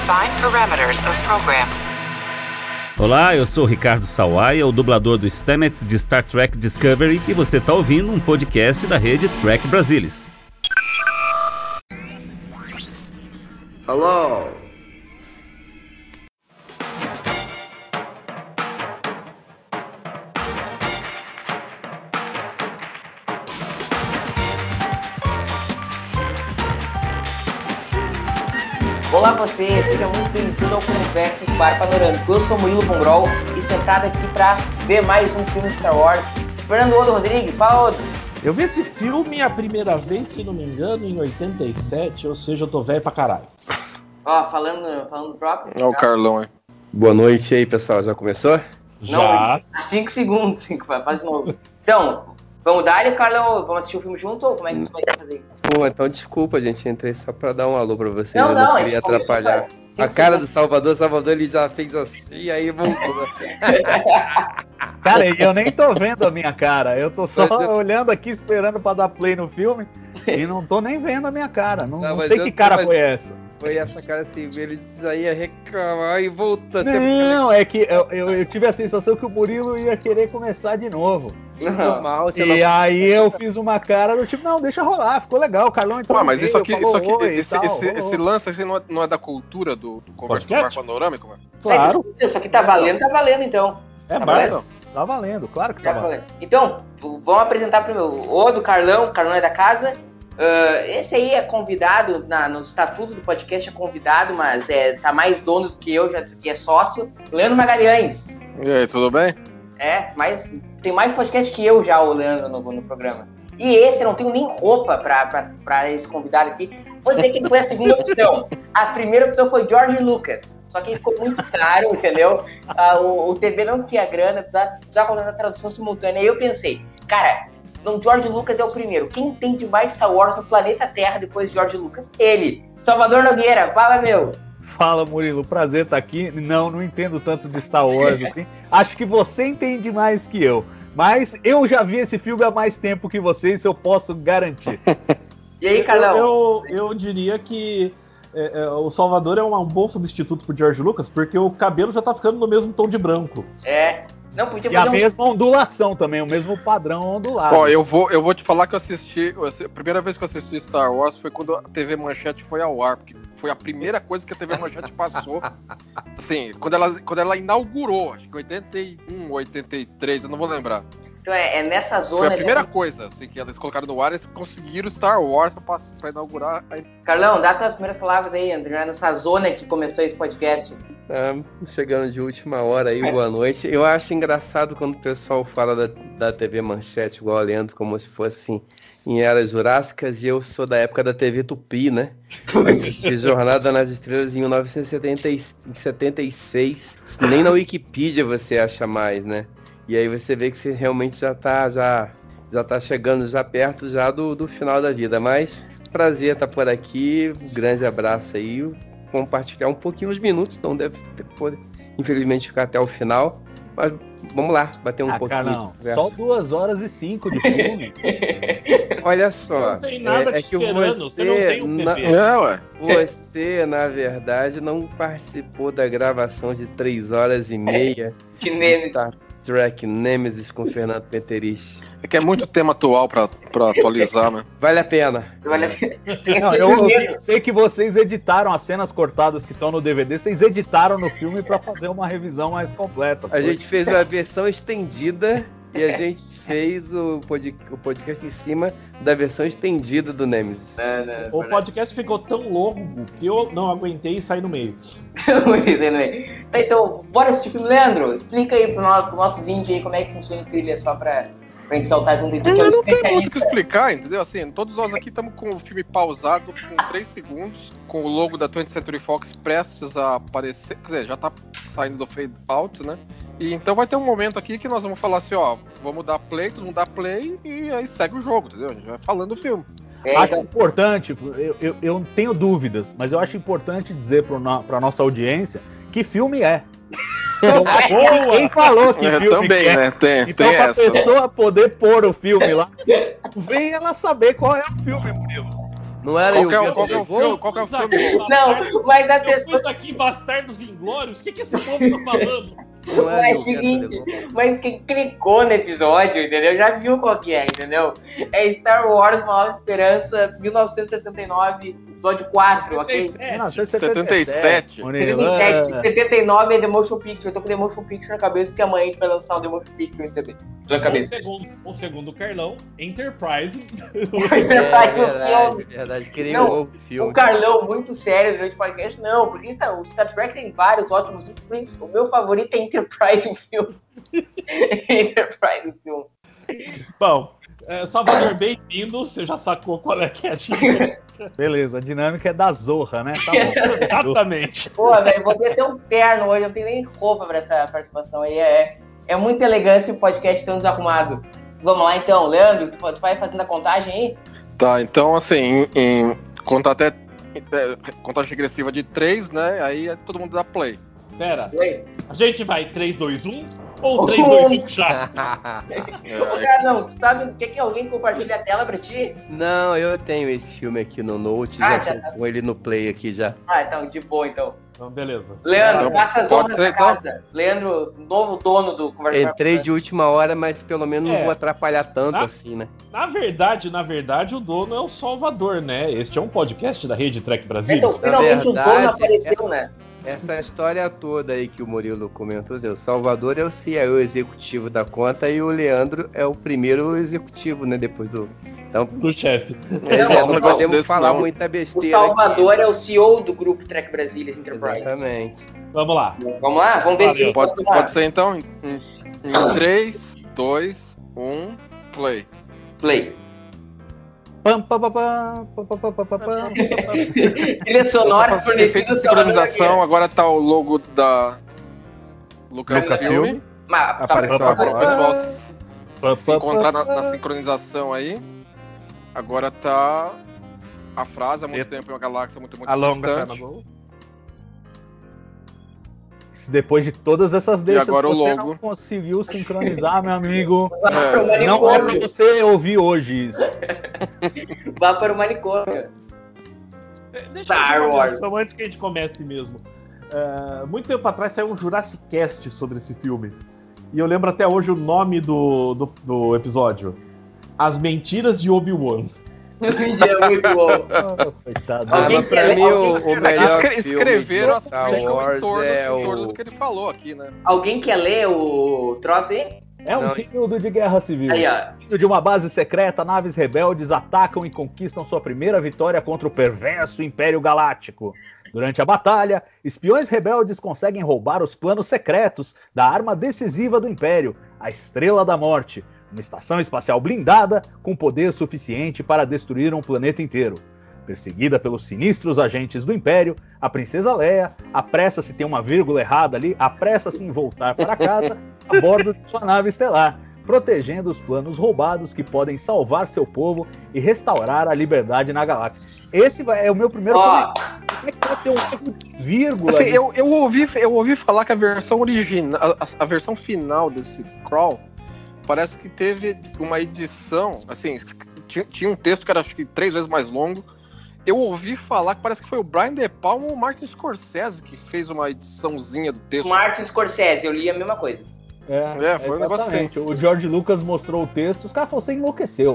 Define parameters of program. Olá, eu sou o Ricardo Sawaia, o dublador do Stamets de Star Trek Discovery, e você está ouvindo um podcast da rede Trek Brasilis. Hello. Olá você, seja muito bem-vindo ao Conversa de Bar Panorâmico. Eu sou Murilo Bongrol e sentado aqui para ver mais um filme Star Wars. Fernando Odo Rodrigues, fala Odo. Eu vi esse filme a primeira vez, se não me engano, em 87, ou seja, eu tô velho pra caralho. Ó, falando do próprio. Olha o Carlão aí. Boa noite aí, pessoal. Já começou? Já. Não, 5 segundos, faz de novo. Então, vamos dar, Carlão, vamos assistir o filme junto ou como é que tu vai fazer? Pô, então desculpa, gente. Entrei só pra dar um alô pra vocês. Não, eu não queria atrapalhar. A cara do Salvador ele já fez assim, aí voltou. Cara, eu nem tô vendo a minha cara. Eu tô só olhando aqui, esperando pra dar play no filme. E não tô nem vendo a minha cara. Não sei que cara foi essa. Foi essa cara assim, ele já ia reclamar e voltou. Não, é que eu tive a sensação que o Murilo ia querer começar de novo. Normal, e aí eu fiz uma cara do tipo, não, deixa rolar, ficou legal, o Carlão entrou. Mas isso aqui, esse lance assim, não é da cultura do Conversa do Bar Panorâmico, mano? Claro. Isso aqui tá valendo então. É valendo? Tá valendo, claro que tá valendo. Então, vamos apresentar primeiro o Odo, Carlão é da casa. Esse aí é convidado, no estatuto do podcast é convidado, mas tá mais dono do que eu, já disse que é sócio. Leandro Magalhães. E aí, tudo bem? Mas tem mais podcast que eu já, o Leandro, no programa. E esse, eu não tenho nem roupa pra esse convidado aqui. Vou dizer que ele foi a segunda opção. A primeira opção foi George Lucas. Só que ele ficou muito caro, entendeu? O TV não tinha grana, precisava colocar a tradução simultânea. Aí eu pensei, cara, o George Lucas é o primeiro. Quem entende mais Star Wars no planeta Terra depois de George Lucas? Ele. Salvador Nogueira, fala, meu. Fala, Murilo, prazer estar aqui. Não entendo tanto de Star Wars assim. Acho que você entende mais que eu. Mas eu já vi esse filme há mais tempo que você, isso eu posso garantir. E aí, Carlão? Eu diria que o Salvador é um bom substituto pro George Lucas, porque o cabelo já tá ficando no mesmo tom de branco. Não, podia e a mesma ondulação também, o mesmo padrão ondulado. Ó, eu vou te falar que a primeira vez que eu assisti Star Wars foi quando a TV Manchete foi ao ar, porque foi a primeira coisa que a TV Manchete passou, assim, quando ela inaugurou, acho que 81, 83, eu não vou lembrar. Então é nessa zona... Foi a primeira coisa, assim, que eles colocaram no ar, eles conseguiram Star Wars pra inaugurar. Carlão, dá tuas primeiras palavras aí, André, nessa zona que começou esse podcast. Chegando de última hora aí, boa noite. Eu acho engraçado quando o pessoal fala da TV Manchete, igual a Leandro, como se fosse em eras jurássicas, e eu sou da época da TV Tupi, né? Assisti Jornada nas Estrelas em 1976. Nem na Wikipedia você acha mais, né? E aí você vê que você realmente já tá chegando já perto já do final da vida. Mas prazer estar por aqui, um grande abraço aí, compartilhar um pouquinho os minutos, não deve poder, infelizmente, ficar até o final. Mas vamos lá, bater um pouquinho de conversa. Só 2h05 de filme. Olha só, não tem nada que você não tem um você, na verdade, não participou da gravação de 3h30 que nem Star Trek Nemesis com Fernando Penteriche. É que é muito tema atual pra atualizar, né? Vale a pena. Não, eu sei que vocês editaram as cenas cortadas que estão no DVD, vocês editaram no filme pra fazer uma revisão mais completa. A gente fez uma versão estendida e a gente fez o podcast em cima da versão estendida do Nemesis. O podcast ficou tão longo que eu não aguentei e saí no meio. Então, bora assistir o filme, Leandro. Explica aí pro nossos índios aí como é que funciona a trilha, só pra gente saltar junto. Não tem muito o que explicar, entendeu? Assim, todos nós aqui estamos com o filme pausado com 3 segundos, com o logo da 20th Century Fox prestes a aparecer, quer dizer, já tá saindo do fade out, né? E então vai ter um momento aqui que nós vamos falar assim, ó, vamos dar play, todo mundo dá play e aí segue o jogo, entendeu? A gente vai falando do filme. Acho importante, eu não tenho dúvidas, mas eu acho importante dizer pra nossa audiência que filme é. Eu acho que ninguém falou que filme também, é. Né? Então, tem pra essa, pessoa poder pôr o filme lá, vem ela saber qual é o filme, Murilo. Não era Qual que é o Vento Levou? Qual que é o filme? Não, mas a Eu pessoa. pus aqui Bastardos Inglórios, o que esse povo tá falando? Não era Mas, o Vento seguinte, Levou? mas quem clicou no episódio, entendeu? Já viu qual que é, entendeu? É Star Wars Uma Nova Esperança, 1979, episódio 4, ok? 77. Murilo. 77, 79 é The Motion Picture. Eu tô com The Motion Picture na cabeça porque amanhã a gente vai lançar o The Motion Picture em TV. Na cabeça. Segundo o Carlão, Enterprise. Verdade. Queria Não, um novo filme. O Carlão, muito sério durante o podcast, não, porque o Star Trek tem vários ótimos filmes. O meu favorito é Enterprise o filme. Enterprise o filme. Bom, Salvador, bem-vindo. Você já sacou qual é que é a dinâmica? Beleza, a dinâmica é da Zorra, né? Tá bom. Exatamente. Pô, velho, vou ter até um terno hoje, eu não tenho nem roupa pra essa participação aí. É muito elegante o podcast tão desarrumado. Vamos lá então, Leandro, tu vai fazendo a contagem aí? Tá, então assim, em contar até contagem regressiva de 3, né? Aí todo mundo dá play. Pera, Oi? a gente vai 3, 2, 1 ou 3, 2, 1 já? Ô, cara, não, tu sabe, quer que alguém compartilhe a tela pra ti? Não, eu tenho esse filme aqui no Note, Ah, já já tô com ele no Play aqui já. Ah, então, de boa então. Então, beleza. Leandro, Então, passa as pode honras ser, da então? casa. Leandro, novo dono do Conversa Entrei de última hora, mas pelo menos não vou atrapalhar tanto assim, né? Na verdade, o dono é o Salvador, né? Este é um podcast da Rede Trek Brasil. Então, finalmente o dono verdade, apareceu, né? Essa história toda aí que o Murilo comentou, o Salvador é o CEO executivo da conta e o Leandro é o primeiro executivo, né? Depois do. Então, Do chefe. não negócio podemos desse falar não. muita O besteira. Salvador aqui. é o CEO do grupo Trek Brasília Enterprise. Exatamente. Vamos lá. Vamos lá? Vamos ver Valeu. se Pode ser então? Em 3, 2, 1, play. Play. Pam, pam, pam, pam, pam, pam, pam, pam, pam. Trilha sonora Efeito fornecida de sincronização, agora tá o logo da Lucasfilm. Mas, tá, Apareceu Agora o agora. pessoal se encontrar na sincronização aí. Agora tá a frase há muito tempo em uma galáxia muito distante. Se depois de todas essas deixas agora o você logo. não conseguiu sincronizar, meu amigo, vá para o não é pra manicômio. você ouvir hoje isso. Vá para o manicômio. Deixa Star eu fazer uma Wars. menção antes que a gente comece mesmo. Muito tempo atrás saiu um Jurassic Cast sobre esse filme. E eu lembro até hoje o nome do episódio. As Mentiras de Obi-Wan. É muito bom. Ah, coitado. Alguém Mas pra quer- mim o melhor Escreveram filme as de Star ficam em Wars torno é do que ele falou aqui, né? Alguém quer ler o troço aí? É um Não. período de guerra civil. Aí, ó. Vindo de uma base secreta, naves rebeldes atacam e conquistam sua primeira vitória contra o perverso Império Galáctico. Durante a batalha, espiões rebeldes conseguem roubar os planos secretos da arma decisiva do Império, a Estrela da Morte, uma estação espacial blindada com poder suficiente para destruir um planeta inteiro. Perseguida pelos sinistros agentes do Império, a princesa Leia apressa-se, tem uma vírgula errada ali, apressa-se em voltar para casa a bordo de sua nave estelar, protegendo os planos roubados que podem salvar seu povo e restaurar a liberdade na galáxia. Esse é o meu primeiro Ó, comentário. Como é que pode ter um erro de vírgula? Assim, nisso? eu ouvi falar que a versão original, a versão final desse crawl, parece que teve uma edição, assim, tinha um texto que era acho que 3 vezes mais longo. Eu ouvi falar que parece que foi o Brian De Palma ou o Martin Scorsese que fez uma ediçãozinha do texto. Martin Scorsese, eu li a mesma coisa. Foi um negócio exatamente. O George Lucas mostrou o texto, os caras falaram, você enlouqueceu.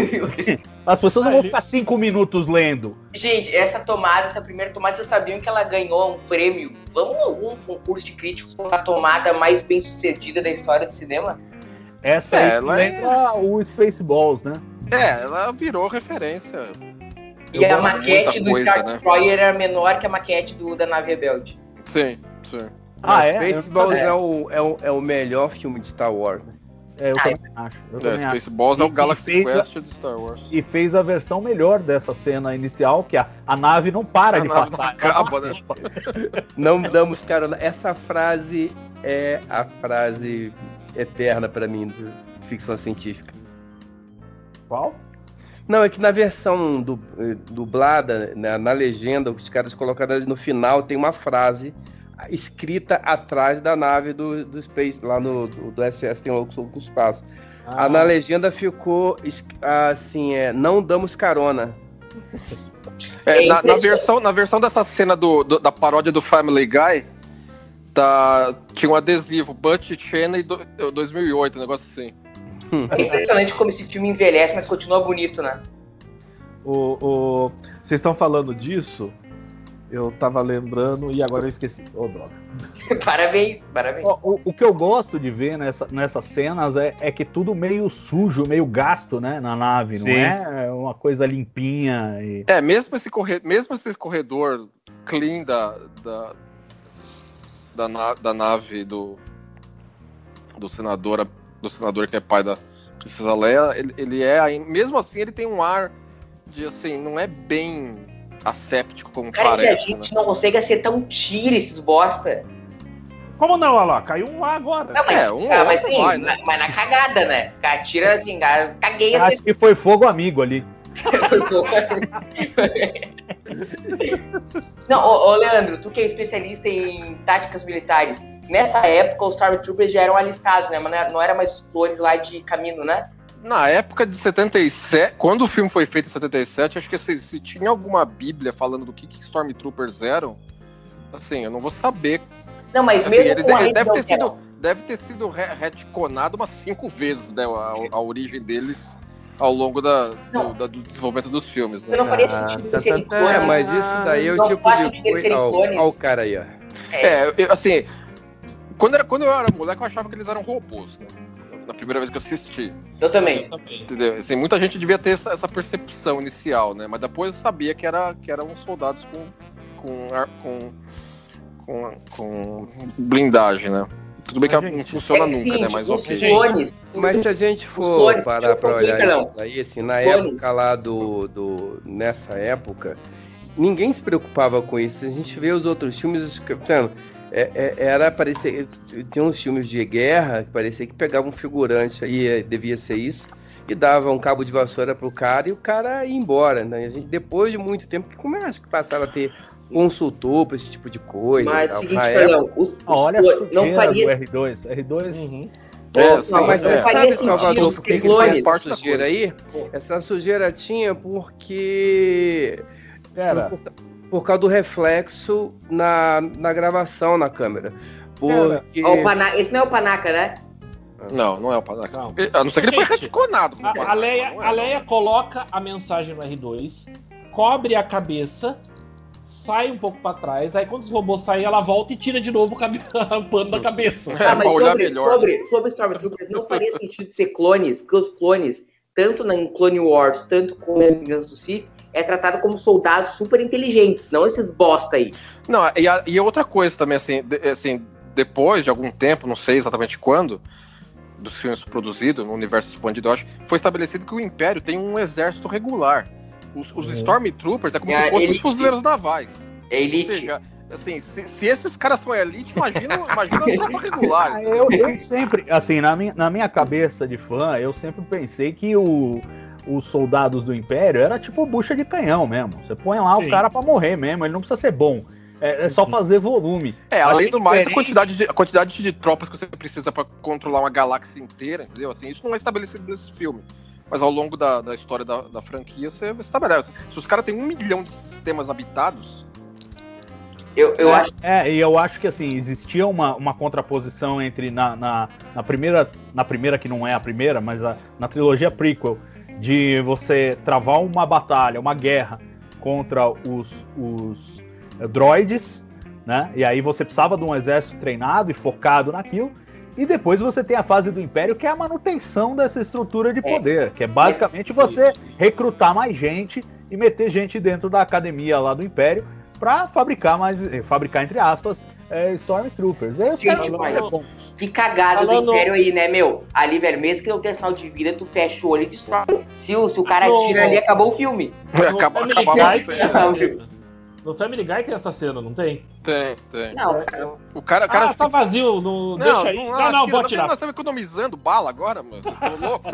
As pessoas não vão ficar 5 minutos lendo. Gente, essa primeira tomada, vocês sabiam que ela ganhou um prêmio? Vamos a algum concurso de críticos com a tomada mais bem sucedida da história do cinema? Essa aí ela lembra o Spaceballs, né? ela virou referência. E a gosto maquete muita do coisa, Star né? Destroyer era menor que a maquete da nave Rebelde. Sim. Spaceballs é o melhor filme de Star Wars, né? Eu também acho. Spaceballs é o E Galaxy fez Quest de Star Wars. E fez a versão melhor dessa cena inicial, que a nave não para de nave passar. não acaba, né? Não damos carona. Essa frase é a frase eterna pra mim de ficção científica. Qual? Não, é que na versão dublada, na legenda, os caras colocaram no final, tem uma frase escrita atrás da nave do Space, lá do SS tem louco sobre o espaço. Na legenda ficou assim, não damos carona. Na versão dessa cena da paródia do Family Guy, tinha um adesivo, Butch Cheney 2008, um negócio assim. É impressionante como esse filme envelhece, mas continua bonito, né? Vocês estão falando disso? Eu tava lembrando e agora eu esqueci. Droga. Parabéns. O que eu gosto de ver nessas cenas é que tudo meio sujo, meio gasto, né, na nave. Sim. Não é uma coisa limpinha. Mesmo esse corredor clean da nave do senador que é pai da Princesa Leia, ele mesmo assim ele tem um ar de, assim, não é bem asséptico como parece. Se a gente não consegue acertar um tiro esses bosta. Como não, olha lá? Caiu um lá agora. Não, mas sim, vai, né? Mas na cagada, né? Tira assim, caguei. Acho que foi fogo amigo ali. Não, Leandro, tu que é especialista em táticas militares, nessa época os Stormtroopers já eram alistados, né? Mas não era mais os clones lá de caminho, né? Na época de 77, quando o filme foi feito em 77, acho que se tinha alguma bíblia falando do que Stormtroopers eram, assim, eu não vou saber. Não, mas assim, mesmo ele deve ter sido retconado umas 5 vezes, né, a origem deles ao longo do desenvolvimento dos filmes, né? Não faria sentido serem clones. Mas isso daí é o tipo de... Olha o cara aí, ó. Assim, quando eu era moleque, eu achava que eles eram robôs, né? Na primeira vez que eu assisti. Eu também. Entendeu? Assim, muita gente devia ter essa percepção inicial, né? Mas depois eu sabia que eram soldados com blindagem, né? Tudo bem que não funciona nunca, né? Mas ok. Mas se a gente for parar pra olhar isso daí, assim, na época lá nessa época, ninguém se preocupava com isso. A gente vê os outros filmes, tinha uns filmes de guerra que parecia que pegava um figurante aí, devia ser isso, e dava um cabo de vassoura pro cara e o cara ia embora, né? A gente, depois de muito tempo, que começa que passava a ter consultor pra esse tipo de coisa. Mas tal, seguinte, olha a sujeira do R2. R2... Uhum. Mas você sabe, Salvador, por que essa sujeira aí? Essa sujeira tinha porque... Por causa do reflexo na gravação na câmera. Porque... Esse não é o Panaca, né? Não é o Panaca. A não ser que ele foi retconado. A Leia coloca a mensagem no R2, cobre a cabeça, sai um pouco pra trás, aí quando os robôs saem, ela volta e tira de novo o pano da cabeça. Mas sobre Stormtroopers, não faria sentido ser clones, porque os clones, tanto em Clone Wars, tanto como em Vingança do Sith, é tratado como soldados super inteligentes, não esses bosta aí. Não, e outra coisa também, assim, depois de algum tempo, não sei exatamente quando, dos filmes produzidos, no universo expandido, eu acho, foi estabelecido que o Império tem um exército regular. Os Stormtroopers é como se fossem os fuzileiros navais. É elite. Ou seja, assim, se esses caras são elite, imagina a tropa regular. Eu sempre, assim, na minha cabeça de fã, eu sempre pensei que os soldados do Império era tipo bucha de canhão mesmo. Você põe lá o cara pra morrer mesmo, ele não precisa ser bom. É só fazer volume. Além do mais, a quantidade de tropas que você precisa pra controlar uma galáxia inteira, entendeu? Assim, isso não é estabelecido nesse filme. Mas ao longo da história da franquia, você estabelece. Se os caras têm 1 milhão de sistemas habitados... Eu acho... e eu acho que assim, existia uma contraposição entre na primeira, que não é a primeira, mas na trilogia prequel, de você travar uma batalha, uma guerra contra os droids, né? E aí você precisava de um exército treinado e focado naquilo. E depois você tem a fase do Império, que é a manutenção dessa estrutura de poder, que é basicamente você recrutar mais gente e meter gente dentro da academia lá do Império para fabricar entre aspas, Stormtroopers. Que cagada do Império aí, né, meu? Ali, velho, mesmo que não tenha sinal de vida, tu fecha o olho e destrói. Se o cara tira ali, acabou o filme. Acabou a cena. No Family Guy tem essa cena, não tem? Tem. Não, cara. O cara tá vazio, deixa aí. Não, vou tirar. Nós estamos economizando bala agora, mano. Vocês estão loucos?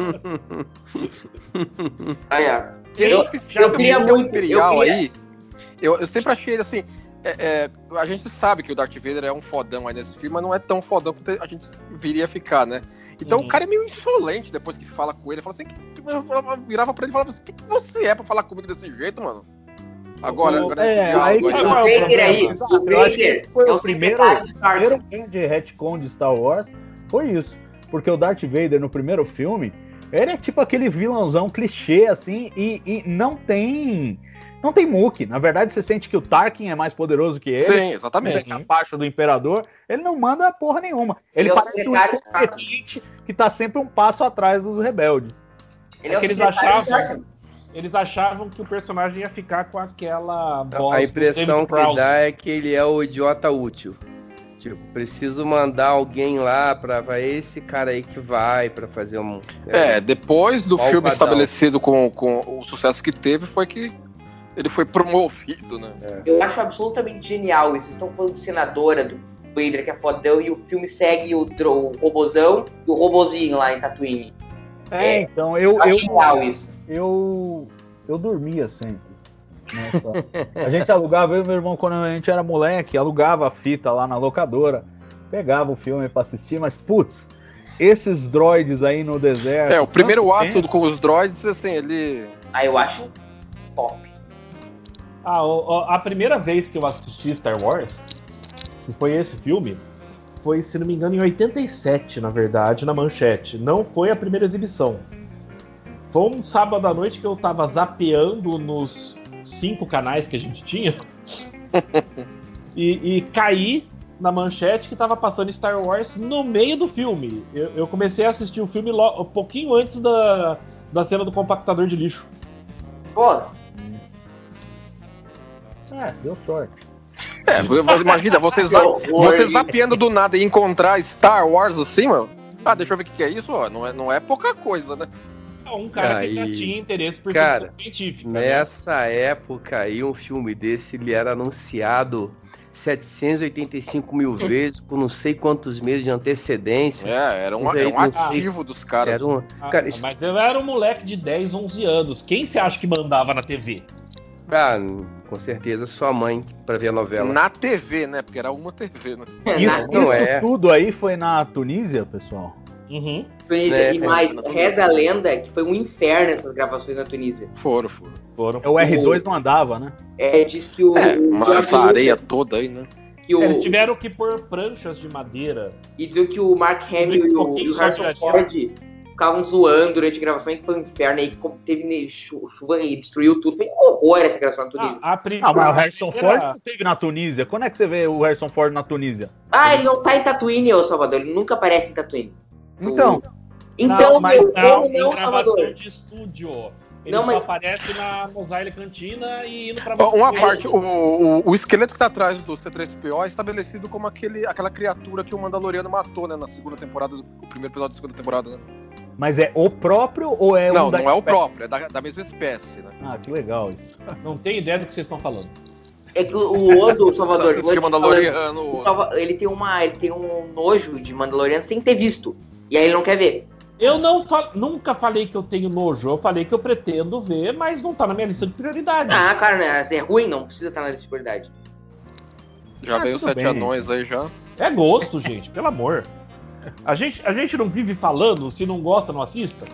Eu queria muito. Eu sempre achei ele assim. A gente sabe que o Darth Vader é um fodão aí nesse filme, mas não é tão fodão quanto a gente viria a ficar, né? Então o cara é meio insolente depois que fala com ele. Fala assim, virava pra ele e falava assim: o que você é pra falar comigo desse jeito, mano? Agora aí esse que diálogo tá aí. o Vader aí, Exato, o eu acho que Vader esse foi é o o primeiro secretário do Tarkin. grande retcon de Star Wars, foi isso. Porque o Darth Vader no primeiro filme, ele é tipo aquele vilãozão clichê, assim, e não tem muque. Na verdade, você sente que o Tarkin é mais poderoso que ele. Sim, Ele é exatamente. capacho do Imperador. Ele não manda porra nenhuma. Ele Ele é o parece um secretário do Tarkin. incompetente que tá sempre um passo atrás dos rebeldes. Ele é o Porque eles achavam que o personagem ia ficar com aquela voz. A impressão do David que dá é que ele é o idiota útil. Tipo, preciso mandar alguém lá pra esse cara aí que vai pra fazer um... Depois do Malvadão. filme estabelecido com o sucesso que teve, foi que ele foi promovido, né? Eu acho absolutamente genial isso. Vocês estão falando de senadora, do Vader que é fodão, e o filme segue o robozão e o robozinho lá em Tatooine. Então Eu acho genial isso. eu dormia sempre. A gente alugava, eu e meu irmão, quando a gente era moleque, alugava a fita lá na locadora, pegava o filme pra assistir, mas putz, esses droids aí no deserto. O primeiro tanto ato tempo. com os droids, assim, ele. Eu acho top. A primeira vez que eu assisti Star Wars, que foi esse filme, foi, se não me engano, em 87, na verdade, na Manchete. Não foi a primeira exibição. Foi um sábado à noite que eu tava zapeando nos 5 canais que a gente tinha e caí na Manchete que tava passando Star Wars no meio do filme. Eu comecei a assistir o filme um pouquinho antes da cena do compactador de lixo. Pô, Deu sorte. Imagina, você zapeando do nada e encontrar Star Wars assim, mano. Deixa eu ver o que é isso, ó. Não é pouca coisa, né? Um cara que já tinha interesse por Cara, ficção científica. Nessa época aí, um filme desse, ele era anunciado 785 mil vezes, com não sei quantos meses de antecedência. Era um ativo dos caras. Cara, Mas eu era um moleque de 10, 11 anos. Quem você acha que mandava na TV? Com certeza, sua mãe, pra ver a novela. Na TV, né? Porque era uma TV, né? Isso tudo aí foi na Tunísia, pessoal? Uhum. Tunísia, e mais, reza a lenda que foi um inferno essas gravações na Tunísia. Foram. O R2 não andava, né? Diz que essa areia toda aí, né? Eles tiveram que pôr pranchas de madeira. E dizer que o Mark Hamill e o Harrison Ford ficavam zoando durante a gravação, que foi um inferno aí, que teve chuva e destruiu tudo. Foi um horror essa gravação na Tunísia. Mas o Harrison Ford não teve na Tunísia. Quando é que você vê o Harrison Ford na Tunísia? Ele não tá em Tatooine, ô Salvador. Ele nunca aparece em Tatooine. Então, mas não, em gravação Salvador. de estúdio. Ele só aparece na Mos Cantina e indo pra... Uma parte, o esqueleto que tá atrás do C-3PO é estabelecido como aquela criatura que o Mandaloriano matou, né, na segunda temporada, o primeiro episódio da segunda temporada, né? Mas é o próprio ou é não, um da Não, é o espécie? próprio, é da mesma espécie, né? Que legal isso. Não tenho ideia do que vocês estão falando. É que o Odo, Salvador, ele tem um nojo de Mandaloriano sem ter visto. E aí ele não quer ver. Eu nunca falei que eu tenho nojo, eu falei que eu pretendo ver, mas não tá na minha lista de prioridades. Cara, né? É ruim, não precisa estar na lista de prioridade. Já veio os 7 anões aí já. É gosto, gente, pelo amor. A gente não vive falando, se não gosta, não assista.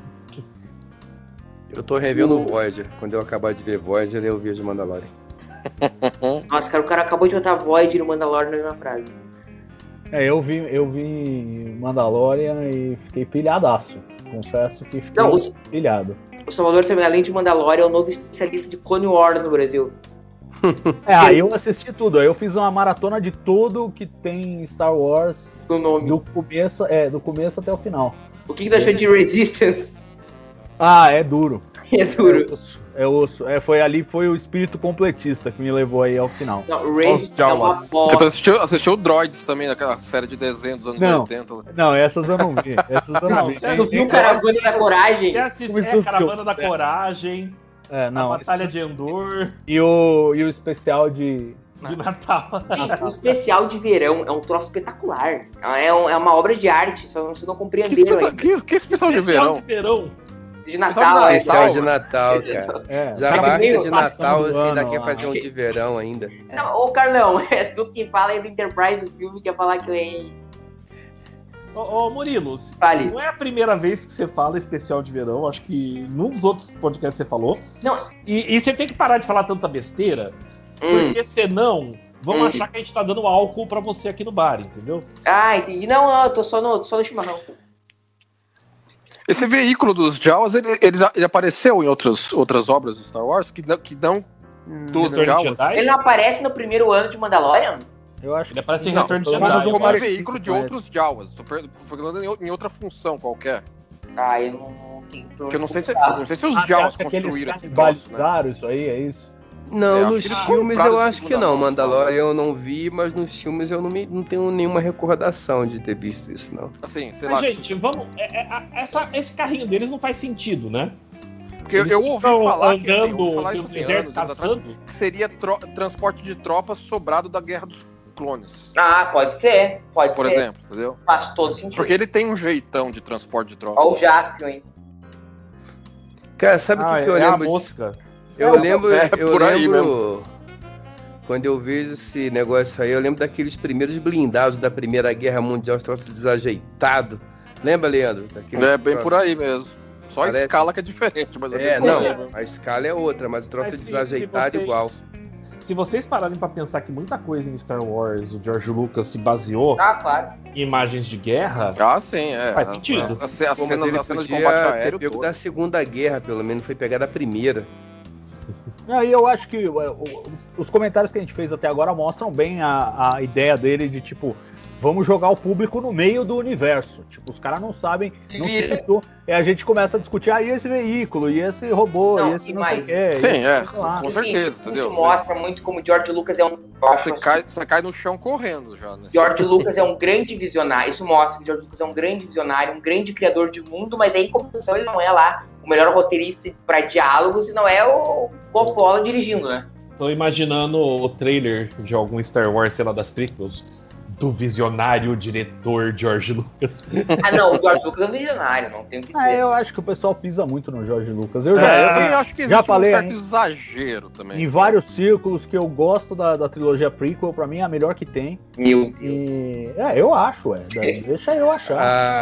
Eu tô revendo o Voyager. Quando eu acabar de ver Voyager, eu vejo Mandalorian. Nossa, cara, o cara acabou de botar Voyager e o Mandalorian na mesma frase. Eu vi Mandalorian e fiquei pilhadaço. Confesso que fiquei pilhado. O Salvador também, além de Mandalorian, é o novo especialista de Clone Wars no Brasil. Aí eu assisti tudo. Aí eu fiz uma maratona de tudo que tem Star Wars no nome. Do começo até o final. O que você achou de Resistance? É duro. É duro. É osso. Foi o espírito completista que me levou aí ao final. Não, Resistance é uma bosta. Você assistiu o Droids também, naquela série de desenhos dos anos 80? Não, essas eu não vi. Você não viu Caravana da Coragem? Caravana da Coragem. A Batalha de Endor. E o especial de Natal. O especial de verão é um troço espetacular. É uma obra de arte, só vocês não compreenderam ainda. Que especial de verão? De Natal, especial de Natal, cara. Já basta de Natal, você ainda quer fazer um de verão ainda. Não, ô Carlão, é tu que fala aí do Enterprise do filme, quer falar que Ô Murilo, Fale. não é a primeira vez que você fala especial de verão, acho que num dos outros podcasts você falou. Não. E você tem que parar de falar tanta besteira, porque senão vão achar que a gente tá dando álcool pra você aqui no bar, entendeu? Ah, entendi. Não, eu tô só no chimarrão. Esse veículo dos Jawas, ele apareceu em outras obras do Star Wars que não dos Return of Jawas. Jedi? Ele não aparece no primeiro ano de Mandalorian? Eu acho Ele que aparece em Não, Return de pelo menos Jedi. como parecido veículo de com outros Jawas. Tô falando em outra função qualquer. Ah, eu não tenho. Porque eu não sei se os você Jawas acha que eles construíram esse troço, né? canibalizaram isso aí, é isso? Não, acho nos que eles filmes compraram eu de acho que segunda não. mão, Mandalorian eu não vi, mas nos filmes eu não tenho nenhuma recordação de ter visto isso, não. Assim, sei Mas, lá. gente, vamos. Esse carrinho deles não faz sentido, né? Porque Eles eu ouvi ficam falar que andando eu ouvi falar pelo isso assim, deserto anos atrás, caçando. que seria transporte de tropas sobrado da Guerra dos Clones. Ah, pode ser. Pode Por ser. exemplo, entendeu? Faz todo sentido. Porque ele tem um jeitão de transporte de tropas. Olha o Jaspion, hein? Cara, sabe o que eu é a lembro? mosca. Eu lembro, eu por aí lembro. Quando eu vejo esse negócio aí, eu lembro daqueles primeiros blindados da Primeira Guerra Mundial, troço desajeitado. Lembra, Leandro? É bem por aí mesmo. Só Parece- a escala que é diferente, mas É, bem por aí não, mesmo. a escala é outra, mas o troço é Mas desajeitado vocês- igual. Se vocês pararem pra pensar que muita coisa em Star Wars, o George Lucas se baseou Ah, claro. em imagens de guerra, Ah, sim, é. Faz sentido. As Pô, mas cenas ele de combate podia ter aéreo. pego todas. da Segunda Guerra, pelo menos, foi pegar da Primeira. Aí eu acho que os comentários que a gente fez até agora mostram bem a ideia dele de, tipo, vamos jogar o público no meio do universo. Tipo, os caras não sabem, não se situam. E a gente começa a discutir, e esse veículo, e esse robô, Não, e esse e não sei o mais. quê. Sim, e é. sei lá. Com Enfim, certeza, isso entendeu? mostra muito como George Lucas é um. Você cai no chão correndo já, né? George Lucas é um grande visionário. Isso mostra que George Lucas é um grande visionário, um grande criador de mundo, mas aí, em compensação, ele não é lá o melhor roteirista para diálogos e não é o Coppola dirigindo, né? tô imaginando o trailer de algum Star Wars, sei lá, das prequels, do visionário diretor George Lucas. Ah, não, o George Lucas é um visionário, não tem o que dizer. Eu acho que o pessoal pisa muito no Jorge Lucas. Eu Eu também já, acho que já existe falei um certo aí. exagero também. em vários círculos que eu gosto da trilogia prequel, pra mim é a melhor que tem. Meu Deus. E eu acho, deixa eu achar.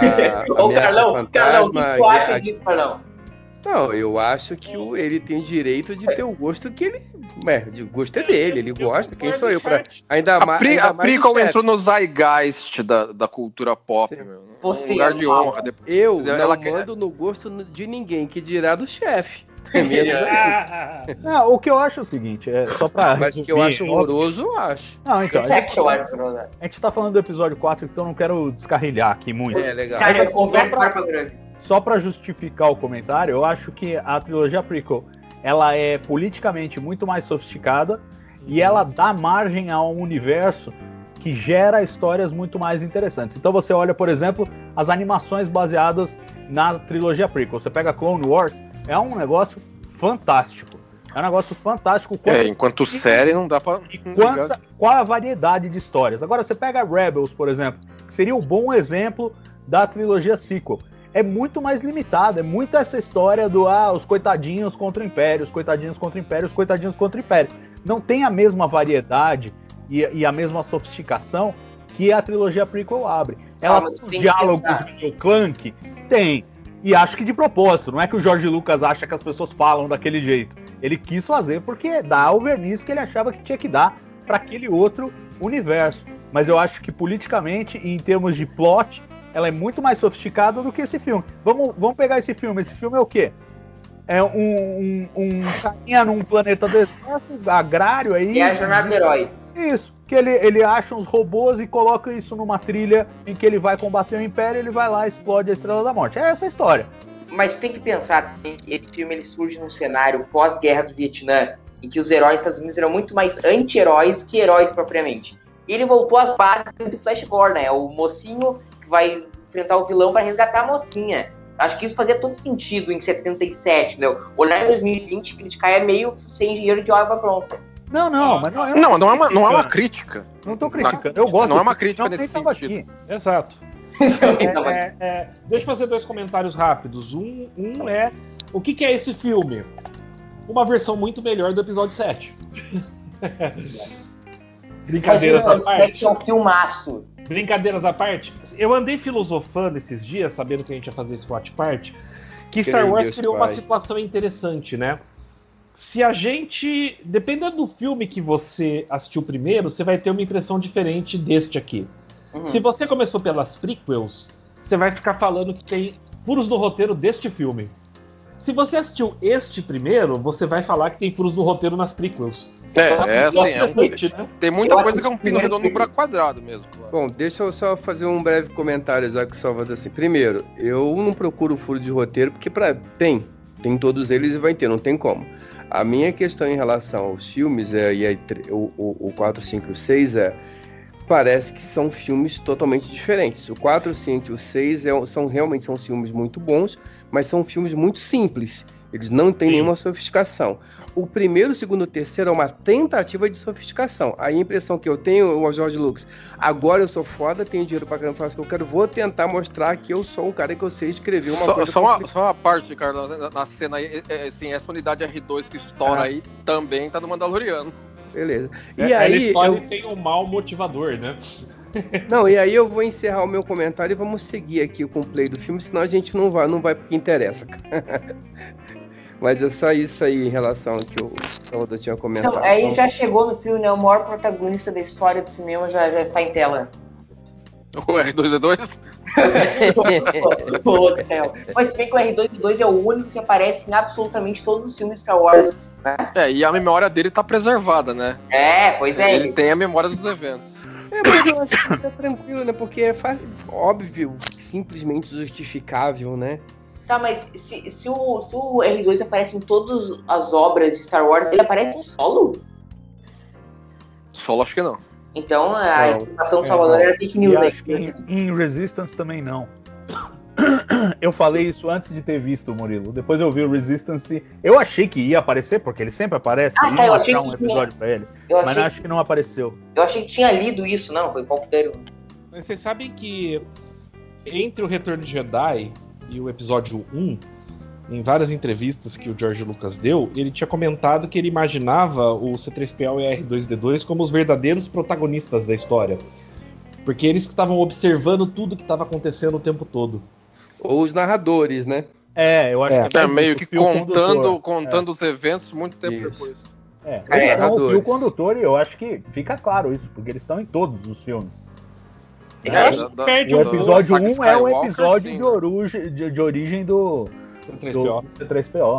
Ô, Carlão, o que tu acha Guerra- disso, Carlão? Não, eu acho que ele tem direito de ter o gosto que ele. O gosto é dele, ele gosta. Quem sou eu pra. Ainda A mais. prequel o chefe. entrou no zeitgeist da cultura pop, Sim. meu. Você Um lugar é de mal. honra. Eu Ela não quer- mando no gosto de ninguém, que dirá do chefe. É menos aí. Não, o que eu acho é o seguinte, só pra Mas que eu resumir, acho é horroroso, eu acho. Não, então, Esse é que eu acho, Bruno. a gente tá falando do episódio 4, então eu não quero descarrilhar aqui muito. É legal. Cara, Mas eu converso só pra- com grande. Só pra justificar o comentário, eu acho que a trilogia prequel, ela é politicamente muito mais sofisticada e ela dá margem a um universo que gera histórias muito mais interessantes. Então você olha, por exemplo, as animações baseadas na trilogia prequel. Você pega Clone Wars, é um negócio fantástico. É um negócio fantástico. Enquanto série não dá pra. Qual a variedade de histórias? Agora você pega Rebels, por exemplo, que seria um bom exemplo da trilogia sequel. É muito mais limitado, é muito essa história do os coitadinhos contra o Império, os coitadinhos contra o Império, os coitadinhos contra o Império. Não tem a mesma variedade e a mesma sofisticação que a trilogia prequel abre. Ela mas tem os tem que diálogos pensar. do Clank? Tem. E acho que de propósito, não é que o George Lucas acha que as pessoas falam daquele jeito. Ele quis fazer porque dá o verniz que ele achava que tinha que dar para aquele outro universo. Mas eu acho que politicamente, em termos de plot, ela é muito mais sofisticada do que esse filme. Vamos pegar esse filme. Esse filme é o quê? É um carinha num planeta deserto, agrário aí. É a jornada do herói. Isso, que ele acha uns robôs e coloca isso numa trilha em que ele vai combater o Império, ele vai lá e explode a Estrela da Morte. É essa a história. Mas tem que pensar que esse filme ele surge num cenário pós-guerra do Vietnã, em que os heróis dos Estados Unidos eram muito mais anti-heróis que heróis propriamente. E ele voltou às bases do Flash Gordon, né? O mocinho que vai enfrentar o vilão para resgatar a mocinha. Acho que isso fazia todo sentido em 77, entendeu? Olhar em 2020 e criticar é meio sem dinheiro de obra pronta. Não, mas não é. Não é uma crítica. Não tô criticando, eu gosto. Não é uma crítica não, nesse nem tava sentido. aqui. Exato. Deixa eu fazer 2 comentários rápidos. Um é, o que é esse filme? Uma versão muito melhor do episódio 7. Brincadeira Mas essa o parte. é um filmaço. Brincadeiras à parte, eu andei filosofando esses dias, sabendo que a gente ia fazer esse watch party, que Star Wars Deus criou uma pai. situação interessante, né? Se a gente, dependendo do filme que você assistiu primeiro, você vai ter uma impressão diferente deste aqui. Se você começou pelas prequels, você vai ficar falando que tem furos no roteiro deste filme. Se você assistiu este primeiro, você vai falar que tem furos no roteiro nas prequels. Tem muita coisa que é um pino redondo no buraco quadrado mesmo. Claro. Bom, deixa eu só fazer um breve comentário, já que o Salvador assim. Primeiro, eu não procuro furo de roteiro, porque tem todos eles e vai ter, não tem como. A minha questão em relação aos filmes, o 4, 5 e o 6 parece que são filmes totalmente diferentes. O 4, o 5 e o 6 realmente são filmes muito bons, mas são filmes muito simples. Eles não têm nenhuma sofisticação. O primeiro, o segundo e o terceiro é uma tentativa de sofisticação. A impressão que eu tenho, o George Lucas, agora eu sou foda, tenho dinheiro pra caramba, faço o que eu quero, vou tentar mostrar que eu sou um cara que eu sei escrever uma coisa. Só uma parte, Ricardo, na cena aí, assim, essa unidade R2 que estoura aí também tá no Mandaloriano. Beleza. E aí, a história tem um mal motivador, né? Não, e aí eu vou encerrar o meu comentário e vamos seguir aqui com o play do filme, senão a gente não vai porque interessa. Mas é só isso aí em relação ao que o Salvador tinha comentado. Então, aí já chegou no filme, né? O maior protagonista da história do cinema já está em tela. O R2D2? Pô, céu. Mas se bem que o R2D2 é o único que aparece em absolutamente todos os filmes Star Wars, né? E a memória dele tá preservada, né? Pois é. Ele tem a memória dos eventos. Mas eu acho que isso é tranquilo, né? Porque é óbvio, simplesmente justificável, né? Tá, mas se o R2 aparece em todas as obras de Star Wars, ele aparece em Solo? Solo acho que não. Então a informação do Salvador era fake news. Acho que em Resistance também não. Eu falei isso antes de ter visto o Murilo. Depois eu vi o Resistance. Eu achei que ia aparecer, porque ele sempre aparece. Eu achei um episódio pra ele. Mas acho que não apareceu. Eu achei que tinha lido isso, não. Foi palpiteiro. Mas vocês sabem que entre o Retorno de Jedi e o episódio 1, em várias entrevistas que o George Lucas deu, ele tinha comentado que ele imaginava o C-3PO e a R2-D2 como os verdadeiros protagonistas da história. Porque eles que estavam observando tudo que estava acontecendo o tempo todo. Ou os narradores, né? Eu acho que é meio que contando os eventos muito tempo depois. Eles são o fio condutor e eu acho que fica claro isso, porque eles estão em todos os filmes. O episódio 1 é o episódio de origem do C-3PO.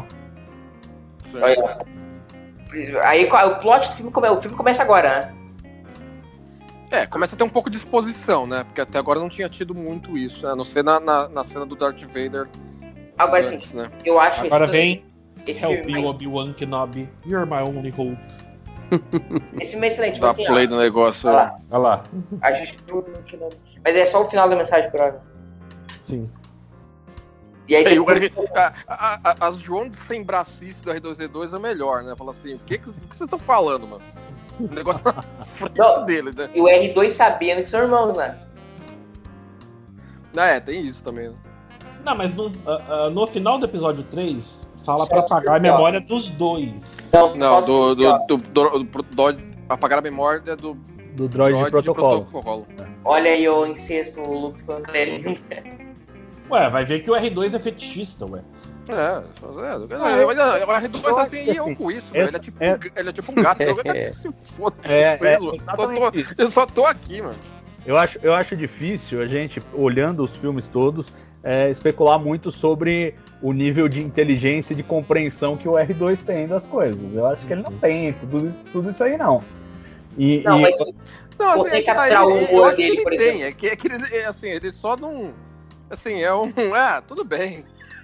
Aí o plot do filme, o filme começa agora, né? Começa a ter um pouco de exposição, né? Porque até agora não tinha tido muito isso, né? A não ser na cena do Darth Vader. Agora antes, sim, né? Eu acho que agora vem Help you, Obi-Wan Kenobi, you're my only hope. Esse filme é excelente. Dá play do negócio. Olha lá. Mas é só o final da mensagem por hora. Sim. E aí as drones sem bracice do R2D2 é melhor, né? Fala assim, o que vocês estão falando, mano? O negócio na frente dele, né? E o R2 sabendo que são irmãos, né? Tem isso também, né? Não, mas no final do episódio 3, fala pra apagar a memória dos dois. Não, apagar a memória do droid de protocolo. Olha aí o incesto, o Lucas contra ele. Ué, vai ver que o R2 é fetichista, ué. O R2 assim, eu com isso, velho. Ele é tipo um gato. Eu só tô aqui, mano. Eu acho difícil a gente, olhando os filmes todos, especular muito sobre o nível de inteligência e de compreensão que o R2 tem das coisas. Eu acho que ele não tem tudo isso aí, não. Mas você capturar o humor dele, por exemplo. Ele só não... Assim, tudo bem.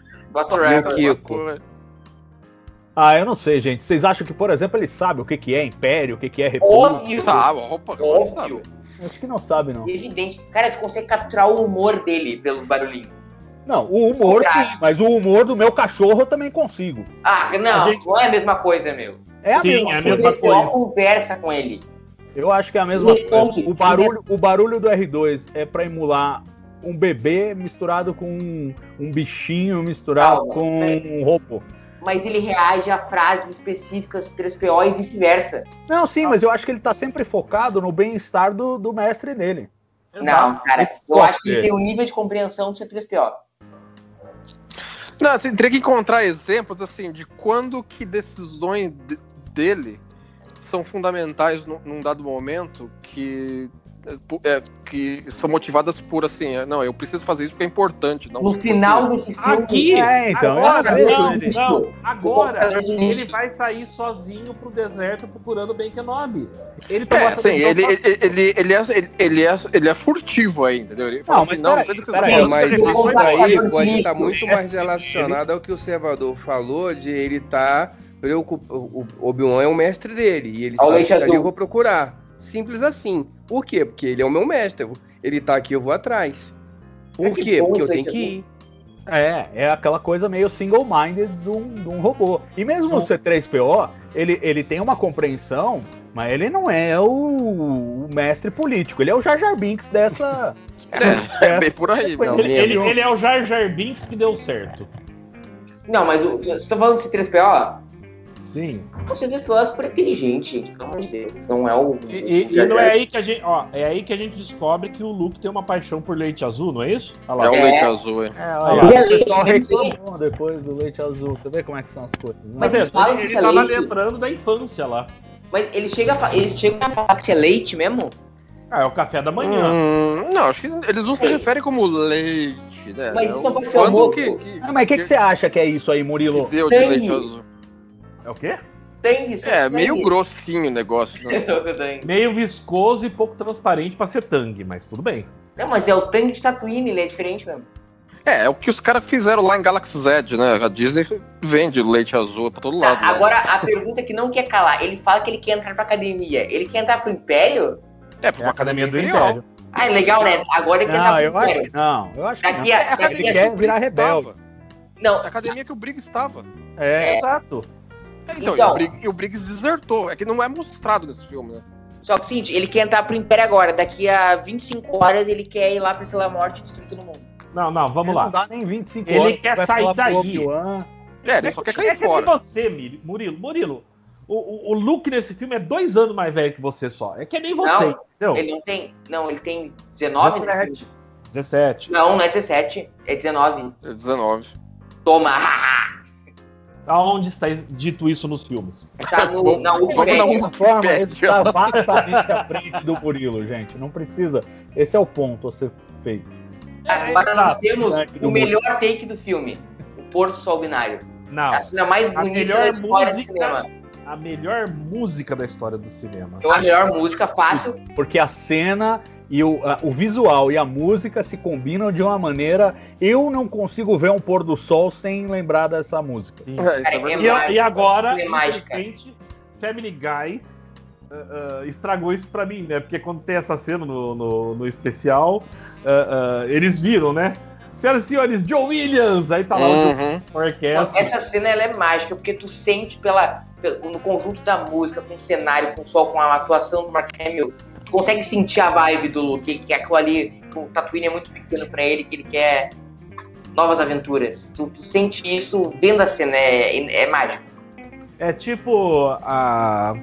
Eu não sei, gente. Vocês acham que, por exemplo, ele sabe o que é Império, o que é República? Óbvio. Acho que não sabe, não. Evidente. Cara, tu consegue capturar o humor dele pelo barulhinho. Não, o humor sim, mas o humor do meu cachorro eu também consigo. Não é a mesma coisa, meu. É a mesma coisa. Conversa com ele. Eu acho que é a mesma coisa. O barulho do R2 é pra emular um bebê misturado com um bichinho misturado com um robô. Mas ele reage a frases específicas do 3PO e vice-versa. Não, sim, mas eu acho que ele tá sempre focado no bem-estar do mestre dele. Não, cara, Esse eu acho que software. ele tem um nível de compreensão do C3PO. Não, assim, teria que encontrar exemplos, assim, de quando que decisões dele são fundamentais num dado momento que são motivadas por, assim, não, eu preciso fazer isso porque é importante. Não No final desse filme... Aqui! Então, Agora, ele- agora ele vai sair sozinho pro deserto procurando Ben Kenobi. Ele tomou essa Sim, decisão ele é furtivo aí, entendeu? Ele fala Não, assim, mas não, peraí, sei do que peraí. vocês Mas estão isso falando. daí pode estar muito Esse mais filme, relacionado ao que o Salvador falou, de ele estar preocupado. O Obi-Wan é o mestre dele, e ele Ao sabe leite que ali azul. eu vou procurar. Simples assim. Por quê? Porque ele é o meu mestre. Ele tá aqui, eu vou atrás. Por que quê? bom Porque eu esse tenho leite que azul. ir. É aquela coisa meio single-minded de um robô. E mesmo o C3PO, ele tem uma compreensão, mas ele não é o mestre político. Ele é o Jar Jar Binks dessa... É bem por aí. Não, ele é o Jar Jar Binks que deu certo. Não, mas você tá falando do C3PO? Sim. O C3PO é super inteligente, gente, pelo amor de Deus. Não é o... E não é aí que a gente, é aí que a gente descobre que o Luke tem uma paixão por leite azul, não é isso? Olha É lá. o leite azul, hein? Olha, Ele é o pessoal leite, reclamou depois do leite azul. Você vê como é que são as coisas, né? Mas Tá eles falam vendo? que Ele isso é tava leite. lembrando da infância lá. Mas eles chegam a falar que isso é leite mesmo? Ah, é o café da manhã. Não, acho que eles não se referem como leite, né? Mas É isso não o pode ser quando almoço. Mas o que você acha que é isso aí, Murilo? que deu de Tem. leite azul. É o quê? Tem isso. É, tem. meio grossinho o negócio, né? Tem. Meio viscoso e pouco transparente pra ser tangue, mas tudo bem. Não, mas é o tanque de Tatooine, ele é diferente mesmo. É o que os caras fizeram lá em Galaxy Z, né? A Disney vende leite azul pra todo lado. Tá, né? agora, a pergunta que não quer calar. Ele fala que ele quer entrar pra academia. Ele quer entrar pro Império? É, pra É uma a academia do imperial. Império. Ah, é legal, né? Agora ele quer Não, entrar pro eu acho Império. que não. Eu acho que Daqui não. a- É a academia Ele que quer o virar Briggs rebelde. estava. Não, É a academia que o Briggs estava. É. Exato. Então, Então. e o Briggs desertou. É que não é mostrado nesse filme, né? só que o seguinte, ele quer entrar pro Império agora. Daqui a 25 horas ele quer ir lá pra Estrela Morte e destruir todo mundo. Não, vamos Não lá. dá nem 25 Ele horas. quer vai sair falar pro daí. Obi-Wan. Ele só quer cair é fora. que você, Murilo. O Luke nesse filme é 2 anos mais velho que você só. É que nem você, Não, entendeu? Ele não tem... Não, ele tem 19, né? 17. 17. Não, não é 17. É 19. É 19. Toma! Aonde está dito isso nos filmes? Tá no, na última Vamos dar De um- alguma forma, ele pede está ela. vastamente à frente do Murilo, gente. Não precisa. Esse é o ponto a ser feito. Agora nós temos Do o melhor take do filme. O Pôr do Sol Binário. Não. A cena mais A bonita melhor da história do música- cinema. A melhor música da história do cinema. Eu A acho melhor música, fácil. porque a cena e o visual e a música se combinam de uma maneira. Eu não consigo ver um pôr do sol sem lembrar dessa música. Sim. É, isso é É, verdade. E agora, É mágica. infelizmente, Family Guy estragou isso pra mim, né? Porque quando tem essa cena no especial, eles viram, né? Senhoras e senhores, John Williams! Aí tá lá Uhum. o orquestra. Essa cena ela é mágica, porque tu sente no conjunto da música, com o cenário, com o sol, com a atuação do Mark Hamill, tu consegue sentir a vibe do Luke, que aquilo ali, que o Tatooine é muito pequeno pra ele, que ele quer novas aventuras. Tu sente isso vendo a cena, é mágico. É tipo a...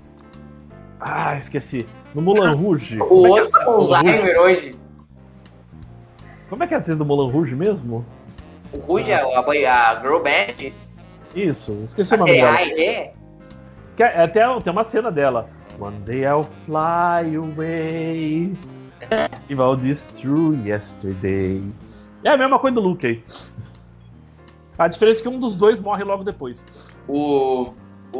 Ah, esqueci. No Moulin Rouge. O Como é que outro tá com Alzheimer hoje. Como é que é a atriz do Moulin Rouge mesmo? O Rouge, a Girl Band, Isso, esqueci a o nome dela. CAE, Que até tem uma cena dela. One day I'll fly away. If all this true yesterday. É a mesma coisa do Luke aí. A diferença é que um dos dois morre logo depois. o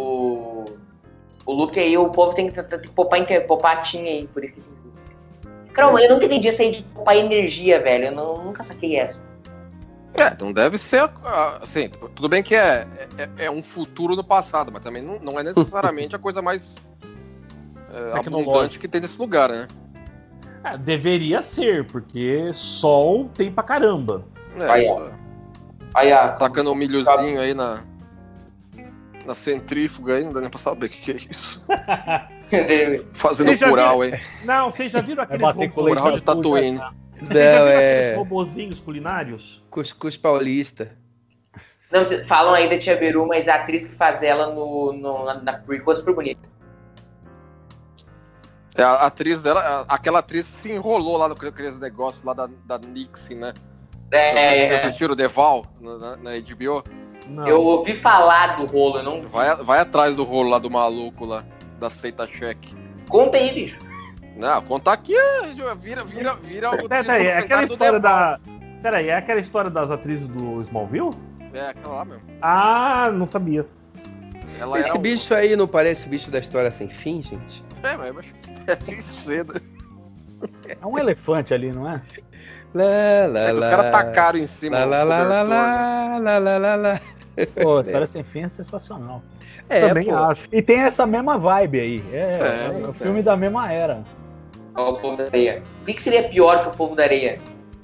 Luke aí, o povo tem que poupar a Tinha aí, por isso que... Cara, eu nunca entendi essa aí de poupar energia, velho. Eu nunca saquei essa. Não deve ser. Assim, tudo bem que é um futuro no passado, mas também não é necessariamente a coisa mais abundante que tem nesse lugar, né? Deveria ser, porque sol tem pra caramba. Aí, Aí, Tacando um milhozinho aí na centrífuga aí, não dá nem pra saber o que é isso. Fazendo Vocês já curau, hein? Não, vocês já viram aqueles bater com leite Curau de Tatooine. Vocês já viram é aqueles robozinhos culinários? Cuscuz paulista. Não, vocês falam aí da Tia Beru, mas a atriz que faz ela na prequel é super bonita. A atriz dela, aquela atriz se enrolou lá no aqueles negócios lá da Nixie, né? Vocês assistiram The Val na HBO? Não. Eu ouvi falar do rolo, eu não... Vai atrás do rolo lá do maluco lá, da seita cheque. Conta aí, bicho. Não, contar aqui, vira o... Peraí, é aquela história da... Peraí, é aquela história das atrizes do Smallville? É, aquela lá mesmo. Ah, não sabia. Ela Esse bicho aí não parece o bicho da história sem fim, gente? mas é bem cedo. É um elefante ali, não é? É que os caras tacaram em cima do cobertor. Pô, a história sem fim é sensacional. Também acho. E tem essa mesma vibe aí. É o filme da mesma era. Ó, o Povo da Areia. O que seria pior que o Povo da Areia?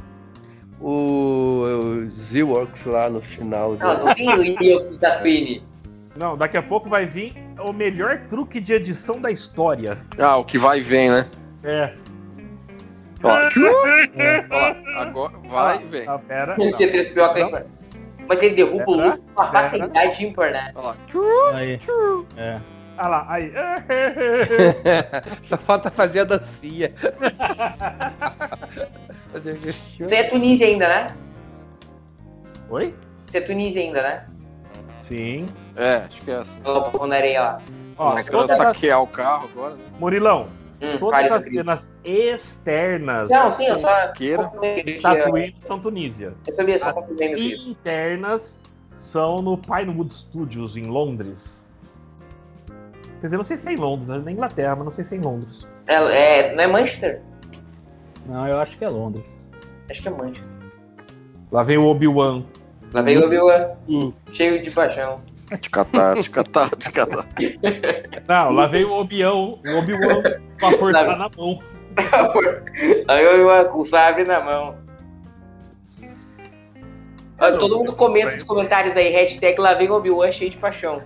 O Z-Works lá no final. Não tem o Rio de Tatooine. Não, daqui a pouco vai vir o melhor truque de edição da história. Ah, o que vai e vem, né? É. Ó, agora vai e vem. Ah, pera. Não sei se pior que Não. isso. Mas ele derruba o Pera, Luke com uma pera. facilidade ímpar, né? Olha lá. Aí. É. Ah lá, aí. Só falta fazer a dancinha. Você é Tunísia ainda, né? Oi? Você é Tunísia ainda, né? Sim. É, acho que é essa. O Povo da Areia lá. Ó, Mas querendo todas as... saquear o carro agora, né? Murilão, todas fale, as Rodrigo. cenas externas Não, sim, eu só... Queira. Tatooine são Tunísia. Eu sabia, só As confirmei meu filho. internas são no Pinewood Studios, em Londres. Quer dizer, não sei se é em Londres, né? Na Inglaterra, mas não sei se é em Londres. Não é Manchester? Não, eu acho que é Londres. Acho que é Manchester. Lá vem o Obi-Wan. Lá veio o Obi-Wan, cheio de paixão. De catar. Não, lá vem o Obi-Wan com a força na mão. Lá veio o Obi-Wan com o sabre na mão. Ó, todo mundo comenta nos comentários aí, hashtag lá vem o Obi-Wan cheio de paixão.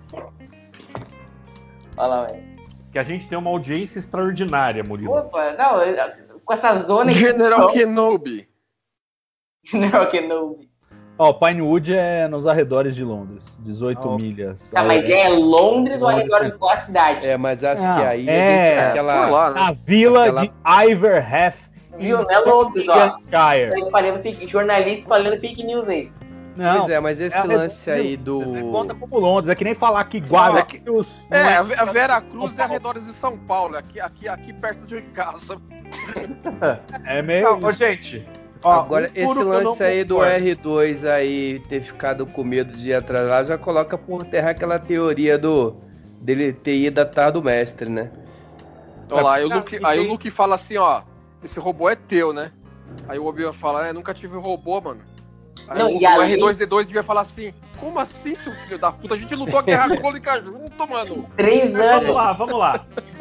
Olha lá, velho. Que a gente tem uma audiência extraordinária, Murilo. Opa, não, com essa zona... General Kenobi. General Kenobi. Ó, Pinewood é nos arredores de Londres. 18 milhas. Tá, mas é Londres ou Londres, agora de qual cidade? É, mas acho Não, que aí é, aquela... por lá, né? Na vila Aquela- de Iverheath, Viu? Não é Londres, ó. Buckinghamshire. Tá espalhando jornalista espalhando fake news aí. Não, Pois é, mas esse é lance arredor- aí do... Você conta como Londres. É que nem falar que Guarulhos... É, a Vera Cruz é arredores de São Paulo, aqui perto de casa. É meio... Não, ô, gente. Ó, Agora, um esse furo que eu não lance aí do concordo. R2 aí ter ficado com medo de ir atrás lá, já coloca por terra aquela teoria dele ter ido atrás do mestre, né? Olha lá, Não, aí o Luke fala assim, ó, esse robô é teu, né? Aí o Obi-Wan fala, nunca tive robô, mano. Aí Não, o e além- R2-D2 devia falar assim, como assim, seu filho da puta? A gente lutou a Guerra Clônica junto, mano. 3 anos. Vamos lá.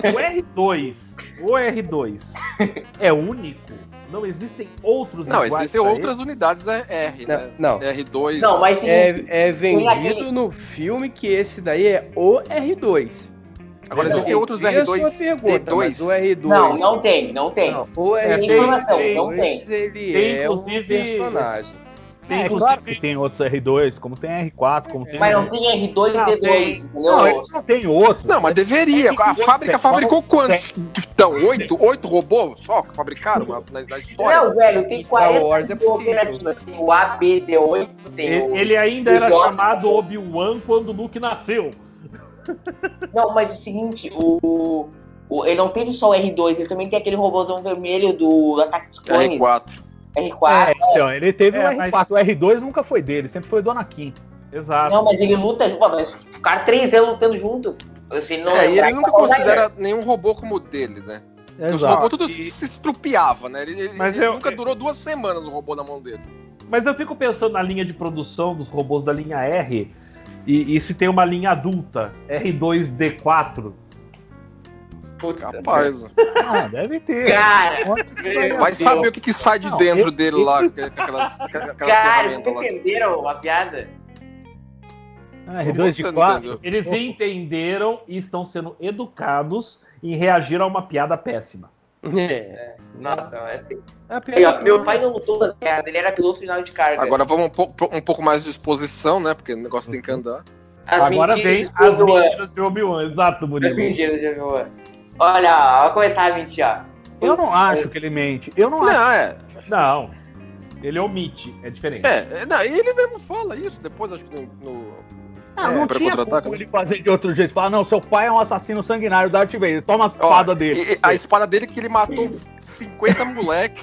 O R2 é único? Não existem outros Não, iguais existem a outras unidades R, né? Não. R2... Não, mas É vendido aquele- no filme que esse daí é o R2. Agora Não, existem outros entendi a sua R2-D2. pergunta, mas o R2... não tem. Não, o Tem R2, informação, não tem. ele Tem, é um inclusive- personagem. Tem, É inclusive, claro que tem outros R2, como tem R4, como tem... Mas não tem R2 e Não, D2, tem. entendeu? Não, eles não tem outro. Não, mas deveria. A fábrica fabricou quantos? Então, 8 robôs só que fabricaram na história? Não, velho, tem Star 40 Wars é possível. alternativas. Tem o A, B, D8, tem o... ele ainda era Yoda. chamado Obi-Wan quando o Luke nasceu. Não, mas é o seguinte, ele não teve só o R2, ele também tem aquele robôzão vermelho do Ataque dos Clones, R4. R4. Então, ele teve É, o R4. O R2 nunca foi dele, sempre foi do Anakin. Exato. Não, mas ele luta, pô, mas o cara 3 anos lutando junto. Assim, não, E ele nunca vai considera nenhum robô como o dele, né? Os Exato. robôs tudo se estrupiava, né? Ele Mas nunca durou 2 semanas o robô na mão dele. Mas eu fico pensando na linha de produção dos robôs da linha R e se tem uma linha adulta, R2D4. Puta, Capaz. Ah, deve ter. Cara, Vai saber o que sai de Não, dentro eu- dele lá, com aquelas cara, ferramentas vocês lá. entenderam a piada? R2 de Você não 4. entendeu? Eles entenderam e estão sendo educados em reagir a uma piada péssima. Nossa, é assim. A Aí, ó, piada- meu pai não lutou das guerras, ele era piloto de nave de carga. Agora vamos um pouco mais de exposição, né? Porque o negócio tem que andar. As Agora mentiras vem de as Obi-Wan. mentiras de Obi-Wan. Exato, As Murilo. mentiras de Obi-Wan. Olha como ele tá a mentir, ó. Eu não acho que ele mente. Eu não acho. Não. Ele omite, é diferente. Não, ele mesmo fala isso depois, acho que no Não tinha como ele fazer de outro jeito. Falar, não, seu pai é um assassino sanguinário, Darth Vader, toma a espada dele. A espada dele que ele matou 50 moleque.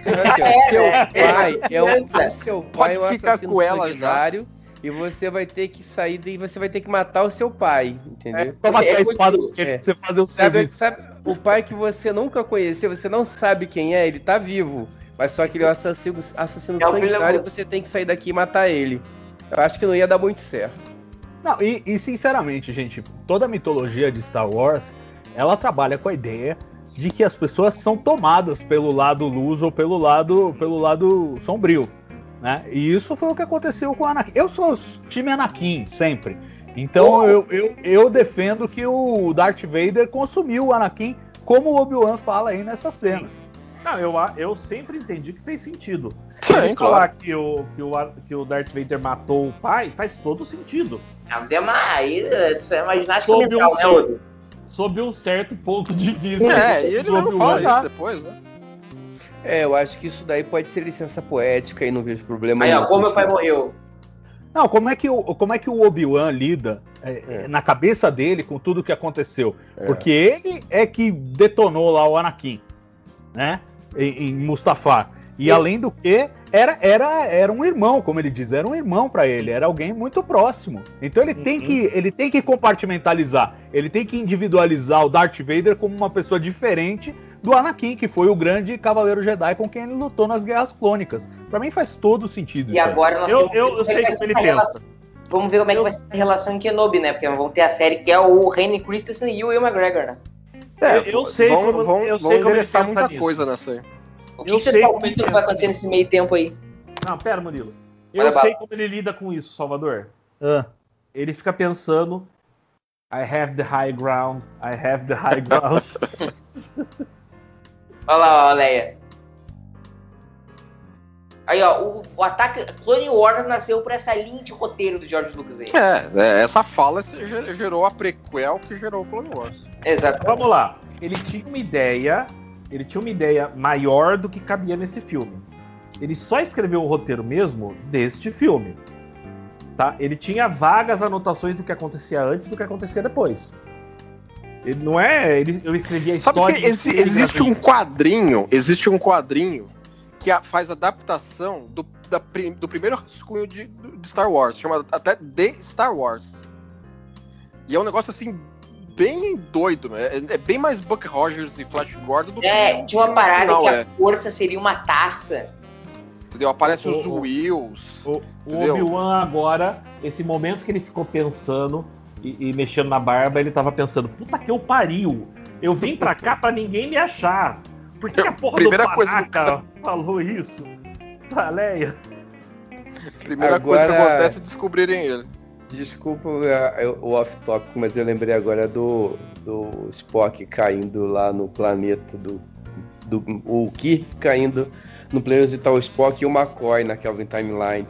Seu pai é um assassino sanguinário e você vai ter que sair e você vai ter que matar o seu pai, entendeu? Toma aqui a espada pra você fazer o serviço. Sabe, o pai que você nunca conheceu, você não sabe quem é, ele tá vivo. Mas só que ele é um assassino sanguinário e você tem que sair daqui e matar ele. Eu acho que não ia dar muito certo. Não, e sinceramente, gente, toda a mitologia de Star Wars, ela trabalha com a ideia de que as pessoas são tomadas pelo lado luz ou pelo lado sombrio, né? E isso foi o que aconteceu com o Anakin. Eu sou time Anakin, sempre. Então eu defendo que o Darth Vader consumiu o Anakin, como o Obi-Wan fala aí nessa cena. Não, eu sempre entendi que fez sentido. Sim, falar que o Darth Vader matou o pai, faz todo sentido. Não, demais. Você imaginar que sob um certo ponto de vista. E ele não fala isso depois, né? Eu acho que isso daí pode ser licença poética e não vejo problema. Aí, ó, como meu pai morreu. Não, como é que o Obi-Wan lida na cabeça dele com tudo que aconteceu? Porque ele é que detonou lá o Anakin, né? Em Mustafar. E além do que, era um irmão, como ele diz, era um irmão pra ele, era alguém muito próximo. Então ele tem que compartimentalizar, ele tem que individualizar o Darth Vader como uma pessoa diferente do Anakin, que foi o grande cavaleiro Jedi com quem ele lutou nas Guerras Clônicas. Pra mim faz todo sentido. E agora nós eu sei como ele pensa. Vamos ver como é que vai ser a relação em Kenobi, né? Porque vamos ter a série que é o Hayden Christensen e o Ewan McGregor, né? Eu sei como endereçar muita coisa nessa aí. O que você palpita que vai acontecer nesse meio tempo aí? Não, pera, Murilo. Eu sei como ele lida com isso, Salvador. Ele fica pensando, I have the high ground, I have the high ground. Olha lá, ó, Leia. Aí, ó, o ataque Clone Wars nasceu por essa linha de roteiro do George Lucas aí. Essa fala gerou a prequel que gerou o Clone Wars. Exato. Vamos lá. Ele tinha uma ideia maior do que cabia nesse filme. Ele só escreveu o roteiro mesmo deste filme. Tá? Ele tinha vagas anotações do que acontecia antes e do que acontecia depois. Ele não é... eu escrevi a história... Sabe que existe um quadrinho que faz adaptação do primeiro rascunho de Star Wars, chamado até The Star Wars. E é um negócio assim... bem doido, é bem mais Buck Rogers e Flash Gordon do que tinha uma parada final, que a força seria uma taça. Entendeu? Aparece os Wills. O Obi-Wan agora, esse momento que ele ficou pensando e mexendo na barba, ele tava pensando, puta que eu pariu, eu vim pra cá pra ninguém me achar. Por que a porra primeira do Panaca falou isso? Tá, Leia? Primeira coisa que acontece é descobrirem ele. Desculpa o off-topic, mas eu lembrei agora do Spock caindo lá no planeta o Kirk caindo no planeta de tal Spock e o McCoy na Kelvin Timeline.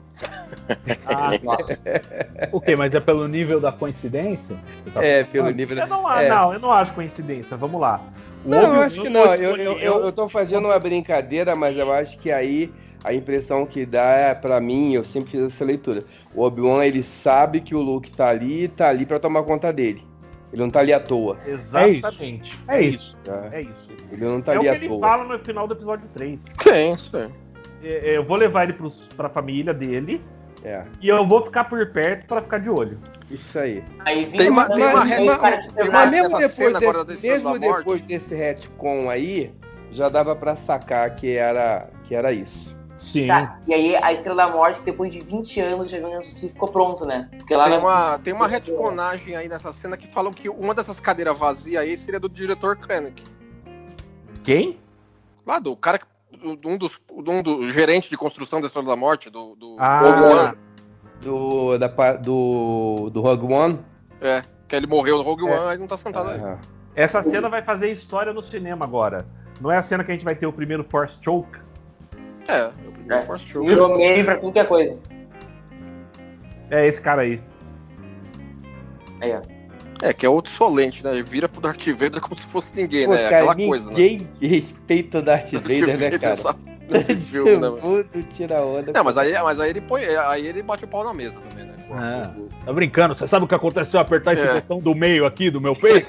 Nossa. O quê? Mas é pelo nível da coincidência? Pelo nível da... Não, eu não acho coincidência. Vamos lá. Eu acho que não. Eu tô fazendo uma brincadeira, mas eu acho que aí a impressão que dá pra mim, eu sempre fiz essa leitura. O Obi-Wan, ele sabe que o Luke tá ali pra tomar conta dele. Ele não tá ali à toa. Exatamente. É isso. Ele não tá ali à toa. É o que ele fala no final do episódio 3. Sim. Eu vou levar ele pra família dele. E eu vou ficar por perto pra ficar de olho. Isso aí. Tem uma mesmo depois desse retcon aí, já dava pra sacar que era isso. Sim. Tá, e aí a Estrela da Morte, depois de 20 anos, já ficou pronto, né? Porque lá tem uma retconagem aí nessa cena que falam que uma dessas cadeiras vazias aí seria do diretor Krennic. Quem? Lá do cara que... Um do gerente de construção da Estrela da Morte, do Rogue One. Do Rogue One? Que ele morreu no Rogue One, aí não tá sentado aí. Essa cena vai fazer história no cinema agora. Não é a cena que a gente vai ter o primeiro Force Choke? O primeiro Force Choke. Virou meme pra qualquer coisa. É esse cara aí. Aí, ó. Que é outro solente, né? Ele vira pro Darth Vader como se fosse ninguém, Pô, né? cara, Aquela coisa, né? ninguém respeita o Darth Vader, né, cara? Nesse filme, né, mano? Mundo tira onda. Não, mas aí ele põe. Aí ele bate o pau na mesa também, né? Tá brincando? Você sabe o que aconteceu apertar esse botão do meio aqui, do meu peito?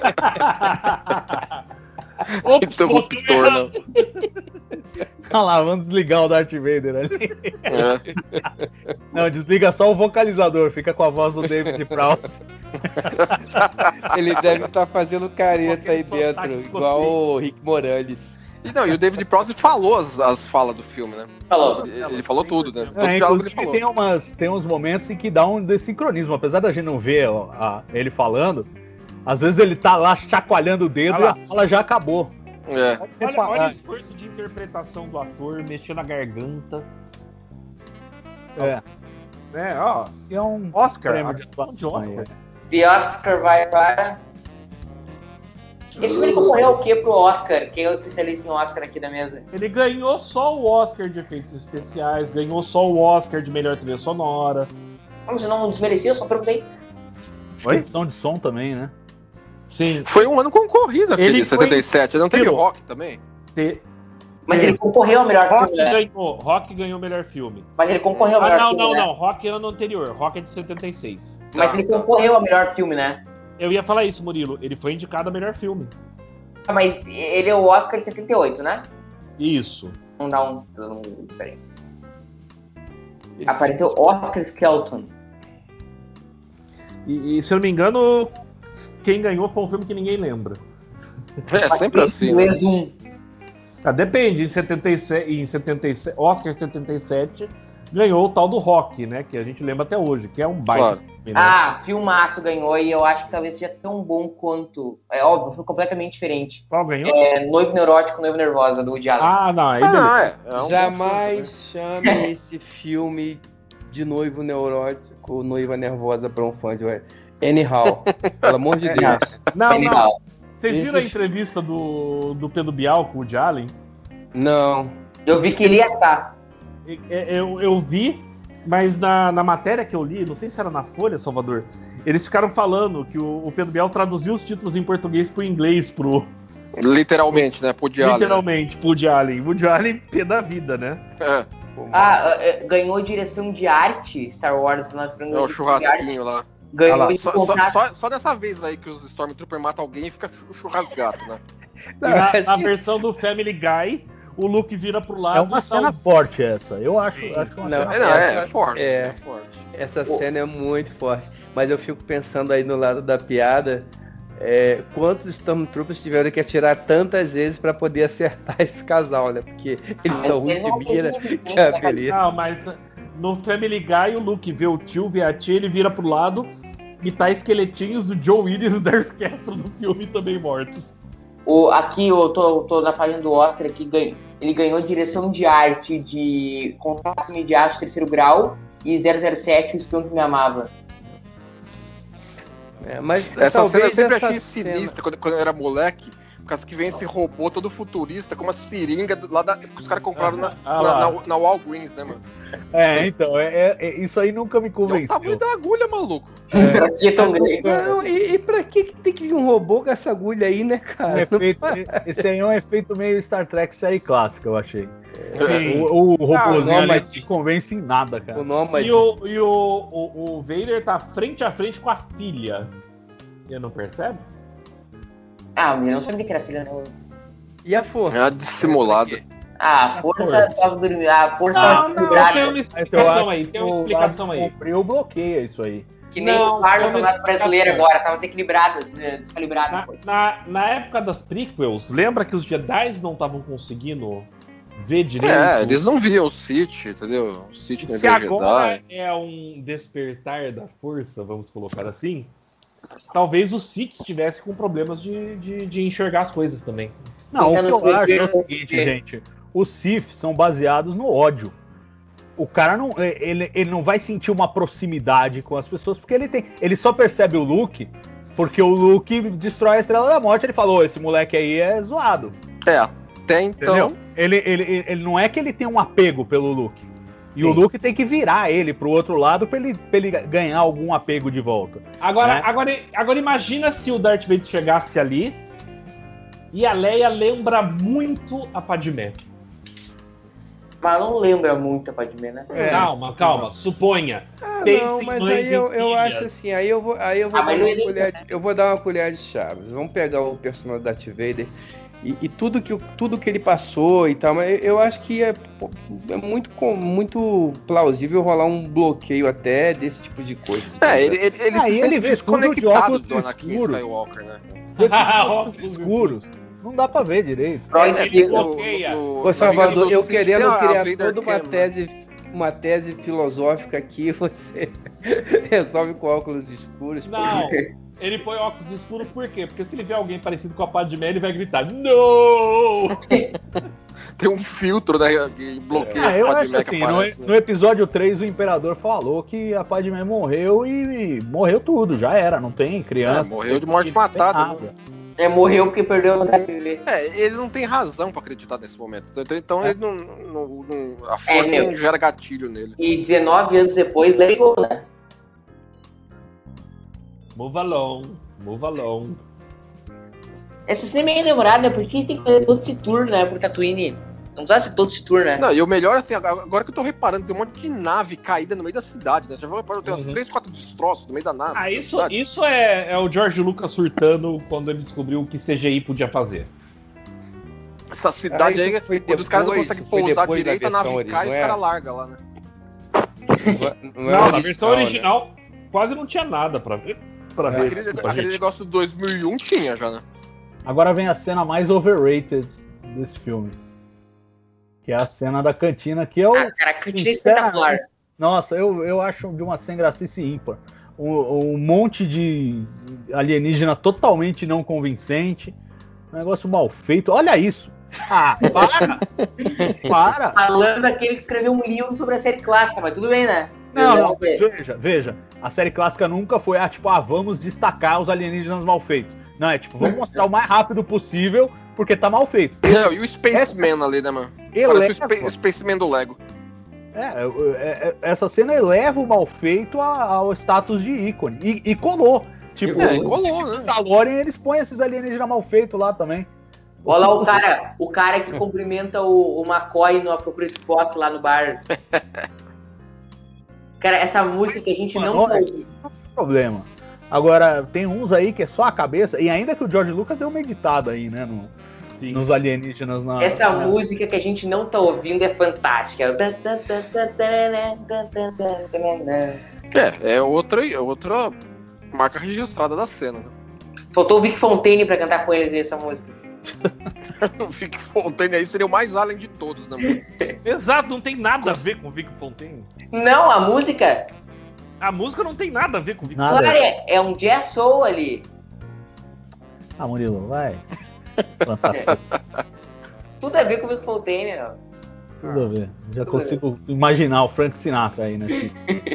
Interruptor, né? Olha lá, vamos desligar o Darth Vader ali. Não, desliga só o vocalizador, fica com a voz do David Prowse. Ele deve estar fazendo careta aí dentro, igual o Rick Moranis. E o David Prowse falou as falas do filme, né? Falou. Ele falou tudo, né? Todo diálogo ele Inclusive falou. tem uns momentos em que dá um desincronismo. Apesar da gente não ver ele falando, às vezes ele tá lá chacoalhando o dedo e a fala já acabou. Olha o esforço de interpretação do ator, mexer na garganta. Ó. Esse é um Oscar. prêmio de atuação aí. The Oscar vai para... Esse filme ele concorreu ao quê pro Oscar? Quem é o especialista em Oscar aqui da mesa? Ele ganhou só o Oscar de efeitos especiais, ganhou só o Oscar de melhor trilha sonora. Como você não desmereceu? Eu só perguntei. Edição de som também, né? Sim. Foi um ano concorrido aquele Ele 77. Não teve rock também? Mas ele concorreu ao melhor Rock filme, né? Rock ganhou o melhor filme. Mas ele concorreu ao melhor filme, né? Não. Rock é ano anterior. Rock é de 76. Mas ele concorreu ao melhor filme, né? Eu ia falar isso, Murilo. Ele foi indicado a melhor filme. Mas ele é o Oscar de 78, né? Isso. Vamos dar um... Peraí. Apareceu Oscar Skelton. E se eu não me engano, quem ganhou foi um filme que ninguém lembra. É sempre assim. Né? Depende. Em 77, Oscar 77 ganhou o tal do Rock, né? Que a gente lembra até hoje, que é um baita filme, né? Filmaço ganhou e eu acho que talvez seja tão bom quanto... É óbvio, foi completamente diferente. Qual ganhou? Noivo Neurótico, Noiva Nervosa, do Woody Allen. Não, aí beleza. Jamais chame esse filme de Noivo Neurótico ou Noiva Nervosa pra um fã de Anyhow. Pelo amor de Deus. Não. Vocês viram a Esse entrevista do Pedro Bial com o Woody Allen? Não. Eu vi que ele ia estar. Eu vi, mas na matéria que eu li, não sei se era na Folha, Salvador, eles ficaram falando que o Pedro Bial traduziu os títulos em português pro inglês pro... Literalmente, né? Pro Woody Allen. Literalmente, pro Woody Allen. Woody Allen, pé da vida, né? Ganhou direção de arte Star Wars. O churrasquinho lá. Ganhou só dessa vez aí que os Stormtrooper matam alguém e fica churrasgato, né? Na versão do Family Guy, o Luke vira pro lado. É uma cena forte essa. Eu acho uma cena forte. É forte. Essa cena é muito forte. Mas eu fico pensando aí no lado da piada, quantos Stormtroopers tiveram que atirar tantas vezes pra poder acertar esse casal, né? Porque eles são ruins de mira, que é a beleza. Não, mas no Family Guy, o Luke vê o tio, vê a tia, ele vira pro lado e tá esqueletinhos do Joe Willis e do Darth Castro do filme também mortos. Aqui eu tô na página do Oscar aqui, ele ganhou direção de arte de Contatos Imediatos Terceiro Grau e 007, O Espião que Me Amava. Mas essa cena eu sempre achei sinistra quando eu era moleque, por causa que vem esse robô todo futurista com uma seringa lá que os caras compraram na Walgreens, né, mano? Então, isso aí nunca me convenceu. É o tamanho da agulha, maluco. E pra que tem que vir um robô com essa agulha aí, né, cara? Esse aí é um efeito meio Star Trek série clássica, eu achei. O robôzinho ali não te convence em nada, cara. E o Vader tá frente a frente com a filha. Você não percebe? Eu não sabia que era filha, não. E a força? É uma dissimulada. A força tava dormindo. A força tava dormindo. Tem uma explicação aí. Tem uma explicação aí. Eu bloqueia isso aí. Que nem o par do campeonato brasileiro agora, tava desequilibrado, descalibrado. Na época das prequels, lembra que os Jedi não estavam conseguindo ver direito? Eles não viam o Sith, entendeu? O Sith não Se agora Jedi. É um despertar da força, vamos colocar assim, talvez o Sith estivesse com problemas de enxergar as coisas também. Não, o que eu acho é o seguinte, gente. Os Sith são baseados no ódio. O cara não, ele não vai sentir uma proximidade com as pessoas, porque ele só percebe o Luke, porque o Luke destrói a Estrela da Morte. Ele falou, esse moleque aí é zoado. Até então. Entendeu? Ele não é que ele tem um apego pelo Luke. E o Luke tem que virar ele pro outro lado pra ele ganhar algum apego de volta. Agora imagina se o Darth Vader chegasse ali e a Leia lembra muito a Padmé. Mas não lembra muito a Padmé, né? Calma, suponha. Não, mas aí eu acho assim, aí eu vou dar uma colher de chaves. Vamos pegar o personagem do Darth Vader e tudo que ele passou e tal, mas eu acho que é muito plausível rolar um bloqueio até desse tipo de coisa. Ele se sente desconectado do Anakin Skywalker, né? Óculos escuros. Não dá pra ver direito. Ele bloqueia. Ô, Salvador, eu querendo criar toda uma tese filosófica aqui, você resolve com óculos escuros. Não, ele põe óculos escuros por quê? Porque se ele vê alguém parecido com a Padmé, ele vai gritar, não! Tem um filtro, né, que bloqueia eu a acho Padmé assim, que aparece. no episódio 3 o Imperador falou que a Padmé morreu e morreu tudo, já era, não tem criança. Morreu de morte matada. Morreu porque perdeu a vontade de viver. Ele não tem razão pra acreditar nesse momento. Então ele não a força não gera gatilho nele. E 19 anos depois, legou, né? Move along. Esse cinema é demorado, né? Porque tem que fazer todo esse tour, né? Por Tatooine. Não precisa ser todo esse tour, né? Não, e o melhor, assim, agora que eu tô reparando, tem um monte de nave caída no meio da cidade, né? Você vai reparar, tem uns 3, 4 destroços no meio da nave. Isso é o George Lucas surtando quando ele descobriu o que CGI podia fazer. Essa cidade aí, quando os caras não conseguem pousar direito, a nave cai e os caras largam lá, né? Não, na versão original quase não tinha nada pra ver. Aquele negócio do 2001 tinha já, né? Agora vem a cena mais overrated desse filme. Que é a cena da cantina, que é o... cara, a cantina é espetacular. Nossa, eu acho de uma sem gracice ímpar. Um monte de alienígena totalmente não convincente. Um negócio mal feito. Olha isso! Para! Falando daquele que escreveu um livro sobre a série clássica, mas tudo bem, né? Não, veja. A série clássica nunca foi, vamos destacar os alienígenas mal feitos. Não, vamos mostrar o mais rápido possível, porque tá mal feito. Não, e o Spaceman ali, né, mano? Parece o Spaceman do Lego. Essa cena eleva o mal feito ao status de ícone. E colou. Colou, né? Stallone, eles põem esses alienígenas mal feitos lá também. Olha lá o cara que cumprimenta o McCoy no Appropriate Spot lá no bar. Cara, essa música que a gente não ouve. Não tem problema. Agora, tem uns aí que é só a cabeça, e ainda que o George Lucas deu uma editada aí, né, nos alienígenas. Essa música que a gente não tá ouvindo é fantástica. É outra marca registrada da cena, né? Faltou o Vic Fontaine pra cantar com eles essa música. O Vic Fontaine aí seria o mais além de todos, né, mano? Exato, não tem nada a ver com o Vic Fontaine. Não, a música... A música não tem nada a ver com o Vic Fontaine. Claro, é um jazz soul ali. Murilo, vai. Tudo a ver com o Vic Fontaine, não. Tudo a ver. Já consigo imaginar o Frank Sinatra aí, né?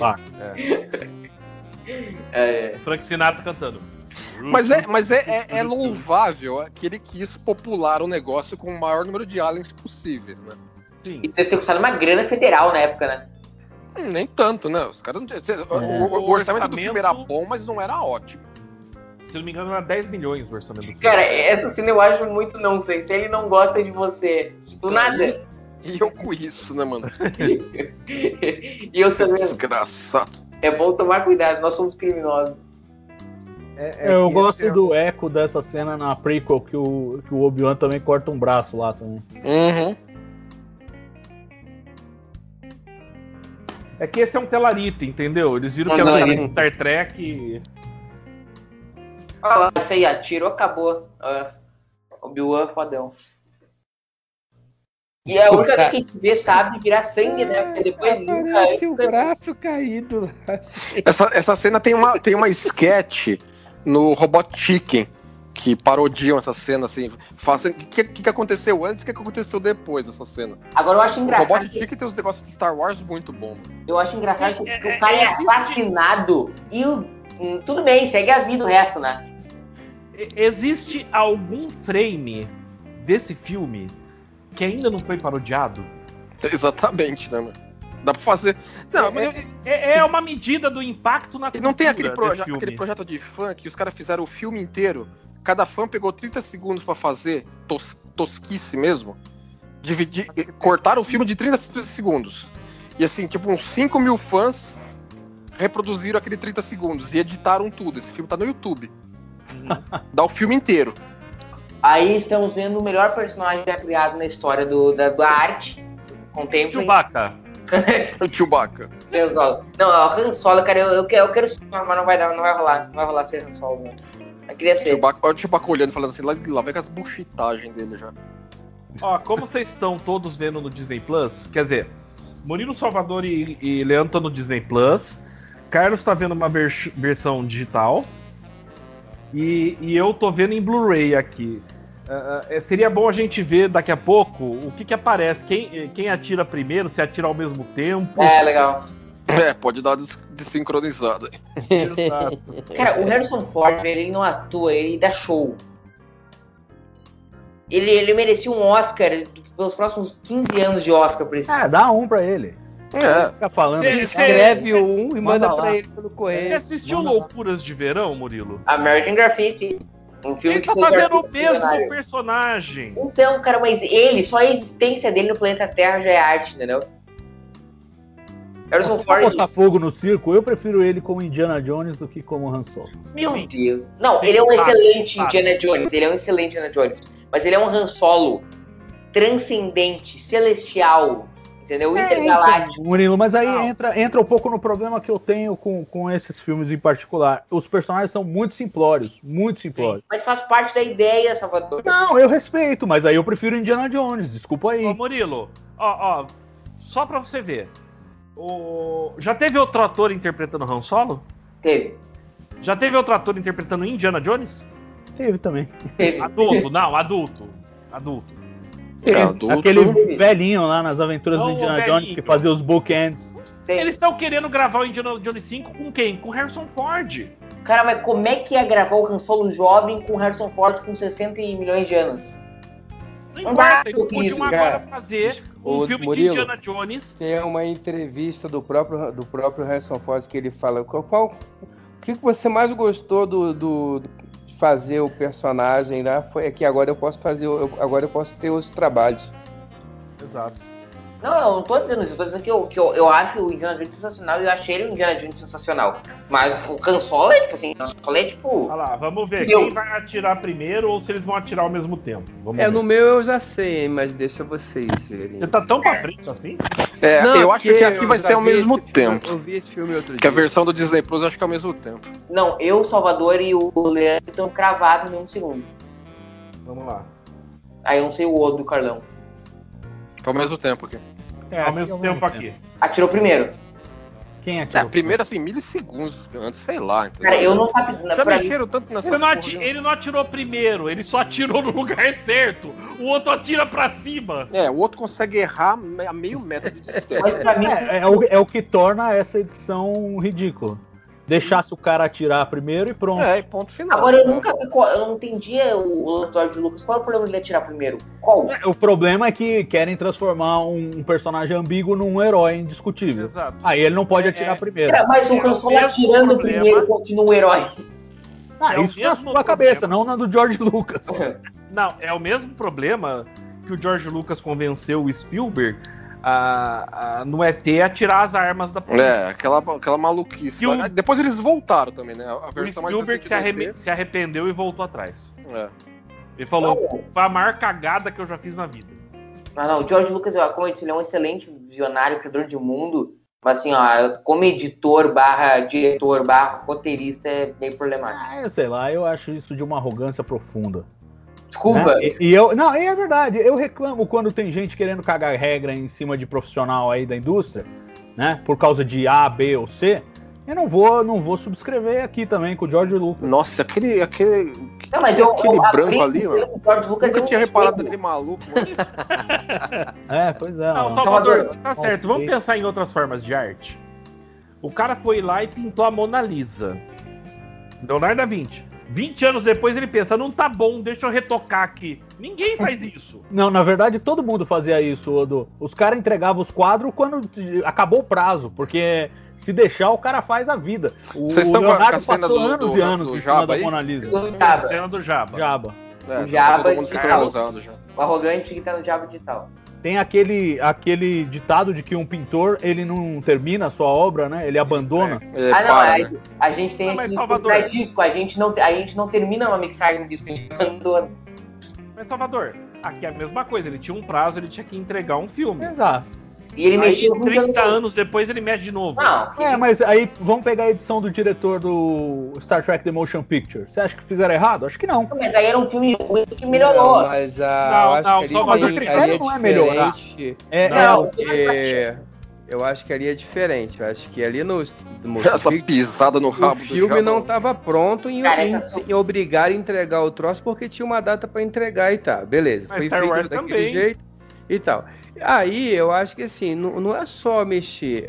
Frank Sinatra cantando. Mas é louvável que ele quis popular o negócio com o maior número de aliens possíveis, né? Sim. E deve ter custado uma grana federal na época, né? Nem tanto, né? Os caras não... O orçamento do filme era bom, mas não era ótimo. Se não me engano, era 10 milhões o orçamento do filme. Cara, essa cena eu acho muito não sei. Se ele não gosta de você, do nada. E eu com isso, né, mano? E eu também. Desgraçado. É bom tomar cuidado, nós somos criminosos. Eu gosto do eco dessa cena na prequel, que o Obi-Wan também corta um braço lá também. Uhum. É que esse é um telarito, entendeu? Eles viram que é um Star Trek e... Olha lá, isso aí, atirou, acabou. Obi-Wan fodão. E é a única vez que a gente vê, sabe, virar sangue, né? Porque depois parece o braço caído. Essa cena tem uma sketch no Robot Chicken que parodiam essa cena, assim. O que aconteceu antes e o que aconteceu depois dessa cena. Agora eu acho engraçado. O Robot Chicken tem os negócios de Star Wars muito bom. Eu acho engraçado que o cara é assassinado e tudo bem, segue a vida o resto, né? Existe algum frame desse filme que ainda não foi parodiado? Exatamente, né, mano? Dá pra fazer. Não, É uma medida do impacto na e não tem aquele filme. projeto de fã que os caras fizeram o filme inteiro. Cada fã pegou 30 segundos pra fazer, tosquice mesmo. Cortaram o filme de 30 segundos. E assim, tipo, uns 5 mil fãs reproduziram aquele 30 segundos e editaram tudo. Esse filme tá no YouTube. Dá o filme inteiro. Aí estamos vendo o melhor personagem já criado na história da arte. Contemplem. Chewbacca. O Chewbacca. Han Solo. Não, o Han Solo, cara, eu quero ser, mas não vai rolar. Não vai rolar ser Han Solo, não. Eu queria ser. Olha o Chewbacca olhando, falando assim, lá vem com as buchitagens dele já. Ó, como vocês estão todos vendo no Disney Plus, quer dizer, Murilo, Salvador e Leandro estão no Disney Plus, Carlos tá vendo uma versão digital e eu tô vendo em Blu-ray aqui. Seria bom a gente ver daqui a pouco o que aparece, quem atira primeiro, se atira ao mesmo tempo. É, legal. Pode dar desincronizada. Exato. Cara, o Harrison Ford, ele não atua, ele dá show. Ele merecia um Oscar pelos próximos 15 anos de Oscar por isso. Dá um pra ele. Fica falando. Escreve um e manda lá. pra ele pelo Você correio. assistiu Loucuras de Verão, Murilo? American Graffiti. Um filme Ele tá que foi fazendo o milionário. mesmo personagem. Então, cara, mas só a existência dele no planeta Terra já é arte, entendeu? Harrison Se for Ford. botar fogo no circo, eu prefiro ele como Indiana Jones do que como Han Solo. Meu Deus. Não, ele é um excelente Indiana Jones. Ele é um excelente Indiana Jones. Mas ele é um Han Solo transcendente, celestial. Entendeu? Intergaláctico. Então, Murilo, mas aí entra um pouco no problema que eu tenho com esses filmes em particular. Os personagens são muito simplórios, muito simplórios. Mas faz parte da ideia, Salvador. Não, eu respeito, mas aí eu prefiro Indiana Jones, desculpa aí. Ô, Murilo, ó, só pra você ver. Já teve outro ator interpretando Han Solo? Teve. Já teve outro ator interpretando Indiana Jones? Teve também. Teve. Adulto. Adulto. Aquele velhinho lá nas aventuras do Não, Indiana o Jones velhinho. que fazia os bookends. Teve. Eles estão querendo gravar o Indiana Jones 5 com quem? Com Harrison Ford. Cara, mas como é que ia gravar o Han Solo jovem com Harrison Ford com 60 milhões de anos? Não Não importa, dá, eles podiam cara. agora fazer um Ô, filme Murilo. de Indiana Jones. Tem uma entrevista do próprio Harrison Ford que ele fala o que você mais gostou de fazer o personagem, né? Foi que agora eu posso ter outros trabalhos. Exato. Não, eu não tô dizendo isso. Eu tô dizendo que eu acho o Indiana Jones sensacional e eu achei ele o Indiana Jones sensacional. Mas o Han Solo é tipo assim, o Han Solo é tipo... Olha lá, vamos ver Deus. quem vai atirar primeiro ou se eles vão atirar ao mesmo tempo. Vamos ver. No meu eu já sei, mas deixa vocês verem. Você tá tão pra frente assim? Não, Eu acho que aqui vai já ser ao vi mesmo esse tempo. filme, eu vi esse filme outro Que a dia. versão do Disney Plus eu acho que é ao mesmo tempo. Não, eu, Salvador e o Leandro estão cravados em um segundo. Vamos lá. Aí eu não sei o outro do Carlão. Ao mesmo tempo aqui. Ao mesmo tempo aqui. Atirou primeiro. Quem atirou? Primeiro assim, milissegundos antes, sei lá. Entendeu? Cara, eu não sabia... Já pra mim- mexeram tanto nessa Ele não atirou primeiro, ele só atirou no lugar certo. O outro atira pra cima. o outro consegue errar a meio metro de Mas distância. pra mim... É o que torna essa edição ridícula. Deixasse o cara atirar primeiro e pronto. E ponto final. Agora eu nunca vi eu não entendia o lance do George Lucas. Qual é o problema dele atirar primeiro? Qual? O problema é que querem transformar um personagem ambíguo num herói indiscutível. Exato. Aí ele não pode atirar primeiro. Cara, mas o Han Solo atirando problema. primeiro continua um herói. é o Isso na mesmo sua cabeça, problema. não na do George Lucas. Não, é o mesmo problema que o George Lucas convenceu o Spielberg no ET a tirar as armas da polícia. Aquela maluquice. E o- Depois eles voltaram também, né? A O versão mais Spielberg recente do ET. se arrependeu e voltou atrás. É. Ele falou, foi a maior cagada que eu já fiz na vida. Não, o George Lucas, como eu disse, ele é um excelente visionário, criador de mundo. Mas assim, ó, como editor, diretor, roteirista, é meio problemático. Eu sei lá, eu acho isso de uma arrogância profunda. Desculpa. Né? E é verdade, eu reclamo quando tem gente querendo cagar regra em cima de profissional aí da indústria, né? Por causa de A, B ou C. Eu não vou subscrever aqui também com o George Lucas. Nossa, aquele Não, mas aquele a branco briga ali, dele mano. com o George Lucas Nunca eu tinha não reparado sei. naquele maluco, mano. Pois é. Não, mano. Salvador, Salvador, tá certo. Vamos sei. pensar em outras formas de arte. O cara foi lá e pintou a Mona Lisa. Leonardo da Vinci. 20 anos depois ele pensa, não tá bom, deixa eu retocar aqui. Ninguém faz isso. Não, na verdade todo mundo fazia isso, Odo. Os caras entregavam os quadros quando acabou o prazo, porque se deixar o cara faz a vida. O Vocês estão com a Leonardo cena passou do- anos do- e anos do em cima Jabba da aí? Mona Lisa. Do A Jabba. cena do Jabba. Jabba. É, O Jabba todo mundo digital. fica usando já. O arrogante que tá no Jabba digital. Tem aquele ditado de que um pintor, ele não termina a sua obra, né? Ele abandona. Ele Ah, não, para, a, né? a gente tem Não, mas aqui Salvador. pra disco, a gente não termina uma mixagem no disco, a gente abandona. Mas, Salvador, aqui é a mesma coisa. Ele tinha um prazo, ele tinha que entregar um filme. Exato. E ele Aí, mexeu com 30 anos depois, ele mexe de novo. Não, É, mas aí vamos pegar a edição do diretor do Star Trek The Motion Picture. Você acha que fizeram errado? Acho que não. mas aí era um filme ruim que melhorou. Não, mas Não, eu acho não, que ali só mas o critério ali não é melhorar. diferente. Não, porque eu acho que ali é diferente. Eu acho que ali no Essa pisada no o rabo do filme Jabba. não estava pronto Cara, em essa- obrigar a entregar o troço porque tinha uma data para entregar e tal. Beleza, Mas foi Star Wars feito daquele também. jeito e tal. Aí eu acho que assim, não é só mexer.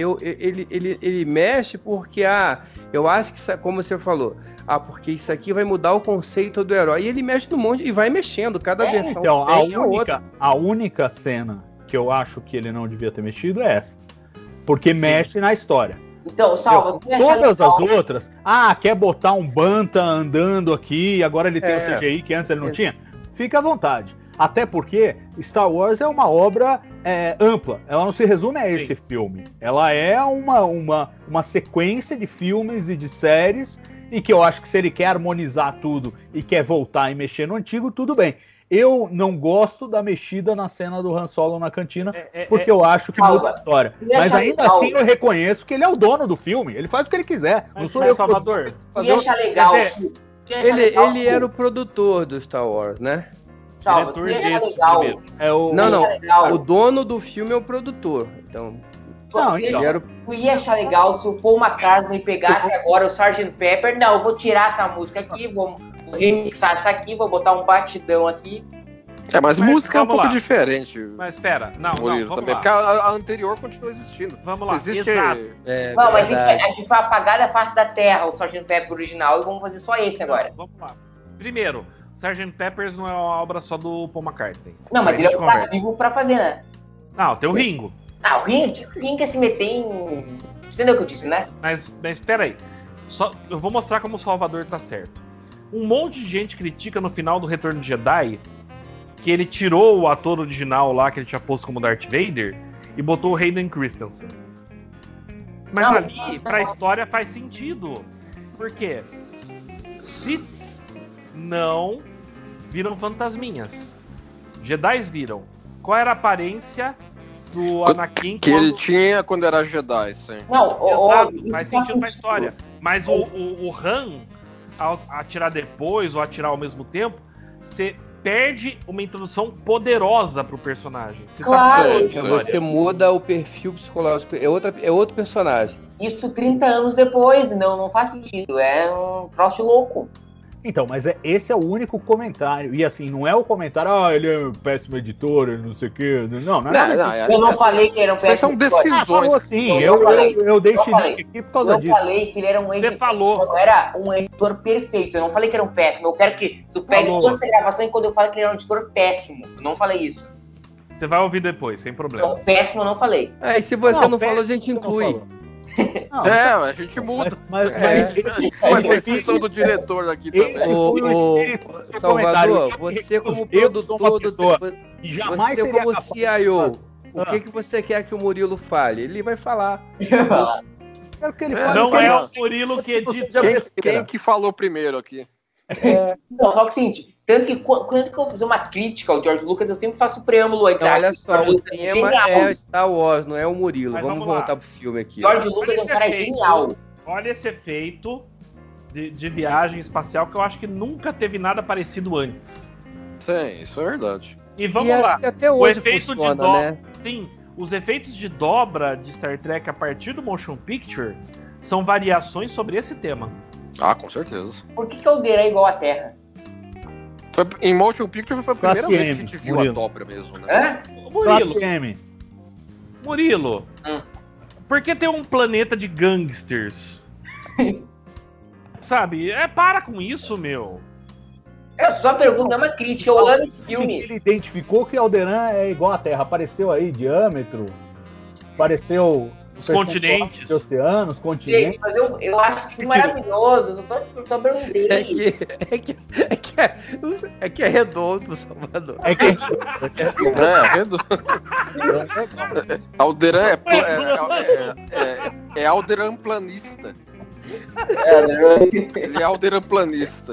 Ele mexe porque, eu acho que, como você falou, porque isso aqui vai mudar o conceito do herói. E ele mexe no monte e vai mexendo. Cada versão Então, tem a outra. a única cena que eu acho que ele não devia ter mexido é essa. Porque mexe na história. Então, Salva, tu ia achar Todas as legal- outras, quer botar um Banta andando aqui e agora ele tem o CGI que antes ele não tinha? Fica à vontade. Até porque Star Wars é uma obra ampla. Ela não se resume a esse filme. Ela é uma sequência de filmes e de séries e que eu acho que se ele quer harmonizar tudo e quer voltar e mexer no antigo, tudo bem. Eu não gosto da mexida na cena do Han Solo na cantina, porque eu acho que muda a história. Mas ainda assim eu reconheço que ele é o dono do filme. Ele faz o que ele quiser. Não sou eu, Salvador. Tu ia achar legal. Quer tu ia achar legal, Ele era o produtor do Star Wars, né? Salva, tu ia achar desses legal. primeiros. Não. Legal. O dono do filme é o produtor. Então, Não, Tu ia- então. ele era o Tu ia achar legal se o Paul McCartney pegasse agora o Sgt. Pepper. Não, eu vou tirar essa música aqui, vou remixar essa aqui, vou botar um batidão aqui. Mas Mas música é um vamos pouco lá. diferente. Mas espera, não, Murilo, vamos também. lá. Porque a anterior continua existindo. Vamos lá, Existe. exato. Não, mas verdade. a gente vai apagar da face da terra o Sgt. Pepper original e vamos fazer só esse agora. Não, vamos lá. Primeiro, Sgt. Peppers não é uma obra só do Paul McCartney. Não, mas Aí ele a gente tá conversa. vivo pra fazer, né? Não, tem o Ringo. Ah, o Ring quer se meter em... Entendeu o que eu disse, né? Mas espera aí. Eu vou mostrar como o Salvador tá certo. Um monte de gente critica no final do Retorno de Jedi que ele tirou o ator original lá que ele tinha posto como Darth Vader e botou o Hayden Christensen. Mas Não, ali, pra história, faz sentido. Por quê? Siths não viram fantasminhas. Jedis viram. Qual era a aparência do Anakin Que ele tinha quando era Jedi, sim. Não, Exato, isso faz sentido pra história. Mas o Han, ao atirar depois ou atirar ao mesmo tempo, você perde uma introdução poderosa pro personagem. Você Claro. pulando Então história. você muda o perfil psicológico. É outro personagem. Isso 30 anos depois, não faz sentido. É um troço louco. Então, mas esse é o único comentário. E assim, não é o comentário, ele é um péssimo editor, ele não sei o quê. Não, não é nada disso. Eu não falei que ele era um Essas são péssimo editor. decisões. Falou assim, Eu falei, eu dei eu falei. xilique aqui por causa Eu disso. falei que ele era um Você editor. falou. Não era um editor perfeito. Eu não falei que era um péssimo. Eu quero que tu pegue Falou. toda essa gravação e quando eu falo que ele era um editor péssimo. Eu não falei isso. Você vai ouvir depois, sem problema. Então, péssimo eu não falei. E se você não falou, a péssimo, gente você não inclui. falou. Não, A gente muda. mas Faz a decisão do diretor aqui também. esse foi o espírito do seu comentário. Salvador, você como Eu sou uma produtor pessoa do... que jamais Você seria como capaz de CIO, o Ah. que você quer que o Murilo fale? Ele vai falar. Quero que ele É, fale Não o que é ele- o Murilo que edita. Quem que falou primeiro aqui? Não, só que é o seguinte, tanto que quando que eu vou fazer uma crítica ao George Lucas, eu sempre faço o preâmbulo antes. Então, olha só, George o Lucas tema genial. é Star Wars, não é o Murilo. Mas Vamos vamos lá. voltar pro filme aqui. George Lucas é um cara genial. Olha esse efeito de viagem espacial que eu acho que nunca teve nada parecido antes. Sim, isso é verdade. E vamos E acho lá. que até O hoje efeito funciona, de dobra, né? sim, os efeitos de dobra de Star Trek a partir do motion picture são variações sobre esse tema. Ah, com certeza. Por que Caldeira é igual à Terra? Em Motion Picture foi a primeira Classe vez que a M, gente viu Murilo. a dobra mesmo, né? Hã? Murilo, Classe M. Murilo, por que tem um planeta de gangsters? sabe? Para com isso, meu. É só pergunta, é uma crítica. Eu amo esse filme. Ele identificou que Alderan é igual à Terra. Apareceu aí diâmetro, apareceu Os continentes. Oceanos, continentes. Gente, mas eu acho isso maravilhoso. Eu só perguntei. É que é redondo, Salvador. É que redondo. Alderan é Alderan planista. Ele é Alderan planista.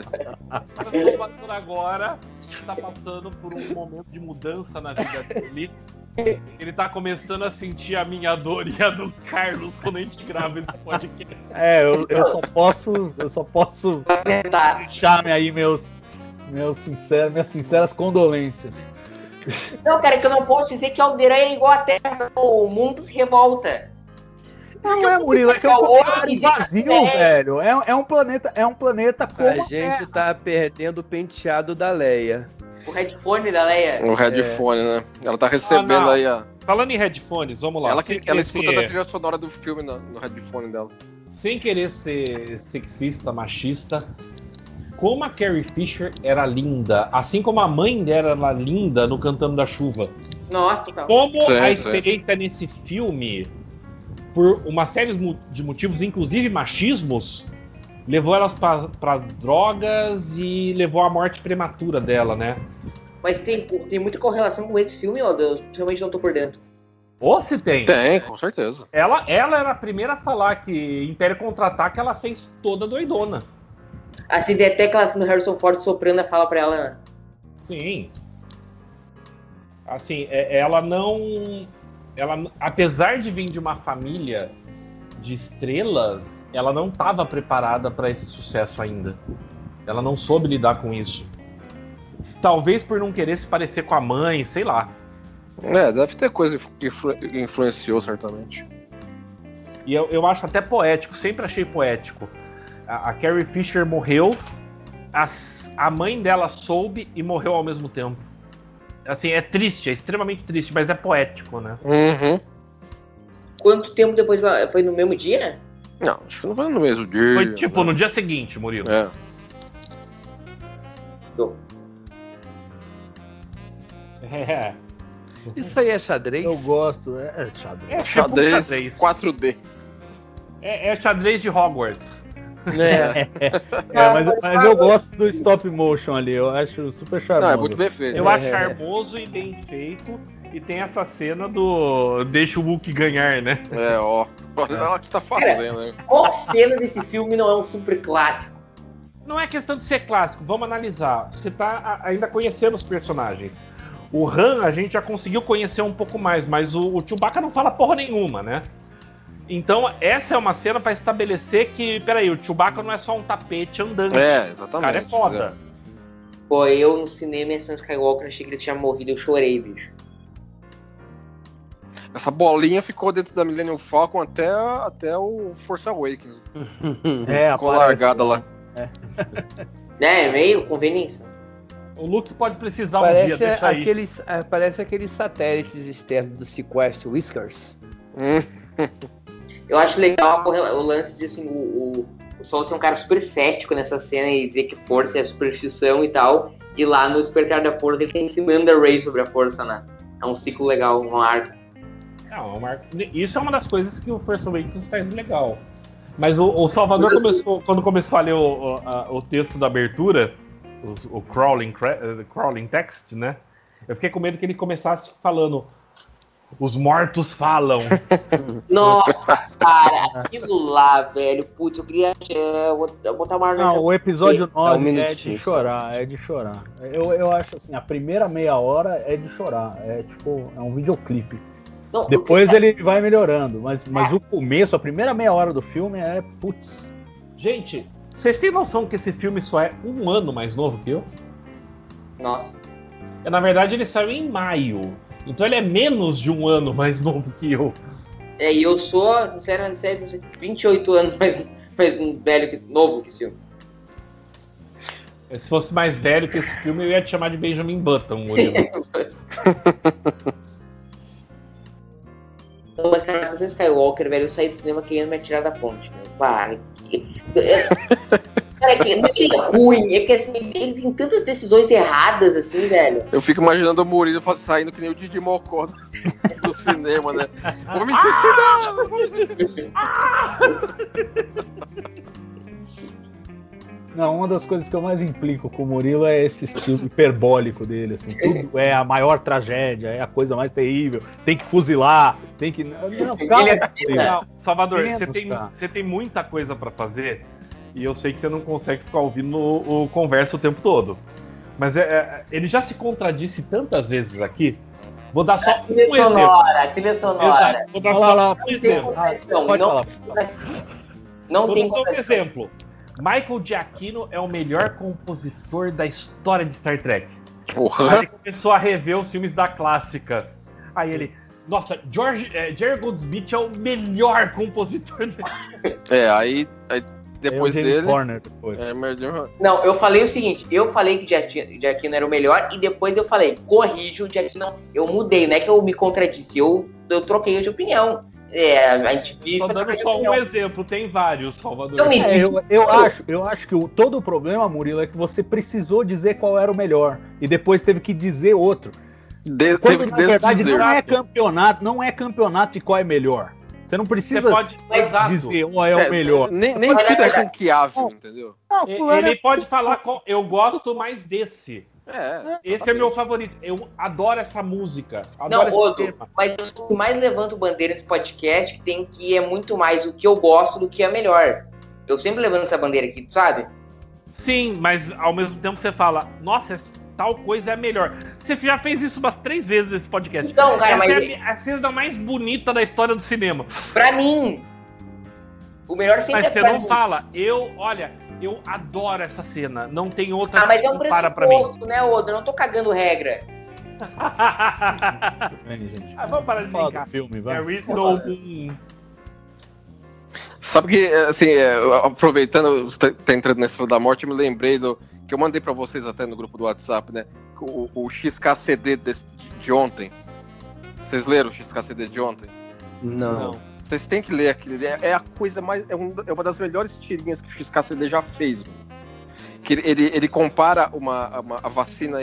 O agora está passando por um momento de mudança na vida dele. Ele tá começando a sentir a minha dor e a do Carlos quando a gente grava esse podcast. Eu só posso deixar aí minhas sinceras condolências. Não, cara, é que eu não posso dizer que Alderan é igual a Terra. O mundo se revolta. Não é, Murilo, é que é um planeta vazio, velho. É um planeta como a gente tá perdendo o penteado da Leia. O headphone da Leia. O headphone, né? Ela tá recebendo aí a... Falando em headphones, vamos lá. Ela escuta da trilha sonora do filme no headphone dela. Sem querer ser sexista, machista, como a Carrie Fisher era linda, assim como a mãe dela era linda no Cantando da Chuva. Nossa, cara. Como a experiência nesse filme, por uma série de motivos, inclusive machismos, levou elas pra drogas e levou à morte prematura dela, né? Mas tem muita correlação com esse filme, ó. Eu realmente não tô por dentro. Ou se tem. Tem, com certeza. Ela era a primeira a falar que Império Contra-Ataque ela fez toda doidona. Assim, tem até aquela cena do Harrison Ford soprando a fala pra ela, né? Sim. Assim, ela não... Ela, apesar de vir de uma família de estrelas, ela não estava preparada para esse sucesso ainda. Ela não soube lidar com isso. Talvez por não querer se parecer com a mãe, sei lá. Deve ter coisa que influenciou, certamente. E eu acho até poético, sempre achei poético. A Carrie Fisher morreu, a mãe dela soube e morreu ao mesmo tempo. Assim, é triste, é extremamente triste, mas é poético, né? Uhum. Quanto tempo depois lá? Foi no mesmo dia? Não, acho que não foi no mesmo dia. Foi tipo no dia seguinte, Murilo. Isso aí é xadrez? Eu gosto, é xadrez. É xadrez, tipo 4D. É xadrez de Hogwarts. Mas eu gosto do stop motion ali, eu acho super charmoso. Não, é muito bem feito. Eu acho charmoso e bem feito. E tem essa cena do deixa o Hulk ganhar, né? Olha o que você tá fazendo, né? Qual cena desse filme não é um super clássico? Não é questão de ser clássico, vamos analisar. Você tá ainda conhecendo os personagens. O Han a gente já conseguiu conhecer um pouco mais, mas o Chewbacca não fala porra nenhuma, né? Então essa é uma cena pra estabelecer que, peraí, o Chewbacca não é só um tapete andando. Exatamente. O cara é foda. Pô, eu no cinema em San Skywalker achei que ele tinha morrido, eu chorei, bicho. Essa bolinha ficou dentro da Millennium Falcon até o Force Awakens. Ficou largada lá. Meio conveniência. O Luke pode precisar um dia, deixa aí. Parece aqueles satélites externos do Sequest Whiskers. Eu acho legal o lance de assim, o Sol ser um cara super cético nessa cena e dizer que força é superstição e tal. E lá no Despertar da Força ele tá ensinando a Rey sobre a força, né? É um ciclo legal, um arco. Não, isso é uma das coisas que o Force Awakens faz legal. Mas o Salvador quando começou a ler o texto da abertura, o crawling text, né? Eu fiquei com medo que ele começasse falando os mortos falam. Nossa, cara, aquilo lá, velho. Putz, eu queria botar uma... Não, o episódio 9 é de chorar. Eu acho assim, a primeira meia hora é de chorar. É tipo, é um videoclipe. Não, depois ele vai melhorando, mas o começo, a primeira meia hora do filme é putz. Gente, vocês têm noção que esse filme só é um ano mais novo que eu? Nossa. Na verdade, ele saiu em maio. Então ele é menos de um ano mais novo que eu. E eu sou, sinceramente, 28 anos mais velho, novo que esse filme. Se fosse mais velho que esse filme, eu ia te chamar de Benjamin Button, Murilo. Mas, cara, Anastasia Skywalker, velho, eu saí do cinema querendo me atirar da ponte. Para. Cara, é que não é que ele é ruim, é que assim, ele tem tantas decisões erradas, assim, velho. Eu fico imaginando o Murilo saindo que nem o Didi Mocó do cinema, né? Vou me suicidar! Vou me suicidar! Não, uma das coisas que eu mais implico com o Murilo é esse estilo hiperbólico dele, assim. Tudo é a maior tragédia, é a coisa mais terrível. Tem que fuzilar, tem que... Não, calma. Não, Salvador, Menos, você tem muita coisa pra fazer e eu sei que você não consegue ficar ouvindo o conversa o tempo todo. Mas ele já se contradisse tantas vezes aqui. Vou dar só um exemplo. Trilha sonora. Exato. Vou dar só um exemplo. Pode falar. Não Vou tem dar só um exemplo. Michael Giacchino é o melhor compositor da história de Star Trek. Aí Porra! ele começou a rever os filmes da clássica. Aí ele... Nossa, Jerry Goldsmith é o melhor compositor. Aí depois dele... Corner, depois. Não, eu falei o seguinte, eu falei que Giacchino era o melhor e depois eu falei, corrijo, Giacchino, eu mudei, não é que eu me contradisse, eu troquei de opinião. A gente vive... Tô dando só um exemplo, tem vários, Salvador. Eu acho que todo o problema, Murilo, é que você precisou dizer qual era o melhor e depois teve que dizer outro. Quando, na verdade, não é campeonato de qual é melhor. Você não precisa dizer qual é o melhor. Nem tudo é ranqueável, entendeu? Não, ele pode falar, eu gosto mais desse. Esse é meu favorito. Eu adoro essa música. Adoro esse tema. Mas o que mais levanto bandeira nesse podcast que é muito mais o que eu gosto do que é melhor. Eu sempre levanto essa bandeira aqui, sabe? Sim, mas ao mesmo tempo você fala, nossa, tal coisa é melhor. Você já fez isso umas 3 vezes nesse podcast. Então, cara, essa é a cena mais bonita da história do cinema. Pra mim, o melhor sempre mas é você não fala, eu adoro essa cena. Não tem outra mas é um para pra mim. Né, Oda? Eu não tô cagando regra. Vamos parar de brincar. Filme, vai. Sabe que, assim, aproveitando você tá entrando na Estrela da Morte, eu me lembrei que eu mandei pra vocês até no grupo do WhatsApp, né? O XKCD de ontem. Vocês leram o XKCD de ontem? Não. Vocês têm que ler aquilo. É a coisa mais. É uma das melhores tirinhas que o XKCD já fez. Mano. Que ele compara a vacina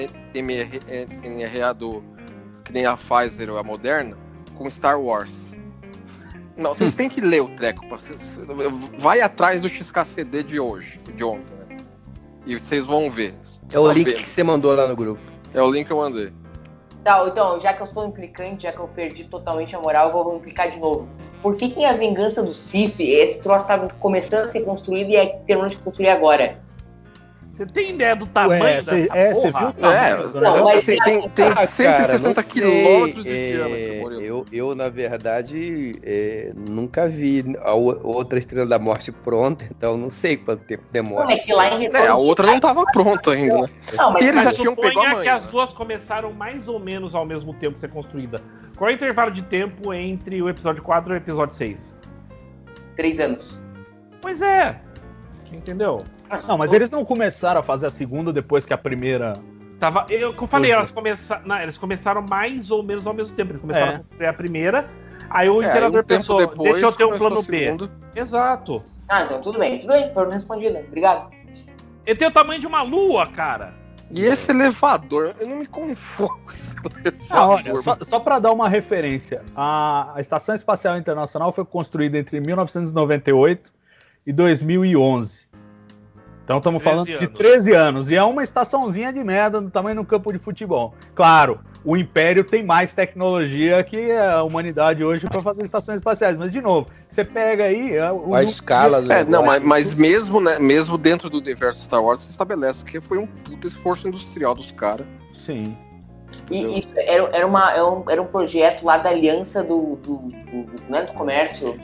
mRNA que nem a Pfizer ou a Moderna com Star Wars. Não, vocês têm que ler o treco. Vai atrás do XKCD de ontem, né? E vocês vão ver. É o link que você mandou lá no grupo. É o link que eu mandei. Tá, então, já que eu sou implicante, já que eu perdi totalmente a moral, eu vou implicar de novo. Por que em A Vingança do Sith, esse troço tava começando a ser construído e é terminando de construir agora? Você tem ideia do tamanho dessa porra? Você viu o tamanho? Assim, tem 160 quilômetros de diâmetro. Eu, na verdade, nunca vi a outra Estrela da Morte pronta, então não sei quanto tempo demora. Não, é que lá em Retorno a outra não tava pronta ainda, né? Não, mas e eles já tinham pego a mãe. Que as duas começaram mais ou menos ao mesmo tempo de ser construída. Qual é o intervalo de tempo entre o episódio 4 e o episódio 6? 3 anos. Pois é. Entendeu? Não, mas eles não começaram a fazer a segunda depois que a primeira... Eu falei, eles começaram mais ou menos ao mesmo tempo. Eles começaram a construir a primeira, aí o imperador pensou, deixa eu ter um plano B. Exato. Então tudo bem, pergunta respondida. Obrigado. Ele tem o tamanho de uma lua, cara. E esse elevador, eu não me conformo com esse elevador. Olha, só para dar uma referência, a Estação Espacial Internacional foi construída entre 1998 e 2011. Então estamos falando de 13 anos. E é uma estaçãozinha de merda do tamanho do campo de futebol. Claro, o Império tem mais tecnologia que a humanidade hoje para fazer estações espaciais. Mas, de novo, você pega aí... A escala... Mas mesmo, né, mesmo dentro do universo Star Wars, se estabelece que foi um puta esforço industrial dos caras. Sim. E isso era um projeto lá da aliança do comércio.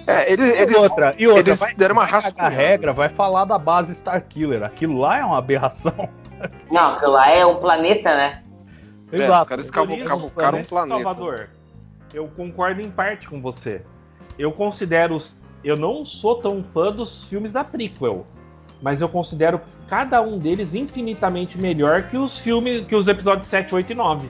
Eles deram uma rascunhada. A regra vai falar da base Starkiller. Aquilo lá é uma aberração. Não, aquilo lá é um planeta, né? Exato. Os caras cavucaram um planeta. Salvador, eu concordo em parte com você. Eu não sou tão fã dos filmes da prequel, mas eu considero cada um deles infinitamente melhor que os episódios 7, 8 e 9.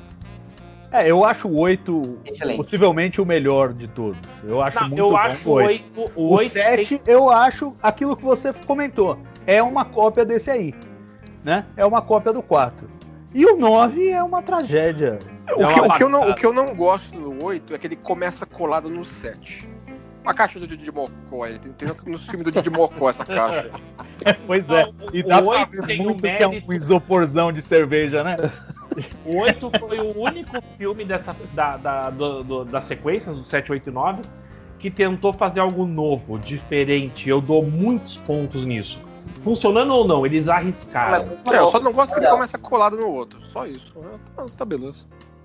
Eu acho o 8 possivelmente o melhor de todos. Eu acho muito bom o 8. O 7 eu acho aquilo que você comentou. é uma cópia desse aí, né? É uma cópia do 4. E o 9 é uma tragédia. O que eu não gosto do 8 é que ele começa colado no 7. A caixa do Didi Mocó, tem no filme do Didi Mocó essa caixa. Pois é, e dá pra ver muito que é um isoporzão de cerveja, né? O 8 foi o único filme da sequência, do 7, 8 e 9, que tentou fazer algo novo, diferente. Eu dou muitos pontos nisso. Funcionando ou não, eles arriscaram. Eu só não gosto que ele começa colado no outro. Só isso. Tá beleza.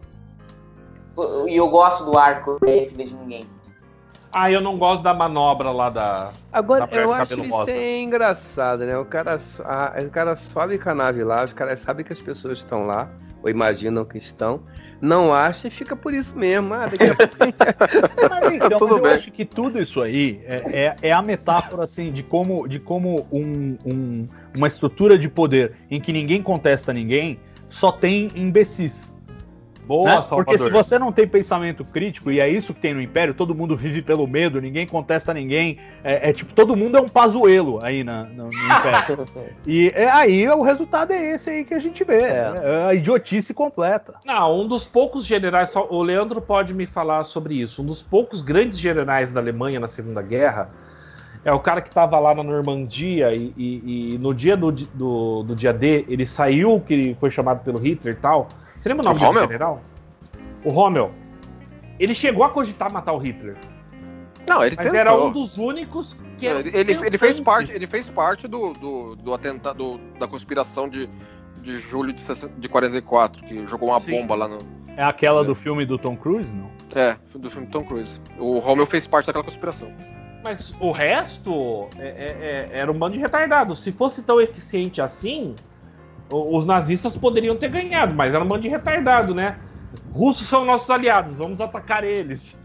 E eu gosto do arco Filha de Ninguém. Eu não gosto da manobra lá da. Agora, da eu acho cabelo isso rosa. engraçado, né? O cara sobe com a nave lá, os caras sabem que as pessoas estão lá, ou imaginam que estão, não acha e fica por isso mesmo. Daqui a pouco... Mas eu acho que tudo isso aí é a metáfora assim, de como uma estrutura de poder em que ninguém contesta ninguém só tem imbecis. Boa, né? Porque se você não tem pensamento crítico, e é isso que tem no Império, todo mundo vive pelo medo, ninguém contesta ninguém, tipo, todo mundo é um pazuelo aí no Império. E aí o resultado é esse aí que a gente vê, é a idiotice completa. Não, um dos poucos generais, o Leandro pode me falar sobre isso, um dos poucos grandes generais da Alemanha na Segunda Guerra é o cara que estava lá na Normandia e no dia do dia D, ele saiu, que foi chamado pelo Hitler e tal. Você lembra o nome do general? O Rommel. Ele chegou a cogitar matar o Hitler. Não, ele mas tentou. Era um dos únicos que... Ele fez parte do atentado, da conspiração de julho de 44, que jogou uma bomba lá no... É aquela do filme do Tom Cruise, não? É, do filme do Tom Cruise. O Rommel fez parte daquela conspiração. Mas o resto era um bando de retardados. Se fosse tão eficiente assim... Os nazistas poderiam ter ganhado, mas era um bando de retardado, né? Russos são nossos aliados, vamos atacar eles.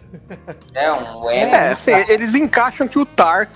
Assim, eles encaixam que o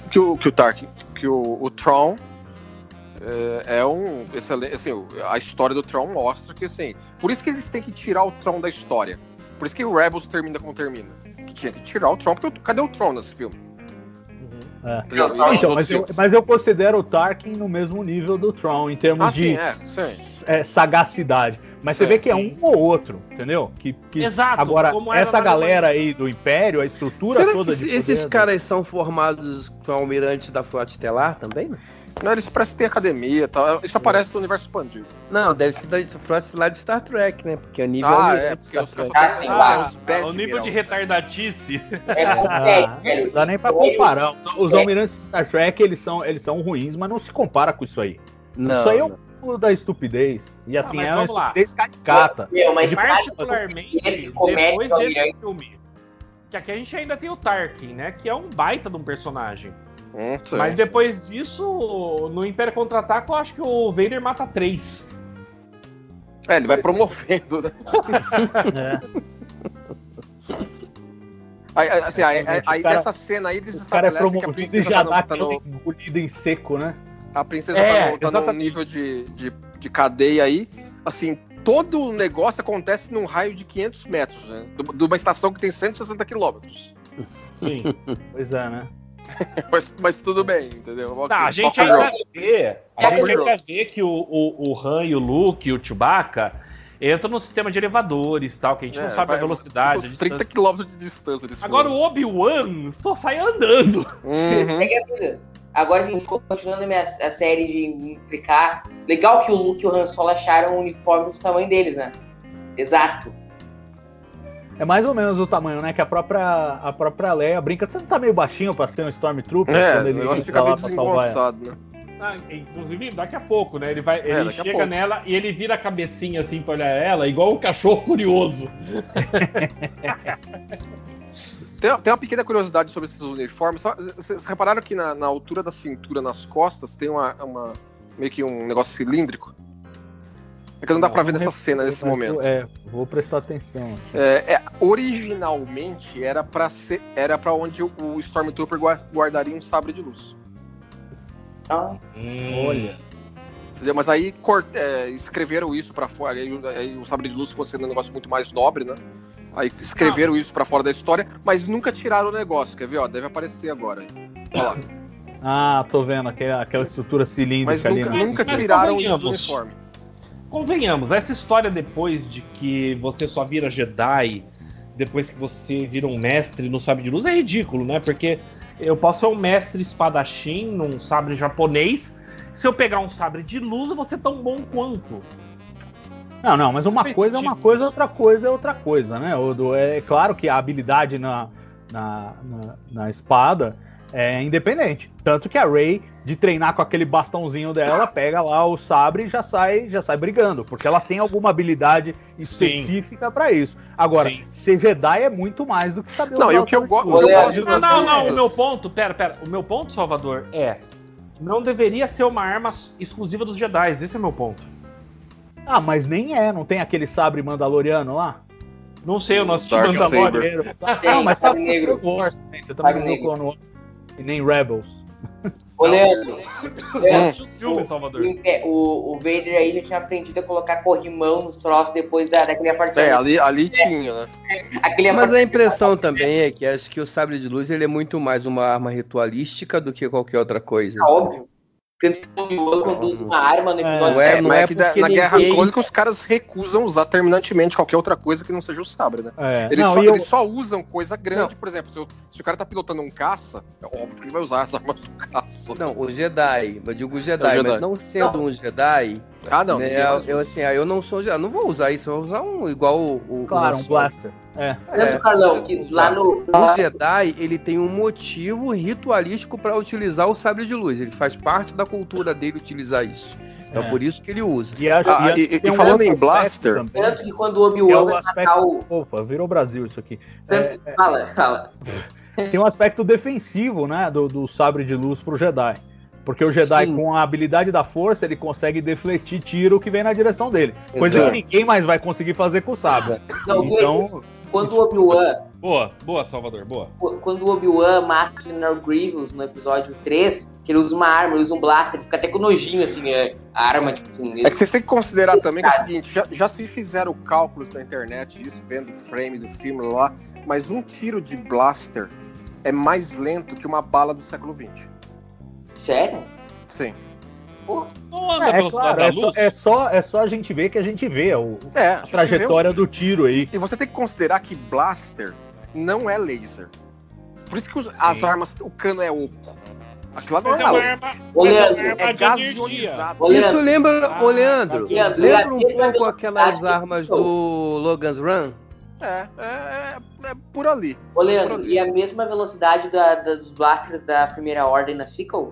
Tron é um excelente, assim, a história do Tron mostra que, assim, por isso que eles têm que tirar o Tron da história. Por isso que o Rebels termina como termina. Que tinha que tirar o Tron, porque cadê o Tron nesse filme? Então, mas eu considero o Tarkin no mesmo nível do Tron, em termos de sagacidade. Mas você vê que é um ou outro, entendeu? Exato. Agora, essa galera aí do Império, a estrutura toda de poder... Esses caras são formados com almirantes da Frota Estelar também, né? Não, eles parecem que tem academia e tal. Isso aparece no universo expandido. Não, deve ser da Frota Estelar de Star Trek, né? Porque o nível porque o nível de retardatice. Não dá nem pra comparar. Os almirantes de Star Trek, eles são ruins, mas não se compara com isso aí. Isso aí é o da estupidez. E assim, é uma estupidez caricata. Mas particularmente, depois desse filme, que aqui a gente ainda tem o Tarkin, né? Que é um baita de um personagem. Mas depois disso, no Império Contra-Ataque, eu acho que o Vader mata 3. Ele vai promovendo, né? Aí dessa cena aí, eles estabelecem que a princesa já dá engolido em seco, né? A princesa tá num nível de cadeia aí. Assim, todo o negócio acontece num raio de 500 metros, né? De uma estação que tem 160 quilômetros. Sim. Pois é, né? mas tudo bem, entendeu? A gente ainda vê que o Han e o Luke e o Chewbacca entram no sistema de elevadores e tal, que a gente não sabe a velocidade. Uns 30 km de distância. Agora o Obi-Wan só sai andando. Agora, assim, continuando a série de implicar, legal que o Luke e o Han Solo acharam o uniforme do tamanho deles, né? Exato. É mais ou menos o tamanho, né? Que a própria Leia brinca. Você não tá meio baixinho pra ser um Stormtrooper? Quando ele fica meio desengonçado, né? Inclusive, daqui a pouco, né? Ele chega nela e ele vira a cabecinha assim pra olhar ela, igual um cachorro curioso. Tem uma pequena curiosidade sobre esses uniformes. Vocês repararam que na altura da cintura, nas costas, tem meio que um negócio cilíndrico? É que não dá pra ver nessa cena, nesse momento. Vou prestar atenção. Originalmente era pra onde o Stormtrooper guardaria um sabre de luz. Olha. Entendeu? Mas aí escreveram isso pra fora. Aí o sabre de luz fosse um negócio muito mais nobre, né? Aí escreveram isso pra fora da história, mas nunca tiraram o negócio. Quer ver? Deve aparecer agora. Olha lá. Ah, tô vendo aquela estrutura Mas cilíndrica ali. nunca Mas tiraram isso do convenhamos. uniforme. Convenhamos, essa história depois de que você só vira Jedi, depois que você vira um mestre no sabre de luz, é ridículo, né? Porque eu posso ser um mestre espadachim num sabre japonês, se eu pegar um sabre de luz, eu vou ser tão bom quanto. Não, mas uma Faz coisa é sentido. uma coisa, outra coisa é outra coisa, né? É claro que a habilidade na espada é independente. Tanto que a Rey, de treinar com aquele bastãozinho dela, pega lá o sabre e já sai brigando, porque ela tem alguma habilidade específica pra isso. Agora, Sim. ser Jedi é muito mais do que saber Não, usar e o que eu sabre de gosto- luz. eu Olha, gosto das Não, lutas. o meu ponto, pera. O meu ponto, Salvador, não deveria ser uma arma exclusiva dos Jedi, esse é meu ponto. Ah, mas nem não tem aquele sabre mandaloriano lá? Não sei, eu não assisti Dark Mandalorian. Não, mas tá sabre negro. no Clone Wars também, você também Sabre não viu negro. Clone Wars e nem Rebels. Ô, Leandro, Eu assisti os filmes, Salvador. o Vader aí já tinha aprendido a colocar corrimão nos troços depois daquele apartamento. Ali tinha, né? Aquele Mas a apartamento- impressão também é que acho que o sabre de luz ele é muito mais uma arma ritualística do que qualquer outra coisa. Tá óbvio. Tanto que o Obi-Wan conduz uma arma no episódio. Não é, não mas é que porque na Guerra ninguém... Clônica os caras recusam usar terminantemente qualquer outra coisa que não seja o sabre, né? Eles só usam coisa grande, por exemplo, se o cara tá pilotando um caça, é óbvio que ele vai usar as armas do caça. Não, o Jedi, eu digo Jedi, Jedi. mas não sendo um Jedi, Ah, não. né, ninguém mais usa. eu não sou Jedi, não vou usar isso, eu vou usar um igual o Claro, um nosso- blaster. Lembra, Carlão, que lá no. O Jedi, ele tem um motivo ritualístico para utilizar o sabre de luz. Ele faz parte da cultura dele utilizar isso. Então por isso que ele usa. E, acho, Ah, acho e que tem falando em outro blaster- aspecto também, Tanto que quando o que é Obi-Wan o vai aspecto... matar o. Opa, virou Brasil isso aqui. Fala. Tem um aspecto defensivo, né, do sabre de luz pro Jedi. Porque o Jedi, Sim. com a habilidade da força, ele consegue defletir tiro que vem na direção dele. Coisa Exato. que ninguém mais vai conseguir fazer com o sabre. Não, Então, quando o Obi-Wan. Boa, Salvador, boa. Quando o Obi-Wan mata o General Grievous no episódio 3, que ele usa uma arma, ele usa um blaster, ele fica até com nojinho, assim, a arma, tipo assim. É que vocês têm que considerar também que é o seguinte, já se fizeram cálculos na internet, isso, vendo o frame do filme lá, mas um tiro de blaster é mais lento que uma bala do século XX. Sério? Sim. Não anda pela claro, velocidade da luz? é só a gente ver que a gente vê É, a a gente vê trajetória do tiro aí. E você tem que considerar que blaster não é laser. Por isso que as armas, o cano é oco. Aquilo lá não Mas é é uma laser. arma, Ô, mas é Leandro, uma arma É de gás energia. ionizado. Ô, Leandro, Isso lembra, Ah, ô Leandro, Leandro, lembra um Leandro, pouco aquelas Leandro, armas do Logan's Run? É por ali. Ô, Leandro, e a mesma velocidade dos blasters da primeira ordem na sequel?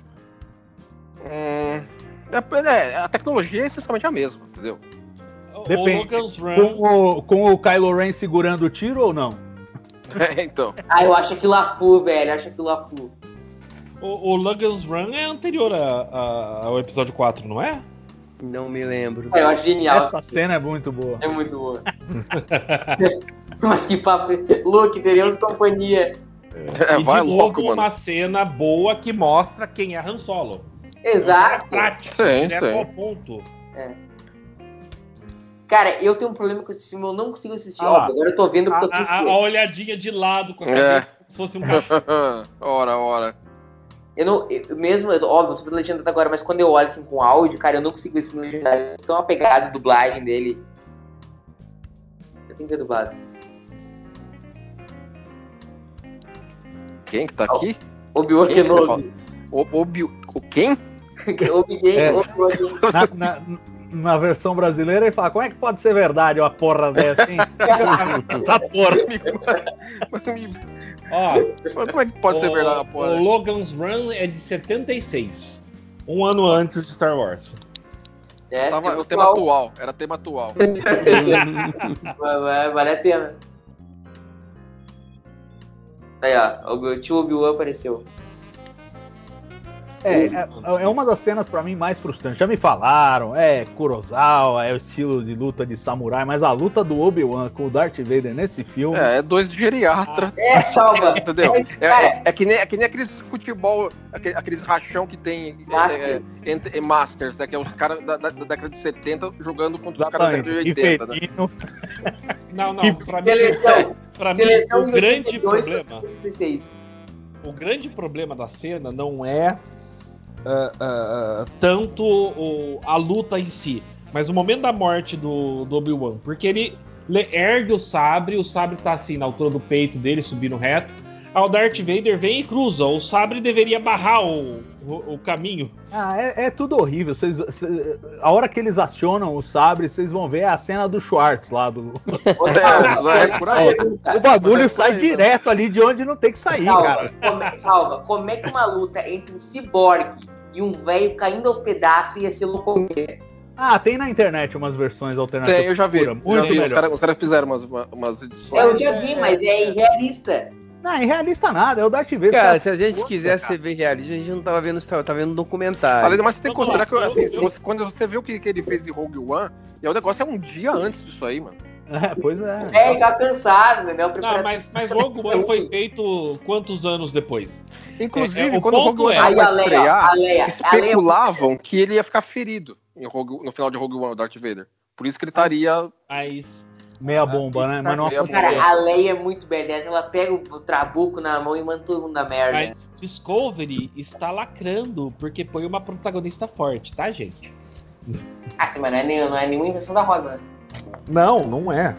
A tecnologia é essencialmente a mesma, entendeu? Depende. O Logan's Run. Com o Kylo Ren segurando o tiro ou não? Então. Ah, eu acho aquilo a full, velho, eu acho aquilo a full. O Logan's Run é anterior ao episódio 4, não é? Não me lembro. Eu acho genial. Essa cena é muito boa. É muito boa. Mas que papo. Luke, teremos companhia. E Vai de logo, novo mano. uma cena boa que mostra quem é Han Solo. Exato. Prático, Sim, direto sim. ao ponto. Cara, eu tenho um problema com esse filme, eu não consigo assistir. Ah lá. Óbvio, agora eu tô vendo porque eu A olhadinha de lado com a cabeça, como se fosse um Ora. óbvio, eu tô vendo legendado agora, mas quando eu olho assim com áudio, cara, eu não consigo ver esse filme legendado. Tão apegado à dublagem dele. Eu tenho que ver dublado. Quem que tá aqui? Obi-Wan Quem que você fala? Kenobi. O quem? Obi-Wan. Na versão brasileira ele fala, como é que pode ser verdade uma porra dessa, hein? Essa porra. Ó, Como é que pode ser verdade a o porra? Logan's Run é de 76. Um ano antes de Star Wars. É, Tava, tipo, o tema atual, era tema atual. Vale a pena. Aí, ó, o tio Obi-Wan apareceu. É uma das cenas pra mim mais frustrantes. Já me falaram, Kurosawa, é o estilo de luta de samurai, mas a luta do Obi-Wan com o Darth Vader nesse filme... É dois de geriatra. Salva. Entendeu? Cara, É que nem aqueles futebol, aqueles rachão que tem entre Masters, né? Que é os caras da década de 70 jogando contra os caras da década de 80. Né? Rivelino. Não, Que pra mim, Seleção. pra mim Seleção o grande 82 problema... 86. o grande problema da cena não é tanto a luta em si, mas o momento da morte do Obi-Wan, porque ele ergue o sabre tá assim na altura do peito dele, subindo reto. Aí o Darth Vader vem e cruza. O sabre deveria barrar o caminho. É tudo horrível. A hora que eles acionam o sabre, vocês vão ver a cena do Schwartz lá. Por aí. O bagulho sai direto ali de onde não tem que sair, cara. Como é que uma luta entre um ciborgue e um velho caindo aos pedaços ia ser locomotor? Tem na internet umas versões alternativas. Tem, eu já vi. Muito melhor. Os caras fizeram umas edições. Eu já vi, mas é irrealista. Não, irrealista nada, é o Darth Vader. Cara, se a gente quisesse ver realismo, a gente não tava vendo, tava vendo um documentário. Além do mais, você tem que considerar que assim, quando você vê o que ele fez em Rogue One, o negócio é um dia antes disso aí, mano. Pois é. Ele tá cansado, entendeu? Não, mas Rogue One foi feito quantos anos depois? Inclusive, quando o Rogue One ia estrear, especulavam que ele ia ficar ferido no final de Rogue One, o Darth Vader. Por isso que ele estaria... Meia bomba, né? Mas não aconteceu. Cara, a Leia é muito badass. Ela pega o trabuco na mão e manda todo mundo na merda. Mas Discovery está lacrando porque põe uma protagonista forte, tá, gente? Sim, mas não é nenhuma invenção da roda, né? Não é.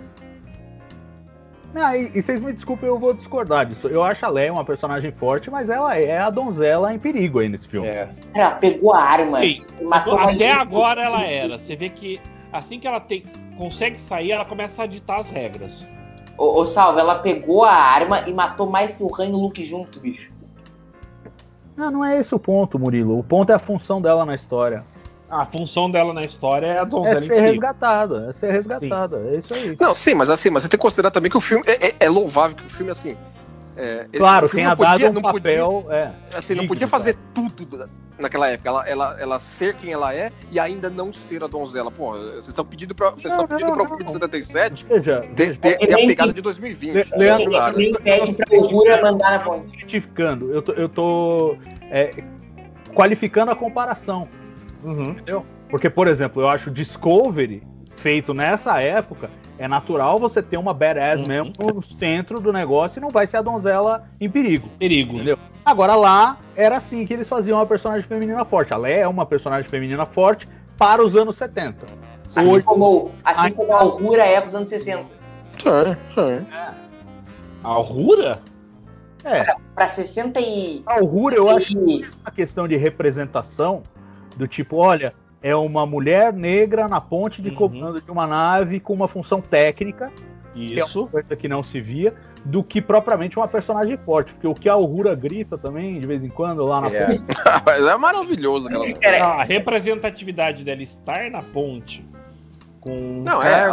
E vocês me desculpem, eu vou discordar disso. Eu acho a Leia uma personagem forte, mas ela é a donzela em perigo aí nesse filme. Ela pegou a arma. Sim, matou até agora ela era. Você vê que assim que ela consegue sair, ela começa a ditar as regras. Ô, Salve, ela pegou a arma e matou mais que o Han e o Luke junto, bicho. Não é esse o ponto, Murilo. O ponto é a função dela na história. A função dela na história é a donzela É ser resgatada, é isso aí. Não, sim, mas você tem que considerar também que o filme é louvável, que o filme, assim... Claro, tenha dado um papel... não podia fazer tudo naquela época, ela ser quem ela é e ainda não ser a donzela. Pô, vocês estão pedindo para o filme de 77 ter a pegada de 2020. Leandro, mandar na ponte. Certificando, eu tô qualificando a comparação. Entendeu? Porque, por exemplo, eu acho Discovery, feito nessa época, é natural você ter uma badass mesmo no centro do negócio e não vai ser a donzela em perigo. Entendeu? Agora lá, era assim que eles faziam uma personagem feminina forte. A Leia é uma personagem feminina forte para os anos 70. Assim como a Uhura é para os anos 60. A Uhura? Para 60 e... A Uhura, eu acho que é uma questão de representação do tipo, olha, é uma mulher negra na ponte de comando de uma nave com uma função técnica, que é uma coisa que não se via, do que propriamente uma personagem forte. Porque o que a Uhura grita também, de vez em quando, lá na ponte... Mas é maravilhoso aquela... A representatividade dela estar na ponte com...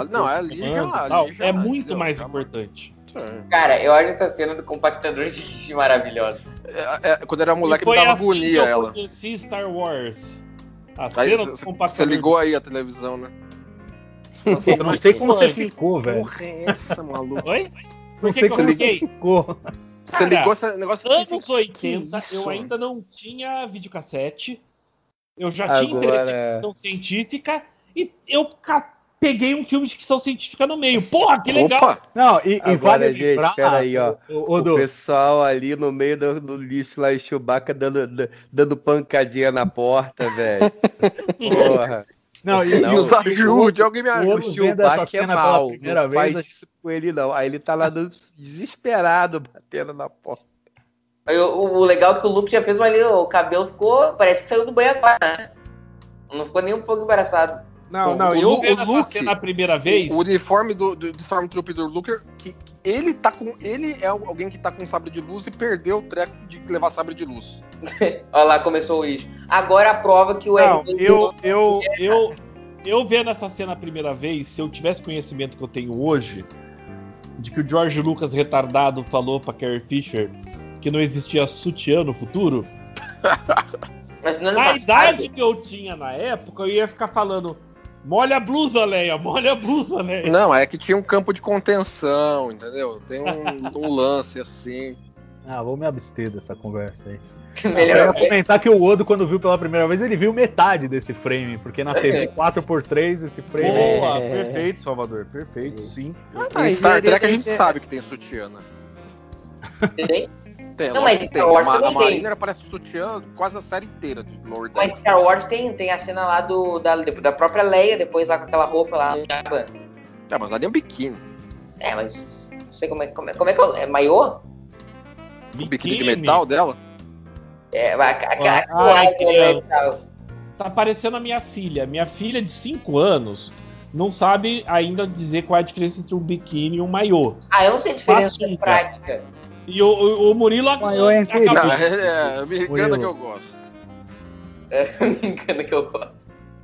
é muito mais importante. Cara, eu acho essa cena do compactador de lixo maravilhosa. Quando era moleque, me dava agonia ela. Eu conheci Star Wars. Você ligou aí a televisão, né? Nossa, eu não sei como você ficou, velho. Porra, é essa, maluco? Oi? Não sei como você ficou. Você ligou esse negócio... Anos 80, eu ainda não tinha videocassete. Eu já tinha interesse em ficção científica. E eu peguei um filme de ficção científica no meio. Porra, que legal! Opa. Não, e vale lembrar... Peraí, ó. O pessoal ali no meio do lixo lá, em Chewbacca, dando pancadinha na porta, velho. Porra. Não, nos ajude, alguém me ajude. O Chewbacca é mal. Não faz isso com ele, não. Aí ele tá lá desesperado, batendo na porta. O legal é que o Luke já fez uma ali, o cabelo ficou... Parece que saiu do banho agora, né? Não ficou nem um pouco embaraçado. Não, eu vi essa cena a primeira vez. O uniforme do Stormtrooper do Luke, que ele é alguém que tá com sabre de luz e perdeu o treco de levar sabre de luz. Olha lá, começou o isso. Agora a prova que o eu vendo essa cena a primeira vez, se eu tivesse conhecimento que eu tenho hoje, de que o George Lucas retardado falou pra Carrie Fisher que não existia sutiã no futuro, na idade que eu tinha na época, eu ia ficar falando: molha a blusa, Leia, molha a blusa, Leia. Não, é que tinha um campo de contenção, entendeu? Tem um lance assim. Vou me abster dessa conversa aí. Eu ia comentar que o Odo, quando viu pela primeira vez, ele viu metade desse frame, porque na TV 4x3 esse frame... Boa, perfeito, Salvador, perfeito, sim. Em Star Trek a gente sabe que tem sutiã, né? Tem, Não, lógico mas que tem. Star Wars A também tem. Mariner aparece sutiã quase a série inteira de Lower Mas Decks. Star Wars tem a cena lá da própria Leia, depois lá com aquela roupa lá no Jabba. Mas ali é um biquíni. Mas não sei como é que é. É maiô? O biquíni de metal dela. Ai, crianças. Tá parecendo a minha filha. Minha filha de 5 anos não sabe ainda dizer qual é a diferença entre um biquíni e um maiô. Eu não sei a diferença Facinho, prática. E o Murilo Maiô é inteiro. acabou. Me engana que eu gosto. Me engana que eu gosto.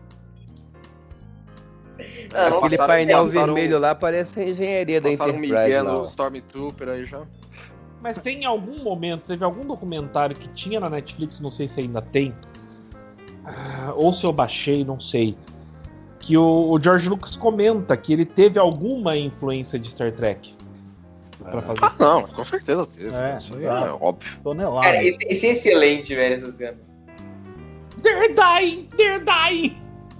Aquele painel vermelho lá parece a engenharia da Passaram um Enterprise. Miguel lá, no ó. Stormtrooper aí já. Mas tem algum momento, teve algum documentário que tinha na Netflix, não sei se ainda tem, ou se eu baixei, não sei, que o George Lucas comenta que ele teve alguma influência de Star Trek pra fazer. Não, com certeza teve. Isso exato. é óbvio. Tonelada. Cara, esse é excelente, velho, essas câmeras. They're dying!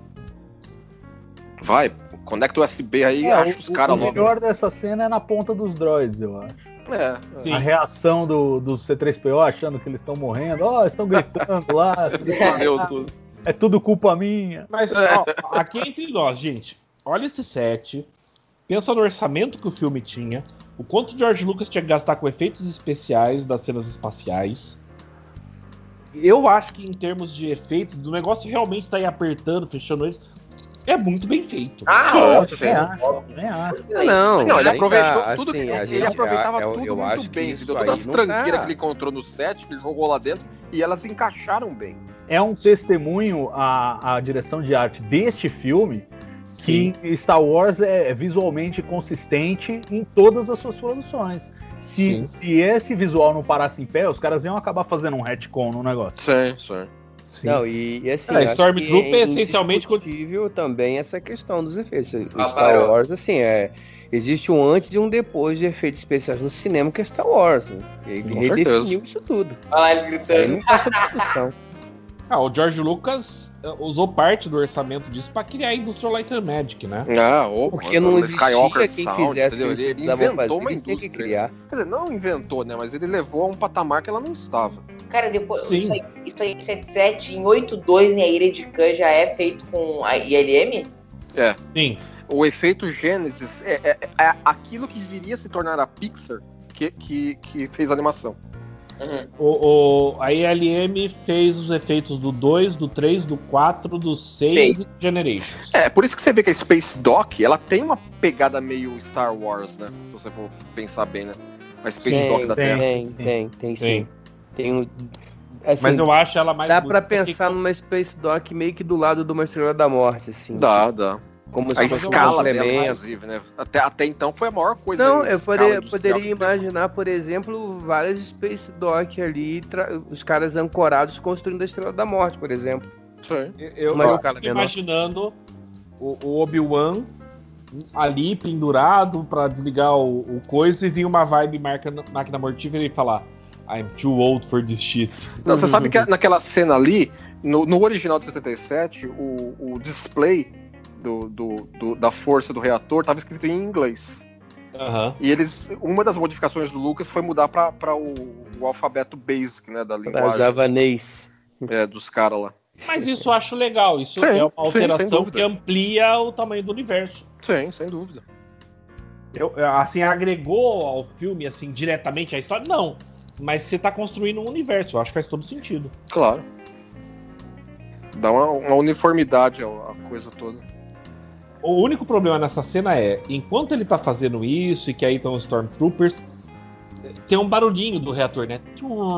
Vai, conecta o USB aí e acha os caras O logo. melhor dessa cena é na ponta dos droids, eu acho. Sim. A reação do C3PO achando que eles estão morrendo. Estão gritando lá. Valeu tudo. É tudo culpa minha. Mas, ó, aqui entre nós, gente, olha esse set, pensa no orçamento que o filme tinha, o quanto o George Lucas tinha que gastar com efeitos especiais das cenas espaciais. Eu acho que em termos de efeitos, do negócio realmente tá aí apertando, fechando eles, é muito bem feito. Nem acho. Não, ele nem aproveitou tá, tudo assim, que a ele gente- aproveitava eu- tudo eu muito acho que bem. isso Entendeu? Todas aí as não tranqueiras tá- que ele encontrou no set, ele jogou lá dentro e elas se encaixaram bem. É um testemunho à direção de arte deste filme que Star Wars é visualmente consistente em todas as suas produções. Se esse visual não parasse em pé, os caras iam acabar fazendo um retcon no negócio. Sim. Não, e assim, É, acho Stormtrooper que é essencialmente indiscutível também essa questão dos efeitos. O Ah, Star parou. Wars, assim, existe um antes e um depois de efeitos especiais no cinema que é Star Wars. Né? Ele Com redefiniu certeza. isso tudo. Olha lá ele Aí gritando. não tá sob discussão. O George Lucas usou parte do orçamento disso pra criar a Industrial Light and Magic, né? Porque não existia Skywalker quem Sound, fizesse entendeu? o que Ele precisavam inventou fazer, uma ele tinha que indústria. criar. Quer dizer, não inventou, né? Mas ele levou a um patamar que ela não estava. Cara, depois. Sim. Isso aí em 77, em 82, né? A Ilha de Khan já é feito com a ILM? Sim. O efeito Genesis é aquilo que viria a se tornar a Pixar que fez a animação. A ILM fez os efeitos do 2, do 3, do 4, do 6 e Generations. Por isso que você vê que a Space Dock, ela tem uma pegada meio Star Wars, né? Se você for pensar bem, né? A Space Dock da Terra. Tem sim. Tem um, assim, Mas eu acho ela mais dá pra bonita pensar numa Space Dock meio que do lado de uma Estrela da Morte, assim. Dá. Como A se fosse um escala dela, complemento. inclusive, né? Até então foi a maior coisa. Não, em eu escala industrial poderia que teve. imaginar, por exemplo, várias Space Dock ali, os caras ancorados construindo a Estrela da Morte, por exemplo. Sim. Eu Uma fico escala menor. imaginando o Obi-Wan ali pendurado pra desligar o coisa e vir uma vibe máquina mortífera e falar I'm too old for this shit. Não, você sabe que naquela cena ali, no original de 77, o display da força do reator estava escrito em inglês. E uma das modificações do Lucas foi mudar para o alfabeto basic, né, da Da linguagem javanês. dos caras lá. Mas isso eu acho legal. Isso Sim, é uma sim, sem alteração dúvida. que amplia o tamanho do universo. Sim, sem dúvida. Assim, agregou ao filme, assim, diretamente a história? Não. Mas você tá construindo um universo. Eu acho que faz todo sentido. Claro. Dá uma uniformidade à coisa toda. O único problema nessa cena é, enquanto ele tá fazendo isso e que aí estão os Stormtroopers, tem um barulhinho do reator, né?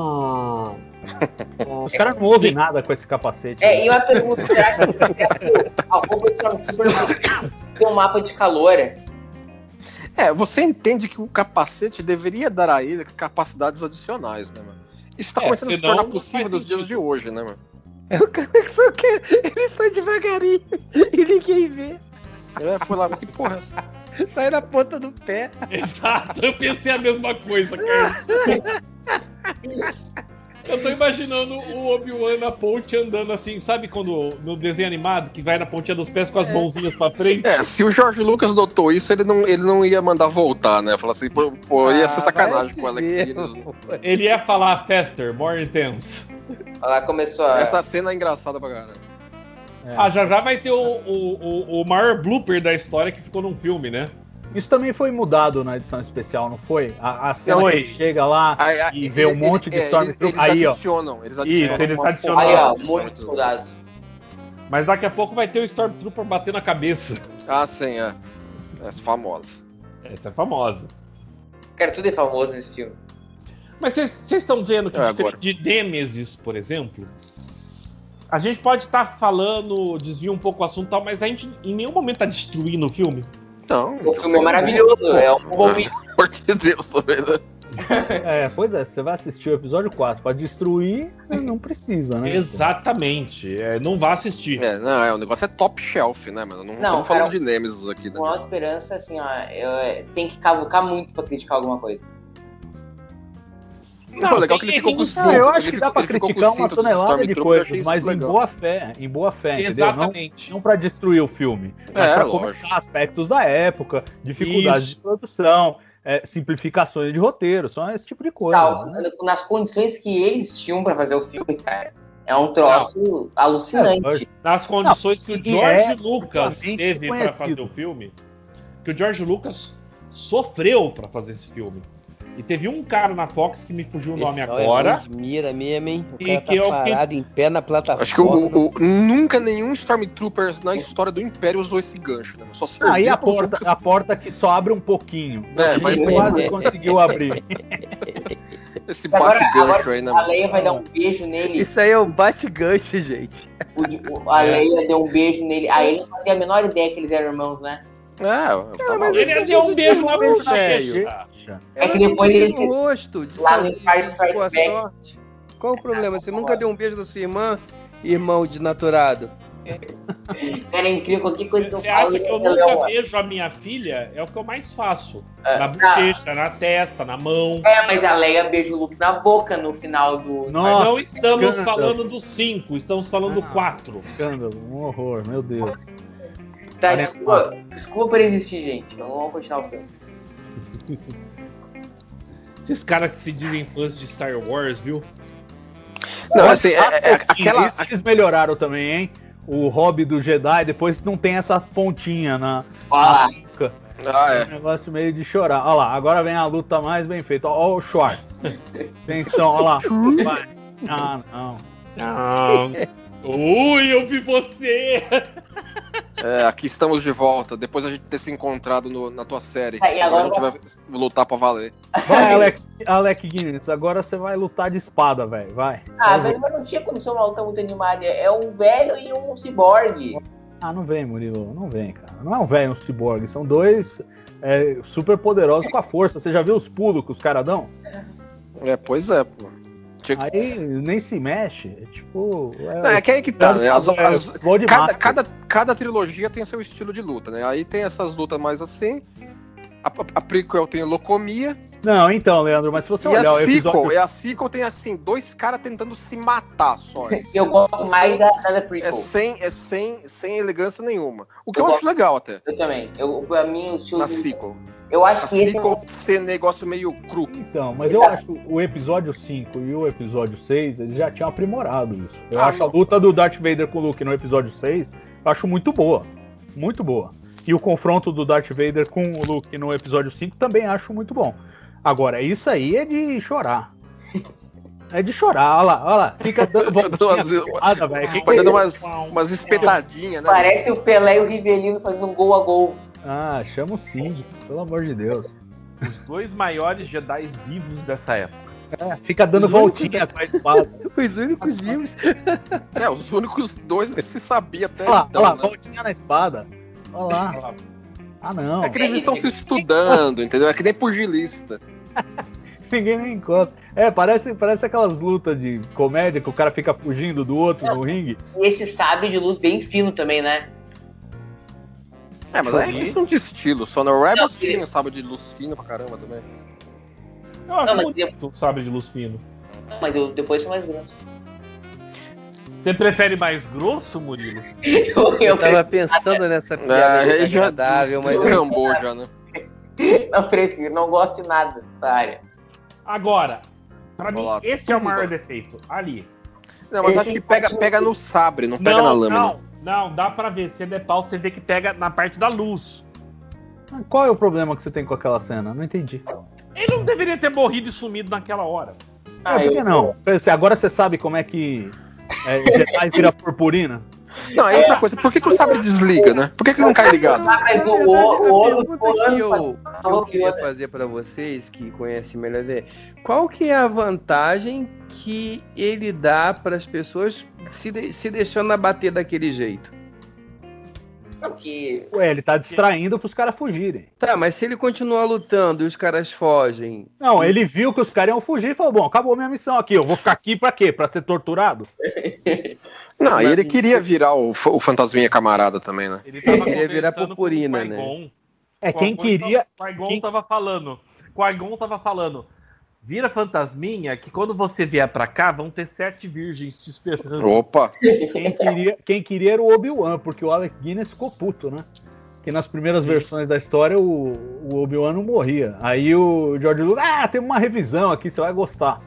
Os caras não ouvem nada com esse capacete. E uma pergunta, será que a roupa de Stormtrooper tem um mapa de calor? Você entende que o capacete deveria dar a ele capacidades adicionais, né, mano? Isso tá começando a se senão tornar não possível faz nos dias sentido. de hoje, né, mano? O cara que só quer. Ele foi devagarinho e ninguém vê. Foi lá, que porra é essa? Sai na ponta do pé. Exato, eu pensei a mesma coisa, cara. Eu tô imaginando o Obi-Wan na ponte andando assim, sabe quando no desenho animado que vai na pontinha dos pés com as mãozinhas pra frente? Se o George Lucas notou isso, ele não ia mandar voltar, né? Falar assim, pô, ia ser sacanagem com o Alec Guinness. Ele ia falar faster, more intense. Olha lá, começou Essa cena é engraçada pra caralho. Já vai ter o maior blooper da história que ficou num filme, né? Isso também foi mudado na edição especial, não foi? A cena Foi. que ele chega lá e vê um monte de Stormtroopers. Aí, ó. Eles adicionam. Aí, ó, um monte de soldados. Mas daqui a pouco vai ter o Stormtrooper bater na cabeça. Ah, sim, é. Essa é famosa. Essa é famosa. Cara, tudo é famoso nesse filme. Mas vocês estão vendo que agora. de Nemesis, por exemplo, a gente pode estar falando, desvia um pouco o assunto e tal, mas a gente em nenhum momento tá destruindo o filme. Não. O filme é maravilhoso, é um bom filme. Pelo amor de Deus, tô vendo. Pois é, você vai assistir o episódio 4 pra destruir, não precisa, né? Exatamente, não vá assistir. O negócio é top shelf, né, mano? Não estamos falando de Nemesis aqui, né? Com a esperança, assim, ó, tem que cavucar muito pra criticar alguma coisa. Não, legal que ele ficou com cinto. Eu acho que dá pra criticar uma tonelada de coisas, mas em boa fé, Exatamente. entendeu? Não pra destruir o filme, mas pra comentar aspectos da época, dificuldades de produção, simplificações de roteiro, só esse tipo de coisa. Né? Nas condições que eles tinham pra fazer o filme, cara, é um troço alucinante. Nas condições que o George Lucas teve pra fazer o filme, que o George Lucas sofreu pra fazer esse filme. E teve um cara na Fox que me fugiu o nome agora. Mira mesmo, hein? O e cara tá parado em pé na plataforma. Acho que nunca nenhum Stormtrooper na história do Império usou esse gancho, né? Só aí a porta que só abre um pouquinho. Mas quase conseguiu abrir. Esse bate-gancho aí, né? A Leia vai dar um beijo nele. Isso aí é um bate-gancho, gente. A Leia deu um beijo nele. Aí ele não fazia a menor ideia que eles eram irmãos, né? Mas ele deu um beijo na bochecha. É que depois ele no rosto, de lá no Empire Strike boa Back. sorte. Qual o problema? Você nunca deu um beijo da sua irmã, irmão desnaturado? Era incrível, qualquer coisa que eu Você falo. acha que eu nunca beijo a minha filha? É o que eu mais faço. Na bochecha, na testa, na mão. Mas a Leia beija o Luke na boca no final do... Nossa, não estamos escândalo. falando do 5, estamos falando do 4. Escândalo, um horror, meu Deus. Tá, desculpa por existir, gente. Então vamos continuar o filme. Esses caras que se dizem fãs de Star Wars, viu? Não, assim, aquela... Isso eles melhoraram também, hein? O hobby do Jedi, depois não tem essa pontinha na boca. É um negócio meio de chorar. Olha lá, agora vem a luta mais bem feita. Olha o Schwartz. Atenção, olha lá. Vai. Não. Ui, eu vi você! Aqui estamos de volta, depois a gente ter se encontrado na tua série. E agora a gente vai lutar pra valer. Vai, Alec Guinness, agora você vai lutar de espada, velho. Vai. Velho, mas não tinha condição uma luta muito animada. É um velho e um ciborgue. Não vem, Murilo. Não vem, cara. Não é um velho e um ciborgue. São dois super poderosos com a força. Você já viu os pulos que os caras dão? Pois é, pô. Aí nem se mexe, tipo... que aí que tá, né? Gol de cada trilogia tem seu estilo de luta, né? Aí tem essas lutas mais assim, a prequel tem locomia. Não, então, Leandro, mas se você olhar o episódio... E a sequel tem, assim, dois caras tentando se matar só. Eu gosto mais da prequel. Sem elegância nenhuma. O que eu acho legal até. Eu também. Pra mim, o estilo... Na sequel. Eu acho a que sequel ser negócio meio cru. Então, mas eu acho o episódio 5 e o episódio 6, eles já tinham aprimorado isso. Eu acho a luta do Darth Vader com o Luke no episódio 6, eu acho muito boa. Muito boa. E o confronto do Darth Vader com o Luke no episódio 5 também acho muito bom. Agora, isso aí é de chorar. É de chorar, olha lá. Fica dando dando umas espetadinhas, né? Parece o Pelé e o Rivelino fazendo um gol a gol. Chama o síndico, pelo amor de Deus. Os dois maiores Jedi vivos dessa época. Fica dando voltinha com a espada. Os únicos vivos. Os únicos dois que se sabia até então. Olha lá, né? voltinha na espada. Olha lá. Não. É que eles estão se estudando, entendeu? É que nem pugilista. Ninguém nem encosta. Parece aquelas lutas de comédia que o cara fica fugindo do outro no ringue. E esse sabre de luz bem fino também, né? Mas é questão de estilo. Só no Rebels tinha sabre de luz fino pra caramba também. Eu acho muito sabre de luz fino. mas eu depois sou mais grosso. Você prefere mais grosso, Murilo? Eu tava pensando nessa piada Ele já agradável, mas descambou já, né? Não prefiro, não gosto de nada dessa área. Agora, pra mim, Olá, esse é o tudo maior bom. defeito. Ali. Não, mas acho que pega no sabre, não pega na lâmina. Não, dá pra ver. Se é de pau, você vê que pega na parte da luz. Qual é o problema que você tem com aquela cena? Não entendi. Ele não deveria ter morrido e sumido naquela hora. Por que não? Agora você sabe como é que Jedi vira purpurina? Não, aí outra coisa, por que o sabre desliga, né? Por que ele não cai ligado? Mas o pergunta que ano eu queria fazer pra vocês, que conhecem melhor dele, qual que é a vantagem que ele dá para as pessoas se deixando abater daquele jeito? que Ué, ele tá distraindo pros caras fugirem. Tá, mas se ele continuar lutando e os caras fogem... Não, ele viu que os caras iam fugir e falou, bom, acabou minha missão aqui, eu vou ficar aqui pra quê? Pra ser torturado? Não, e ele queria virar o fantasminha camarada também, né? Ele tava Queria virar conversando purpurina, com o Qui-Gon. Quem queria... Qui-Gon tava falando, vira fantasminha que quando você vier pra cá, vão ter 7 virgens te esperando. Opa! Quem queria era o Obi-Wan, porque o Alec Guinness ficou puto, né? Que nas primeiras versões da história o Obi-Wan não morria. Aí o George Lucas, tem uma revisão aqui, você vai gostar.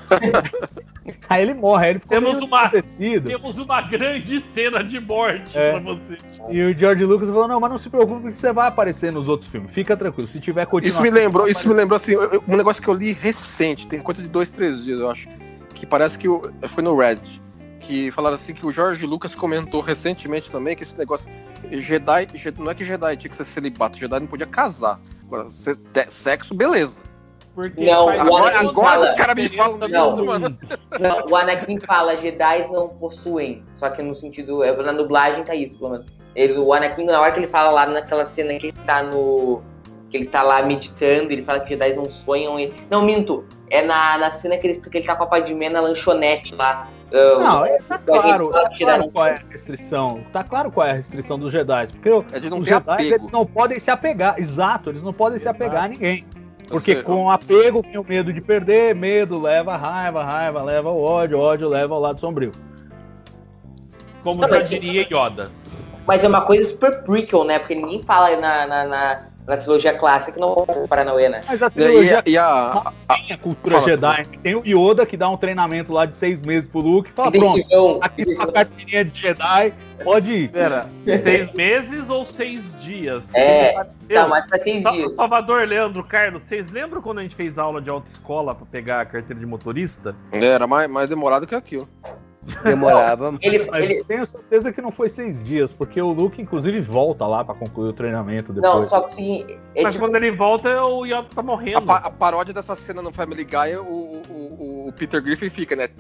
Aí ele morre, aí ele ficou meio acontecido. Temos uma grande cena de morte pra você. E o George Lucas falou, não, mas não se preocupe que você vai aparecer nos outros filmes. Fica tranquilo, se tiver continuação... Isso me lembrou assim, um negócio que eu li recente, tem coisa de 2-3 dias, eu acho. Que parece que foi no Reddit. Que falaram assim que o George Lucas comentou recentemente também que esse negócio... Jedi não é que Jedi tinha que ser celibato, Jedi não podia casar. Agora, sexo, beleza. Porque Não, agora os caras me falam isso, mano. Não, o Anakin fala, Jedi não possuem. Só que no sentido, na dublagem tá isso, pelo menos. O Anakin, na hora que ele fala lá naquela cena que ele tá lá meditando, ele fala que Jedi não sonham. Não, minto. É na cena que ele tá com a Padmé na lanchonete lá. Não, tá claro qual é a restrição. Tá claro qual é a restrição dos Jedi. Porque os Jedi, eles não podem se apegar. Exato, eles não podem se apegar a ninguém. Porque com apego vem o medo de perder, medo leva a raiva, raiva leva o ódio, ódio leva ao lado sombrio. Como já diria Yoda. Mas é uma coisa super prequel, né? Porque ninguém fala na trilogia clássica que não é Paranauê, né? Mas a trilogia tem a cultura Jedi. Tem o Yoda que dá um treinamento lá de 6 meses pro Luke e fala, pronto, aqui sua carteirinha de Jedi, pode ir. Pera, 6 meses ou 6 dias? Tá, mas pra 6 dias. Salvador, Leandro, Carlos, vocês lembram quando a gente fez aula de autoescola pra pegar a carteira de motorista? Era mais demorado que aquilo. Demorava. Mas eu tenho certeza que não foi 6 dias, porque o Luke, inclusive, volta lá pra concluir o treinamento depois. Não, só que sim. Mas quando ele volta, o Yoda tá morrendo. A paródia dessa cena no Family Guy, o Peter Griffin fica, né?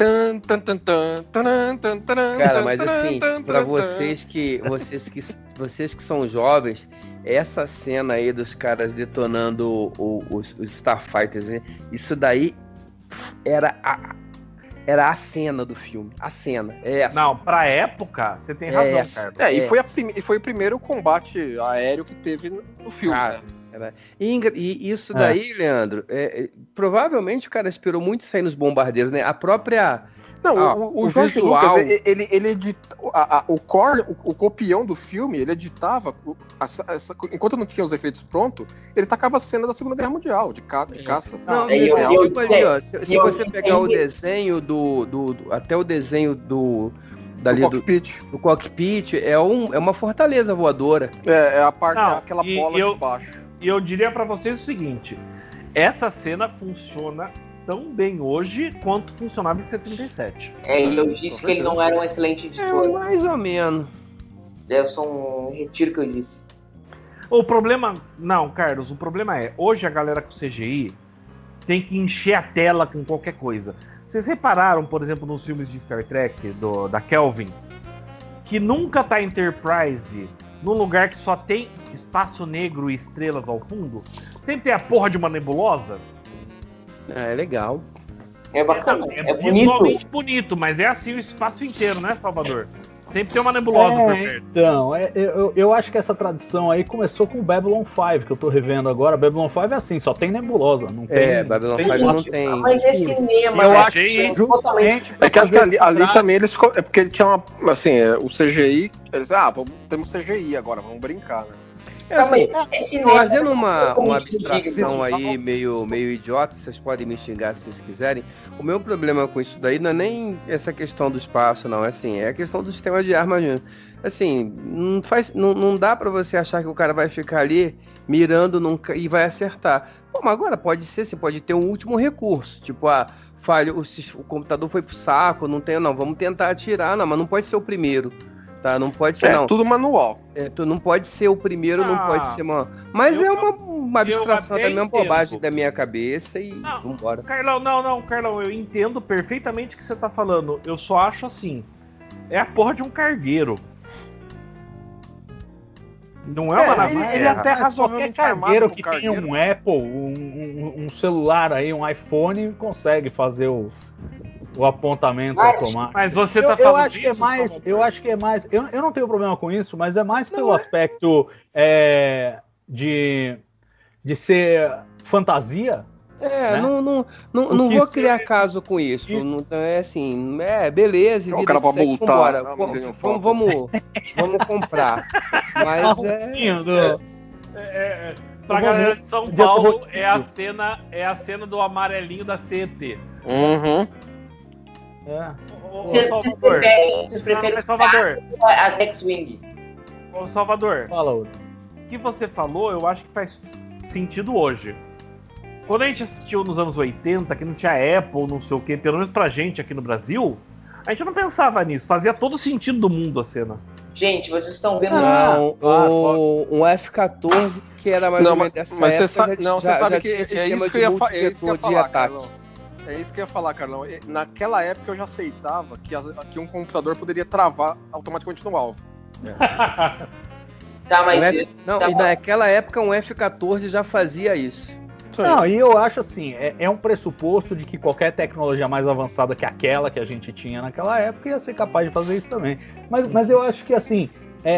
Cara, mas assim, pra vocês que são jovens, essa cena aí dos caras detonando os Starfighters, né? Isso daí era a cena do filme. A cena. Não, pra época, você tem razão, Carlos. E foi o primeiro combate aéreo que teve no filme. Né? E isso daí, Leandro, provavelmente o cara esperou muito sair nos bombardeiros, né? A própria... Não, o Jorge visual... Lucas, ele edita, o copião do filme, ele editava, enquanto não tinha os efeitos prontos, ele tacava a cena da Segunda Guerra Mundial, de caça. Se você pegar o desenho até o desenho do cockpit, é uma fortaleza voadora. É a parte, aquela bola de baixo. E eu diria pra vocês o seguinte, essa cena funciona tão bem hoje quanto funcionava em 77. Eu disse que ele não era um excelente editor. Mais ou menos. É só um retiro que eu disse. O problema... Não, Carlos, o problema hoje a galera com CGI tem que encher a tela com qualquer coisa. Vocês repararam, por exemplo, nos filmes de Star Trek, da Kelvin, que nunca tá Enterprise num lugar que só tem espaço negro e estrelas ao fundo? Sempre tem a porra de uma nebulosa? É legal. É bacana. É visualmente bonito, mas é assim o espaço inteiro, né, Salvador? Sempre tem uma nebulosa por perto. Então, eu acho que essa tradição aí começou com o Babylon 5, que eu tô revendo agora. Babylon 5 é assim, só tem nebulosa, não tem... Babylon 5 não tem... Mas é cinema, Eu né? acho que justamente É que acho que ali também eles. É porque ele tinha uma. Assim, o CGI. Eles. Temos CGI agora, vamos brincar, né? Assim, É cinema, fazendo uma totalmente abstração ridículo. aí meio idiota, vocês podem me xingar se vocês quiserem. O meu problema com isso daí não é nem essa questão do espaço, não. Assim, é a questão do sistema de armas mesmo. Assim, não dá pra você achar que o cara vai ficar ali mirando e vai acertar. Bom, mas agora pode ser, você pode ter um último recurso. Tipo, falha, o computador foi pro saco, não, vamos tentar atirar, não, mas não pode ser o primeiro. Tá, não pode ser, não. É tudo manual. Tu não pode ser o primeiro, não pode ser uma... Mas é uma abstração da mesma bobagem da minha cabeça e vambora. Carlão, eu entendo perfeitamente o que você tá falando. Eu só acho assim, é a porra de um cargueiro. Não é uma navalha. Ele até razoavelmente qualquer cargueiro armado que com tenha um Apple, um celular aí, um iPhone, consegue fazer o apontamento automático. Mas você tá Eu falando acho que é mais, eu não tenho problema com isso, mas é mais pelo aspecto de ser fantasia. Né? Não vou criar caso com isso. Não, é assim, beleza. O cara pra multar. Vamos comprar. Mas pra galera de São Paulo, é a cena do amarelinho da CET. Uhum. Vocês preferem Salvador. a X-Wing? Ô, Salvador, Fala, o que você falou, eu acho que faz sentido hoje. Quando a gente assistiu nos anos 80, que não tinha Apple, não sei o que, pelo menos pra gente aqui no Brasil, a gente não pensava nisso. Fazia todo sentido do mundo a cena. Gente, vocês estão vendo... um F-14 que era mais ou menos dessa época. Mas você sabe que é isso que eu ia falar, Carlão. É isso que eu ia falar, Carlão. Naquela época eu já aceitava que um computador poderia travar automaticamente no alvo. Tá, mas... E naquela época um F-14 já fazia isso. Não, e eu acho assim, é um pressuposto de que qualquer tecnologia mais avançada que aquela que a gente tinha naquela época ia ser capaz de fazer isso também. Mas eu acho que assim,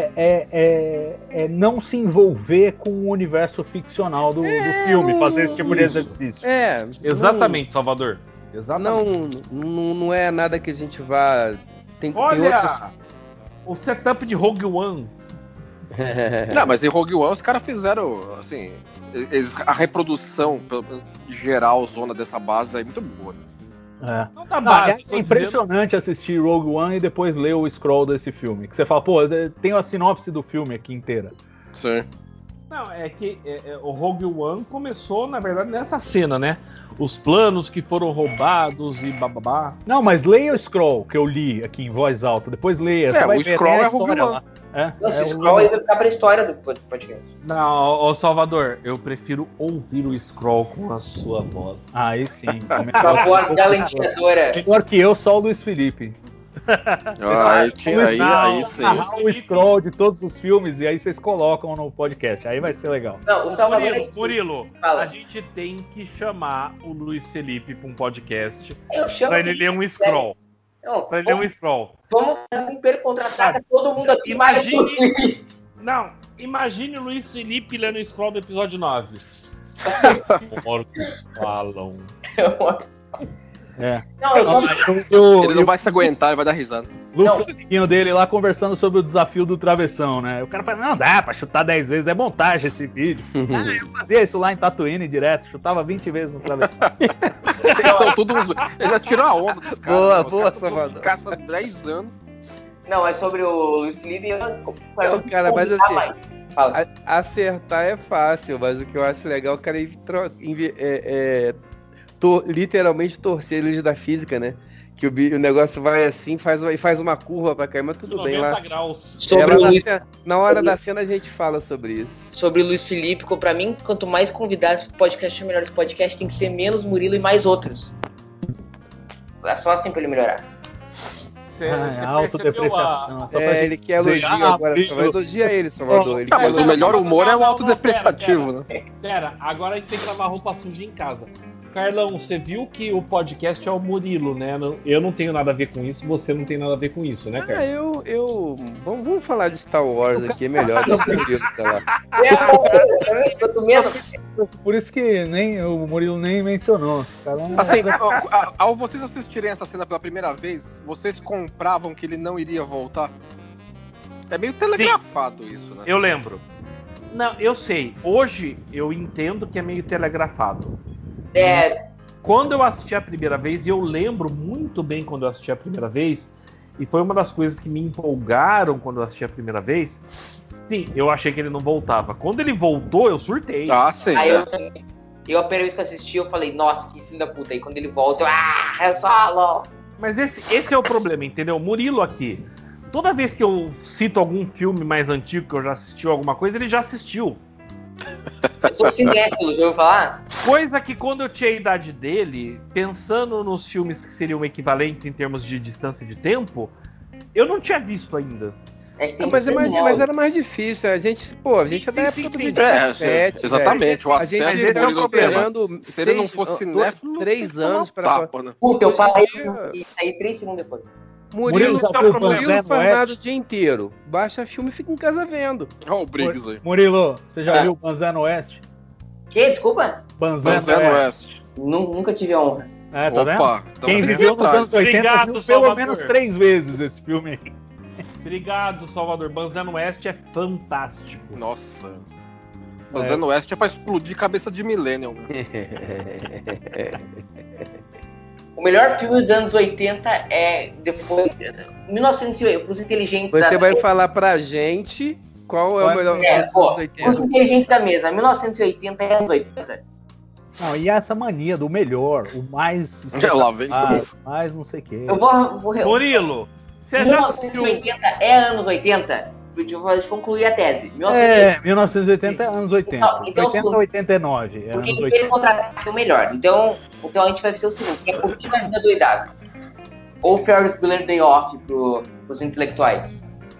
não se envolver com o universo ficcional do filme, fazer esse tipo de exercício. Exatamente, Salvador. Exatamente. Não é nada que a gente vá... Tem outras... o setup de Rogue One. Não, mas em Rogue One os caras fizeram, assim... a reprodução geral, zona dessa base é muito boa. Não tá base, é impressionante assistir Rogue One e depois ler o scroll desse filme. Que você fala, pô, tem a sinopse do filme aqui inteira. Sim. Não, é que o Rogue One começou, na verdade, nessa cena, né? Os planos que foram roubados e bababá. Não, mas leia o scroll que eu li aqui em voz alta. Depois leia. Você vai o ver scroll a é história Rogue lá. Nossa, esse scroll aí vai ficar pra história do podcast. Não, ô Salvador, eu prefiro ouvir o scroll com a sua voz. Aí sim. Com a voz galanteadora. Melhor que eu, só o Luiz Felipe. Aí sim. O scroll de todos os filmes e aí vocês colocam no podcast. Aí vai ser legal. Não, o Salvador Murilo, Fala. a gente tem que chamar o Luiz Felipe pra um podcast Eu chamo pra ele ler um scroll. Não, Pra ele ler um scroll. vamos fazer um Império Contra-Ataca, todo mundo aqui. Imagine- Não, imagine o Luiz Felipe lendo o scroll do episódio 9. Orcos falam. Não, Ele não vai se aguentar, ele vai dar risada. Lucas, o amiguinho dele lá conversando sobre o desafio do travessão, né? O cara fala, não dá pra chutar 10 vezes, é montagem esse vídeo. Eu fazia isso lá em Tatooine direto, chutava 20 vezes no travessão. Vocês são tudo uns... Ele já tirou a onda dos caras. Boa, Salvador. Caça 10 anos. não, é sobre o Luiz Felipe. Cara, mas assim, Fala. acertar é fácil, mas o que eu acho legal é o cara literalmente torcer eles da física, né? Que o negócio vai assim, faz uma curva pra cair, mas tudo bem lá. Graus. Na hora da cena a gente fala sobre isso. Sobre o Luiz Felipe, pra mim, quanto mais convidados pro podcast, melhor. Esse podcast tem que ser menos Murilo e mais outros. É só assim pra ele melhorar. Autodepreciação. Só pra ele quer elogio agora. Só vai elogiar ele, Salvador. Ele mas o melhor humor é o autodepreciativo, né? Pera, agora a gente tem que lavar roupa suja em casa. Carlão, você viu que o podcast é o Murilo, né? Eu não tenho nada a ver com isso, você não tem nada a ver com isso, né, cara? Vamos falar de Star Wars aqui, é melhor. Sei lá. Por isso que nem o Murilo nem mencionou. Assim, ao vocês assistirem essa cena pela primeira vez, vocês compravam que ele não iria voltar? É meio telegrafado isso, né? Eu lembro. Não, eu sei. Hoje eu entendo que é meio telegrafado. Quando eu assisti a primeira vez, e eu lembro muito bem quando eu assisti a primeira vez, e foi uma das coisas que me empolgaram quando eu assisti a primeira vez, sim, eu achei que ele não voltava. Quando ele voltou, eu surtei. Ah, sim. Aí a primeira vez que eu assisti, eu falei, nossa, que filho da puta. Aí quando ele volta, eu solo. Mas esse é o problema, entendeu? Murilo aqui. Toda vez que eu cito algum filme mais antigo que eu já assisti alguma coisa, ele já assistiu. Eu tô cinéfilo, já ouviu falar? Coisa que quando eu tinha a idade dele, pensando nos filmes que seriam equivalentes em termos de distância de tempo, eu não tinha visto ainda. Mas era mais difícil. A gente é da época do 27. Exatamente, o a gente acesso tá esperando. Se ele não fosse cinéfilo, 3 anos pra. Tapa, né? Puta, eu falei e saí 3 segundos depois. Murilo já faz viu o Banzé no nada Oeste? o dia inteiro. Baixa filme e fica em casa vendo. Olha o Briggs aí. Murilo, você já viu o Banzé no Oeste? Que? Desculpa? Banzé Banzé no no Oeste. Oeste. Nunca tive a honra. É, tá vendo? Opa, Quem viveu nos anos 80 Obrigado, viu pelo Salvador. menos 3 vezes esse filme aí. Obrigado, Salvador. Banzé no Oeste é fantástico. Nossa. Banzé no Oeste é pra explodir cabeça de millennial. O melhor filme dos anos 80 é depois 1900 os inteligentes Você vai falar pra gente qual é o melhor filme dos anos 80. Os inteligentes da mesa, 1980 é anos 80. Não, e essa mania do melhor, o mais... Lá vem. mais não sei o quê. Eu vou Murilo, você já assistiu... 1980 é anos 80? Deixa eu concluir a tese. 1980 é anos 80. Então, 80 a 89 é Porque anos ele 80. contra-ataque é o melhor. Então a gente vai ser o seguinte, que é curtir a vida doidada. Ou Ferris Bueller Day Off pros intelectuais.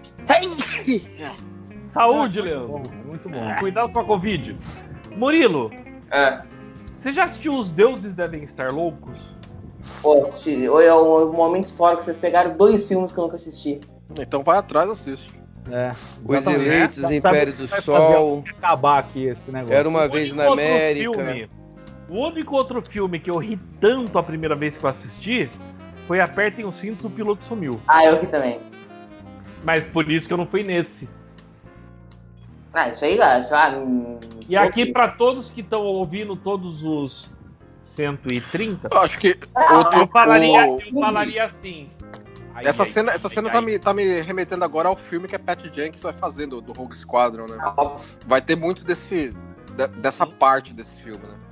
Saúde, Leandro. Muito bom. Cuidado com a Covid. Murilo, Ah, você já assistiu Os Deuses Devem Estar Loucos? é um momento histórico que vocês pegaram 2 filmes que eu nunca assisti. Então vai atrás e assiste. Os exatamente. Eleitos, Já sabe Império o que do vai Sol. fazer, acabar aqui esse negócio. Era uma vez na América. O único outro filme que eu ri tanto a primeira vez que eu assisti foi Apertem o Cinto, o Piloto Sumiu. Eu vi também. Mas por isso que eu não fui nesse. Isso aí, sabe? E aqui, pra todos que estão ouvindo, todos os 130, Eu acho que eu falaria assim. essa cena tá me remetendo agora ao filme que a Patty Jenkins vai fazendo do Rogue Squadron, né? Vai ter muito dessa parte desse filme, né?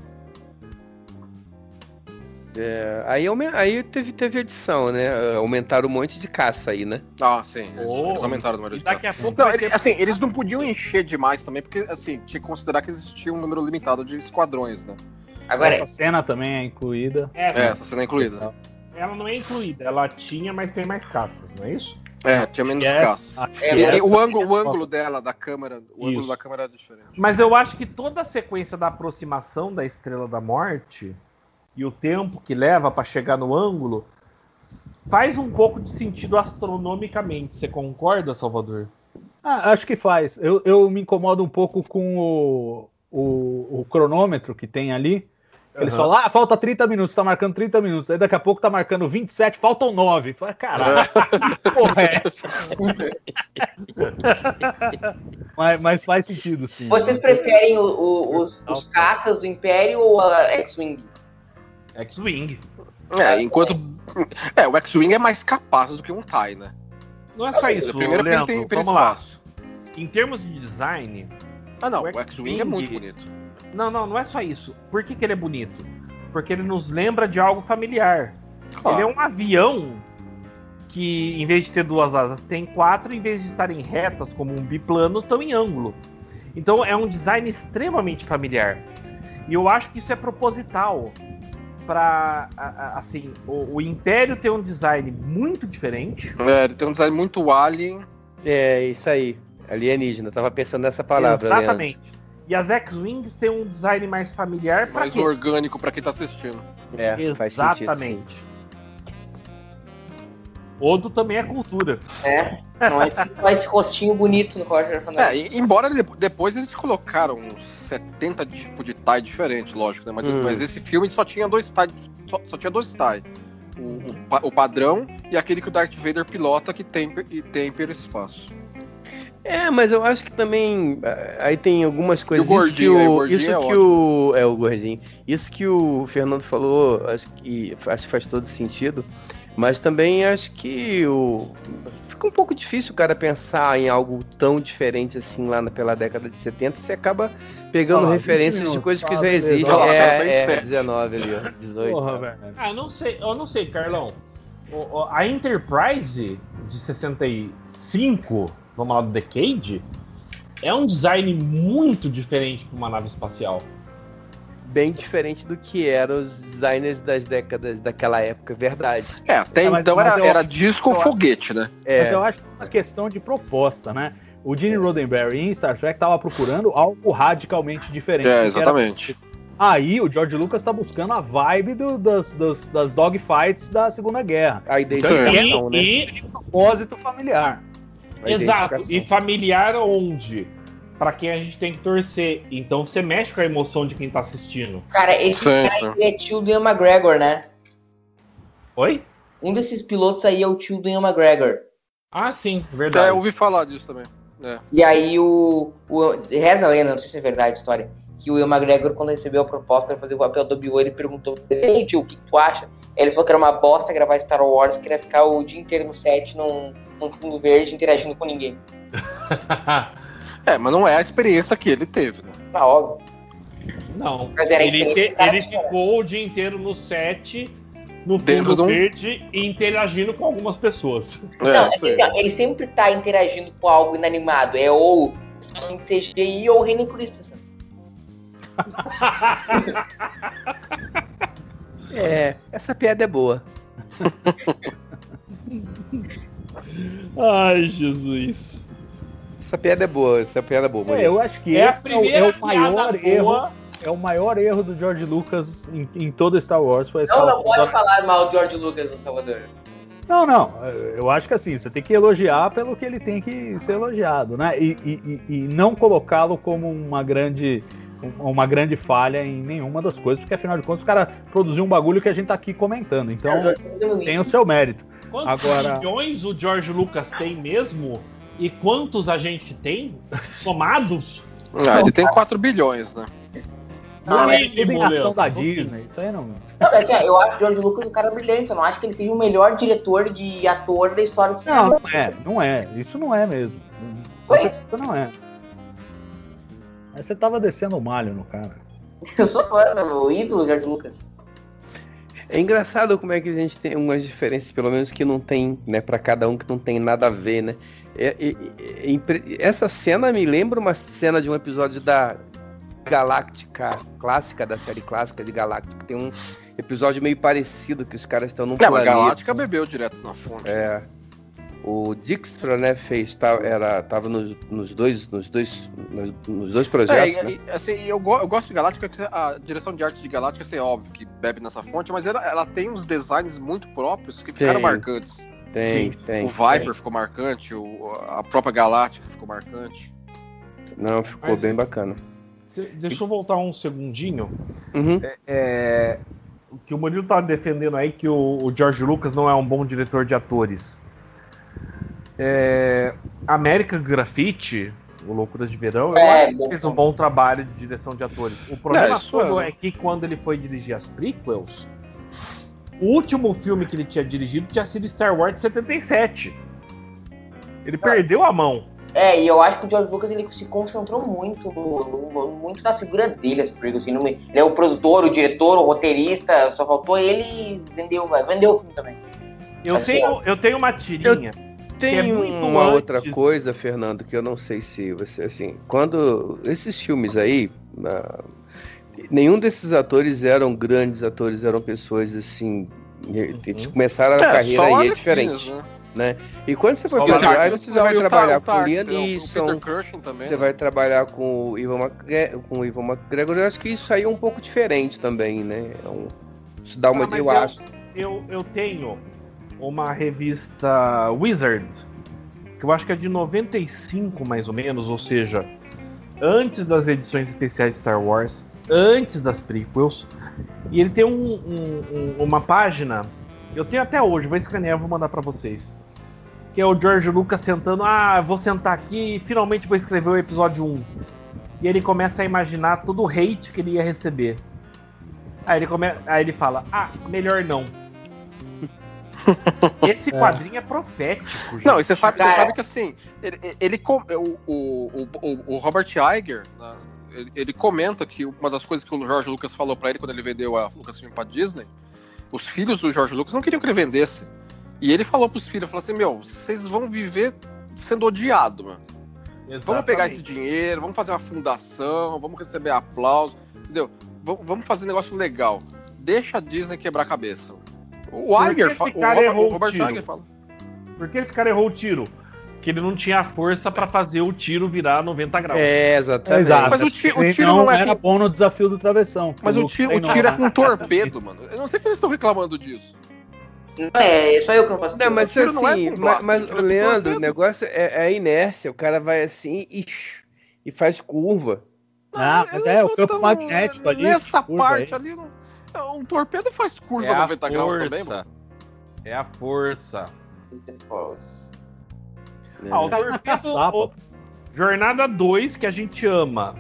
Aí teve edição, né? Aumentaram um monte de caça aí, né? Ah, sim. Eles aumentaram o número E de daqui a pouco Não, vai ter... assim, eles não podiam encher demais também, porque, assim, tinha que considerar que existia um número limitado de esquadrões, né? Agora, Essa cena também é incluída. Essa cena é incluída. Né? Ela não é incluída, ela tinha, mas tem mais caças, não é isso? Tinha menos Yes. caças. Yes. O ângulo dela, da câmera, ângulo da câmera era diferente. Mas eu acho que toda a sequência da aproximação da Estrela da Morte e o tempo que leva para chegar no ângulo faz um pouco de sentido astronomicamente. Você concorda, Salvador? Acho que faz. Eu me incomodo um pouco com o cronômetro que tem ali. Eles falam, falta 30 minutos, tá marcando 30 minutos. Aí daqui a pouco tá marcando 27, faltam 9. Fala, caralho, que porra é essa? mas faz sentido, sim. vocês preferem os caças do Império ou a X-Wing? X-Wing. Enquanto... o X-Wing é mais capaz do que um TIE, né? Não é só isso, Primeiro que ele Leandro, tem vamos lá. espaço. Em termos de design... Não, O o X-Wing é muito bonito. Não é só isso. Por que ele é bonito? Porque ele nos lembra de algo familiar. Ele é um avião que, em vez de ter 2 asas, tem 4, em vez de estarem retas como um biplano, estão em ângulo. Então é um design extremamente familiar. E eu acho que isso é proposital para, assim, o Império ter um design muito diferente. Ele tem um design muito alien. É, isso aí. Alienígena. Tava pensando nessa palavra, Exatamente. Leandro. E as X-Wings têm um design mais familiar pra Mais quê? orgânico pra quem tá assistindo. Faz sentido, sim. Exatamente. Odo também é cultura. Não é só esse rostinho bonito no Roger Rafanel. Embora depois eles colocaram uns 70 tipos de TIE diferentes, lógico, né? Mas esse filme só tinha 2 TIE. Só tinha 2 TIE. O padrão e aquele que o Darth Vader pilota que tem hiperespaço. Mas eu acho que também aí tem algumas coisas. E o gordinho, o gordinho. Isso que o Fernando falou, acho que faz todo sentido. Mas também acho que fica um pouco difícil o cara pensar em algo tão diferente assim lá pela década de 70. Você acaba pegando referências de coisas que já existem. 19 ali, ó. 18. Porra, velho. Eu não sei, Carlão. A Enterprise de 65, vamos lá, do Decade, é um design muito diferente para uma nave espacial. Bem diferente do que eram os designers das décadas daquela época, verdade. Até então era disco ou foguete, né? Mas eu acho que é uma questão de proposta, né? O Gene Roddenberry em Star Trek tava procurando algo radicalmente diferente. Exatamente. Aí o George Lucas tá buscando a vibe das dogfights da Segunda Guerra. A identificação, né? De propósito familiar. Exato. E familiar onde? Pra quem a gente tem que torcer. Então você mexe com a emoção de quem tá assistindo. Cara, esse cara é tio do Ian McGregor, né? Oi? Um desses pilotos aí é o tio do Ian McGregor. Ah, sim, verdade. Eu ouvi falar disso também. E aí reza a lenda, não sei se é verdade a história, que o Ian McGregor, quando recebeu a proposta pra fazer o papel do Obi-Wan, ele perguntou: ei, tio, o que tu acha? Ele falou que era uma bosta gravar Star Wars, que ia ficar o dia inteiro no set, num fundo verde, interagindo com ninguém. Mas não é a experiência que ele teve, né? Tá óbvio. Não. Mas era ele ficou o dia inteiro no set, no fundo verde, e interagindo com algumas pessoas. Ele sempre tá interagindo com algo inanimado. É ou CGI ou Hayden Christensen. Essa piada é boa. Ai, Jesus. Essa piada é boa. Eu acho que esse é o maior erro. É o maior erro do George Lucas em todo Star Wars. Foi não pode falar mal do George Lucas no Salvador. Não. Eu acho que assim, você tem que elogiar pelo que ele tem que ser elogiado, né? E não colocá-lo como uma grande falha em nenhuma das coisas, porque afinal de contas o cara produziu um bagulho que a gente tá aqui comentando. Então tem o seu mérito. Quantos milhões o George Lucas tem mesmo? E quantos a gente tem somados? Ele tem 4 bilhões, né? Não, é tudo em ação da Disney, isso aí não... Eu acho o George Lucas um cara brilhante, eu não acho que ele seja o melhor diretor de ator da história do cinema. Não é, isso não é mesmo. Isso não é. Mas você tava descendo o malho no cara. Eu sou fã, o ídolo George Lucas. É engraçado como é que a gente tem umas diferenças, pelo menos que não tem, né, pra cada um, que não tem nada a ver, né? Essa cena me lembra uma cena de um episódio da Galáctica clássica, da série clássica de Galáctica. Tem um episódio meio parecido, que os caras estão num planeta. A Galáctica bebeu direto na fonte. O Dijkstra, né, tava nos dois projetos, né? Assim, eu gosto de Galáctica, a direção de arte de Galáctica, é óbvio que bebe nessa fonte, mas ela tem uns designs muito próprios que ficaram marcantes. Tem. O Viper ficou marcante, a própria Galáctica ficou marcante. Não, ficou bem bacana. Deixa eu voltar um segundinho. Uhum. O que o Murilo tá defendendo aí, que o George Lucas não é um bom diretor de atores. American Graffiti, o Loucuras de Verão, eu acho que fez um bom trabalho de direção de atores. O problema todo é que quando ele foi dirigir as prequels, o último filme que ele tinha dirigido tinha sido Star Wars de 77. Ele perdeu a mão. E eu acho que o George Lucas ele se concentrou muito na figura dele, as prequels. Assim, ele é o produtor, o diretor, o roteirista, só faltou ele e vendeu o filme também. Eu tenho uma tirinha. Tem uma outra coisa, Fernando, que eu não sei se você, assim, quando esses filmes aí, nenhum desses atores eram grandes atores, eram pessoas assim, eles começaram a carreira aí diferente. né? E quando você for Só o fazer Tarkin, live, você já vai trabalhar com o Liam o Neeson, Peter Cushing também. você vai trabalhar com o Ivan McGregor. Eu acho que isso aí é um pouco diferente também, né? Isso dá uma, mas eu acho. Eu tenho uma revista Wizard, que eu acho que é de 95, mais ou menos, ou seja, antes das edições especiais de Star Wars, antes das prequels, e ele tem uma página, eu tenho até hoje, vou escanear e vou mandar pra vocês, que é o George Lucas sentando, vou sentar aqui e finalmente vou escrever o episódio 1. E ele começa a imaginar todo o hate que ele ia receber. Aí ele fala, melhor não. Esse quadrinho é profético, gente. Não, e você sabe que assim, o Robert Iger, né, ele comenta que uma das coisas que o George Lucas falou pra ele quando ele vendeu a Lucasfilm pra Disney, os filhos do George Lucas não queriam que ele vendesse. E ele falou pros filhos, falou assim, vocês vão viver sendo odiado, mano. Exatamente. Vamos pegar esse dinheiro, vamos fazer uma fundação, vamos receber aplauso, entendeu? Vamos fazer um negócio legal. Deixa a Disney quebrar a cabeça. O Iger fala. O Robert Iger fala. Por que esse cara errou o tiro? Porque ele não tinha força pra fazer o tiro virar 90 graus. Exatamente. Exato. Mas o tiro não é era bom no desafio do travessão. Mas o tiro é com torpedo, mano. Eu não sei porque vocês estão reclamando disso. Não é só eu que não faço. Não, mas tiro não é assim, com blaster, mas o tiro é com Leandro, torpedo. o negócio é a inércia. O cara vai assim e faz curva. Mas é o campo magnético ali. Nessa curva parte aí. ali, um torpedo faz curva 90 graus também, mano. É a força. Né? O Cai na torpedo, caçapa. Jornada 2, que a gente ama.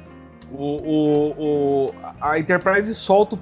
A Enterprise solta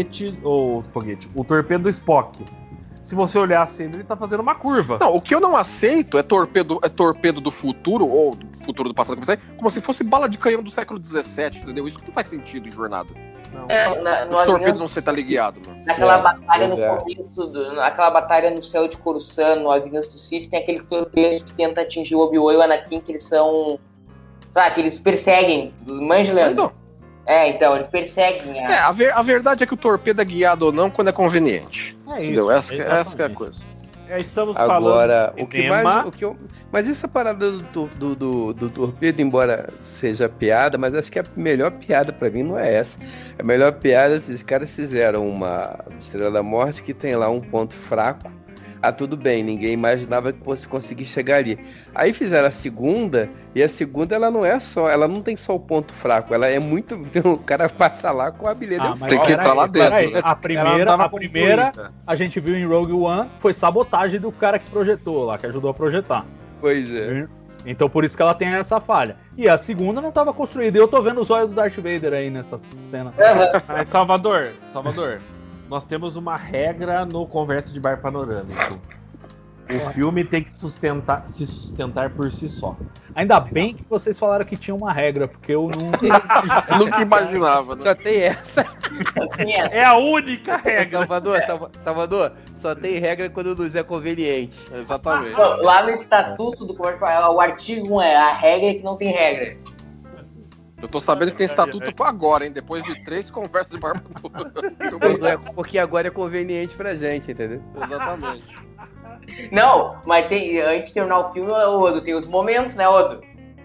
o torpedo do Spock. Se você olhar assim, ele tá fazendo uma curva. Não, o que eu não aceito é torpedo do futuro, ou do futuro do passado, como se fosse bala de canhão do século XVII, entendeu? Isso não faz sentido em jornada. Não. Esse torpedo não ser tá ligado, mano. Naquela batalha no exato. começo, aquela batalha no céu de Coruscant, no Aviões do Sith, tem aqueles torpedos que tentam atingir o Obi-Wan e o Anakin, que eles são... Sabe, que eles perseguem, manja, Leandro? Então, Eles perseguem a verdade é que o torpedo é guiado ou não quando é conveniente. Entendeu? Essa que é a coisa. Estamos Agora, falando mas essa parada do torpedo, embora seja piada, mas acho que a melhor piada pra mim não é essa. A melhor piada, esses caras fizeram uma Estrela da Morte que tem lá um ponto fraco. Tudo bem, ninguém imaginava que fosse conseguir chegar ali. Aí fizeram a segunda, e a segunda ela não tem só o ponto fraco, ela é muito. O cara passa lá com a habilidade. Tem que entrar lá dentro. Peraí, né? a primeira a gente viu em Rogue One foi sabotagem do cara que projetou lá, que ajudou a projetar. Pois é. Então por isso que ela tem essa falha. E a segunda não estava construída. E eu tô vendo os olhos do Darth Vader aí nessa cena. Mas Salvador, nós temos uma regra no Conversa de Bar Panorâmico. O filme tem que se sustentar por si só. Ainda bem que vocês falaram que tinha uma regra, porque eu Nunca imaginava, né? Só tem essa. É a única regra. Salvador, só tem regra quando nos é conveniente. Exatamente. Lá no estatuto do Comércio, o artigo 1 é a regra é que não tem regra. Eu tô sabendo que tem estatuto pra agora, hein? Depois de 3 conversas de barba. Porque agora é conveniente pra gente, entendeu? Exatamente. Não, mas antes de terminar o filme, Odo, tem os momentos, né, Odo?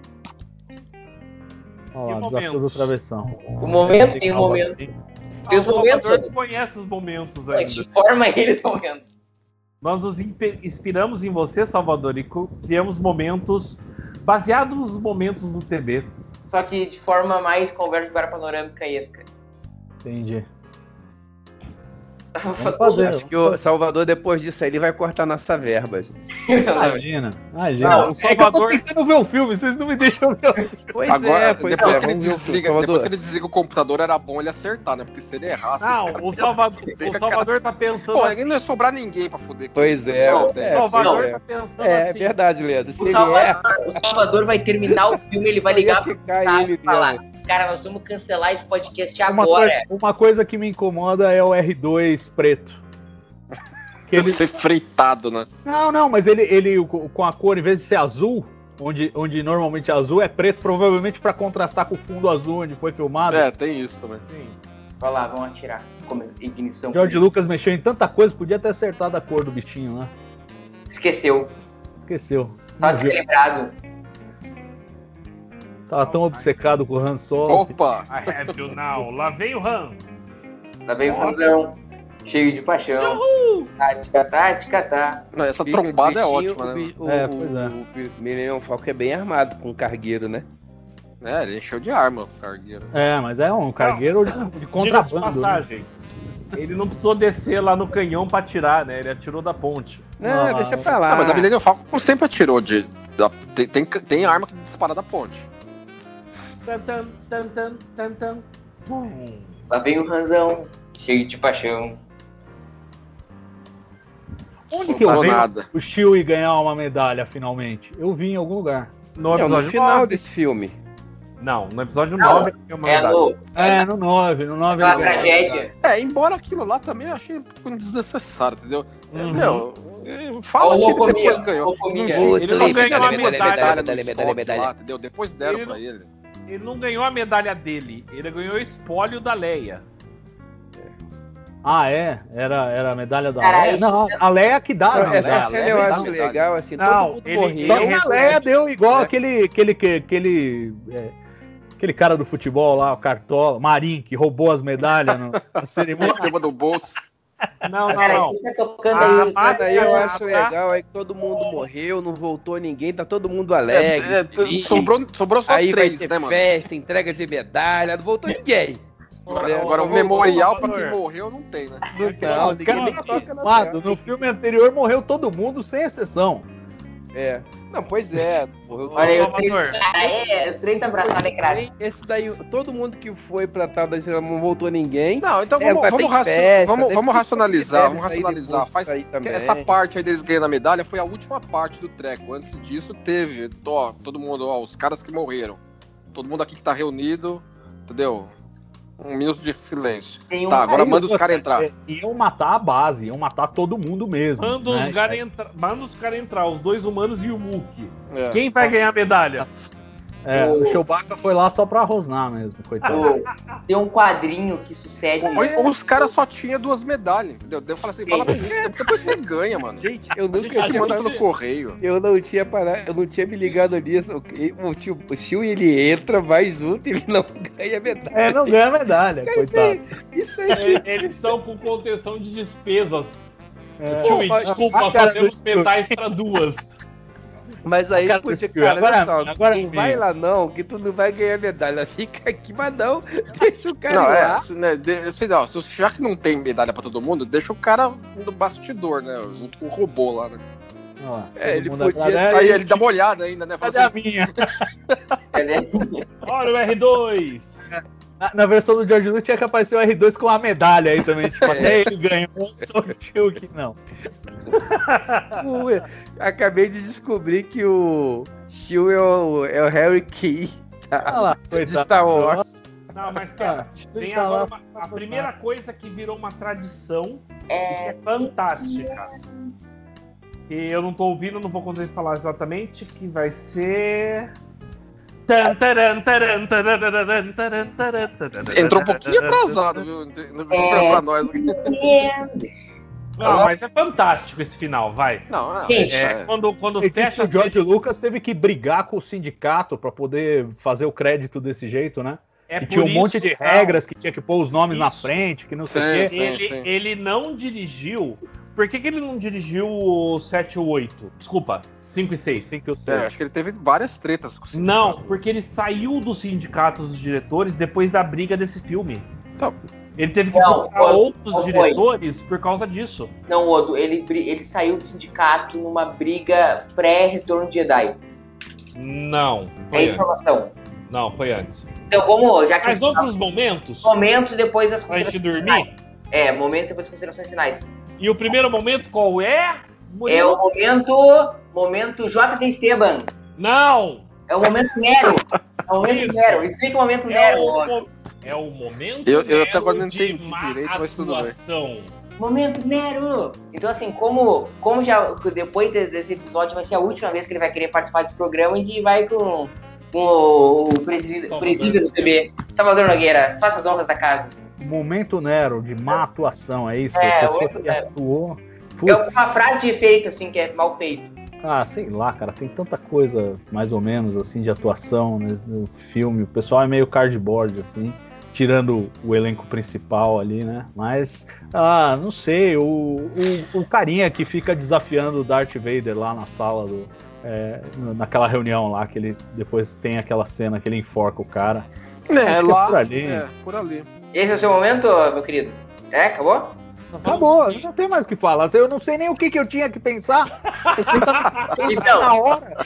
Ó, desafio do travessão. O momento tem o momento. Tem os momentos. O Salvador conhece os momentos A ainda. gente forma eles momentos. Nós nos inspiramos em você, Salvador, e criamos momentos baseados nos momentos do TV. Só que de forma mais conversa de bar panorâmica esca. Entendi. Vamos fazer. Acho que o Salvador, depois disso aí, ele vai cortar nossa verba, gente. Imagina. Não, o É que eu tô Salvador... tentando ver o filme, vocês não me deixam ver o filme. Pois Agora, pois depois, é, que ele vamos ver o desliga, Salvador. depois que ele desliga o computador, era bom ele acertar, né? Porque se ele errasse. Não, o Salvador tá pensando Pô, assim. não ia sobrar ninguém pra foder. Pois é, Não, O Salvador é, tá pensando é assim. verdade, Leandro. Se O ele é, Salvador vai terminar o filme, ele vai só ia ligar ficar pro ele, e falar: Leandro. cara, nós vamos cancelar esse podcast agora. Uma coisa que me incomoda é o R2 preto. Que ele... Ser freitado, né? Não, mas ele com a cor, em vez de ser azul, onde normalmente azul é preto, provavelmente pra contrastar com o fundo azul onde foi filmado. É, tem isso também. Vai lá, vamos atirar. Ignição. George Lucas mexeu em tanta coisa, podia ter acertado a cor do bichinho lá. Esqueceu. Tá Tava desequilibrado. Tava tão obcecado com o Han Solo. Opa! I have you now. Lá vem o Han. Lá vem o Ranzão, cheio de paixão. Tática. Não, essa trombada é ótima, né? Pois é. O Millennium Falcon é bem armado, com cargueiro, né? É, ele encheu de arma o cargueiro. Mas é um cargueiro de Diga-se de contrabando. Né? passagem. Ele não precisou descer lá no canhão pra atirar, né? Ele atirou da ponte. Não, deixa pra lá. Mas a Millennium Falcon sempre atirou tem arma que dispara da ponte. Tan. Pum. Lá vem o Ranzão, cheio de paixão. Onde que eu Sobrou vi nada. o Chewie ganhar uma medalha finalmente? Eu vi em algum lugar. No No episódio final 9. desse filme. Não, no episódio Não, 9 é uma É medalha. no, No 9 aquela ele ganhou. tragédia. Embora aquilo lá também eu achei um pouco desnecessário, entendeu? Uhum. Meu, fala que ele depois ganhou. Ele não ganhou a medalha. Medalha. Lá, entendeu? Depois deram Ele pra não- ele. Ele não ganhou a medalha dele, ele ganhou o espólio da Leia. Era a medalha da Cara, Leia. Não, a Leia que dá a medalha. Essa cena eu Leia acho dá. legal, assim, Não, todo mundo ele- morreu. Só que a Leia deu igual É. aquele cara do futebol lá, o Cartola, Marim, que roubou as medalhas na cerimônia. Tema do bolso. Não. Cara, você tá tocando Ah, aí. mas- Essa daí eu acho tá? legal, é que todo mundo morreu, não voltou ninguém, tá todo mundo alegre. feliz. Sobrou só Aí vai 3, ter né, mano? festa, entrega de medalha, não voltou ninguém. Agora o memorial pra quem morreu não tem, né? Não, Os caras ninguém estão toca na acostumados. No filme anterior morreu todo mundo, sem exceção. É. Não, pois é. Morreu Olha aí, os Salvador. 30, os 30 abraçados é craque. Esse daí, todo mundo que foi pra tal da estrela não voltou ninguém. Não, então Agora tem festa, vamos deve- racionalizar. deve Vamos sair racionalizar. depois disso aí também. Essa parte aí deles ganhando a medalha foi a última parte do treco. Antes disso, teve. Ó, todo mundo, os caras que morreram. Todo mundo aqui que tá reunido, entendeu? 1 minuto de silêncio. Tem um Tá, agora Aí, manda os caras entrar. Iam matar a base, iam matar todo mundo mesmo. Manda né? os caras entrar, os 2 humanos e o Wookie. É. Quem vai ganhar a medalha? O Chewbacca foi lá só pra rosnar mesmo, coitado. Tem um quadrinho que sucede. Ou os caras só tinham 2 medalhas, entendeu? Eu falo assim, fala pra mim, depois você ganha, mano. Gente, eu A nunca gente tinha, manda pelo correio. eu não tinha parado, eu não tinha me ligado nisso. O tio ele entra, vai junto e ele não ganha medalha. Não ganha medalha, coitado. Isso aí. Eles são com contenção de despesas. É. Chewie, mas- desculpa, cara, só temos metais pra 2. Mas aí Cara, podia, desse cara, filme. olha só, Agora não sim. vai lá não, que tu não vai ganhar medalha. Fica aqui, mas não, deixa o cara Não, ir lá. já que não tem medalha pra todo mundo, deixa o cara no bastidor, né? Junto com o robô lá, né? Olha lá, É, todo ele mundo podia- agradece. Aí ele dá uma olhada ainda, né? Fala Cadê a assim, minha? Olha o R2. Na versão do George Lucas tinha que aparecer o R2 com a medalha aí também. Tipo, até ele ganhou, só o tio que não. Acabei de descobrir que o Shield é o Harry Key Olha lá, de coitado. Star Wars. Não, mas cara, tem Tá agora lá, a primeira coisa que virou uma tradição que é fantástica. E eu não tô ouvindo, não vou conseguir falar exatamente, que vai ser... entrou um pouquinho atrasado, viu? Pra nós. Não, mas é fantástico esse final, vai. Não, Gente, Quando Ele disse que fecha o George Lucas teve que brigar com o sindicato pra poder fazer o crédito desse jeito, né? é E por tinha um monte isso, de regras que tinha que pôr os nomes na Isso. frente, que não sei o Sim, quê. sim. Ele não dirigiu. Por que ele não dirigiu o 7 e o 8? Desculpa, 5 e 6. Assim que eu sei. Acho que ele teve várias tretas com o sindicato. Não, porque ele saiu do sindicato dos diretores depois da briga desse filme. Tá. Ele teve que Não, procurar foi- outros foi. diretores por causa disso. Não, Odo, ele saiu do sindicato numa briga pré-retorno de Jedi. Não, É foi antes. informação. Não, foi antes. Então, como, já que Mas vamos pros momentos, momentos depois das pra gente considerações dormir. finais. É, momentos depois das considerações finais. E o primeiro momento qual é? É o momento J.T. Esteban. Não! É o momento Nero. É o momento Isso. Nero. Explica o momento É Nero. o momento Eu até agora não de entendi má direito, mas tudo bem. atuação. Momento Nero. Então, assim, como já depois desse episódio vai ser a última vez que ele vai querer participar desse programa, a gente vai com o presídio do CB. Salvador Nogueira, faça as honras da casa. Momento Nero, de má atuação, é isso? É, a pessoa momento que Nero. atuou É uma frase de efeito, assim, que é mal feito. Ah, sei lá, cara, tem tanta coisa, mais ou menos, assim, de atuação, né, no filme. O pessoal é meio cardboard, assim, tirando o elenco principal ali, né? Mas, não sei, o carinha que fica desafiando o Darth Vader lá na sala, naquela reunião lá, que ele depois tem aquela cena que ele enforca o cara. Lá, por ali. Por ali. Esse é o seu momento, meu querido? Acabou? Acabou, não tem mais o que falar. Eu não sei nem o que eu tinha que pensar. Então, na hora.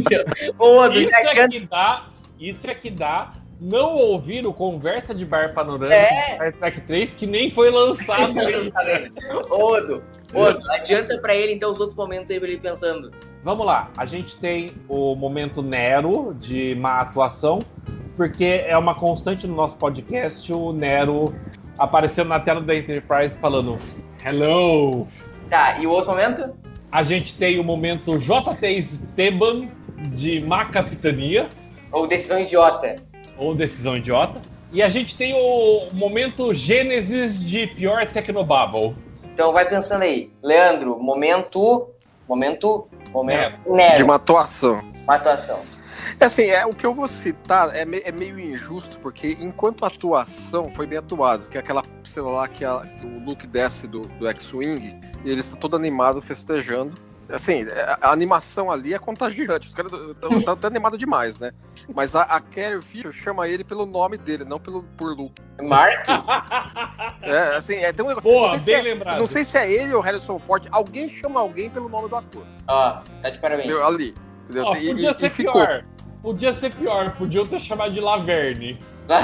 Isso é que dá não ouvir o Conversa de Bar Panorâmico de Star Trek 3, que nem foi lançado ainda. Odo, adianta pra ele então os outros momentos aí pra ele pensando. Vamos lá, a gente tem o momento Nero de má atuação, porque é uma constante no nosso podcast o Nero aparecendo na tela da Enterprise falando hello. Tá, e o outro momento? A gente tem o momento JT Esteban de má capitania. Ou decisão idiota. E a gente tem o momento Gênesis de pior Tecnobabble. Então vai pensando aí. Leandro, momento De uma atuação. Uma atuação. Assim, o que eu vou citar é meio injusto, porque enquanto a atuação foi bem atuado, que é aquela cena lá que o Luke desce do X-Wing e ele está todo animado, festejando. Assim, a animação ali é contagiante, os caras estão até animados demais, né? Mas a Carrie Fisher chama ele pelo nome dele, não por Luke. Mark? Assim, tem um negócio. Boa, bem lembrado. Não sei se é ele ou Harrison Ford, alguém chama alguém pelo nome do ator. Tá de parabéns. Entendeu? Ali. Entendeu? Podia ser ficou. pior. Podia ser pior, podiam ter chamado de Laverne.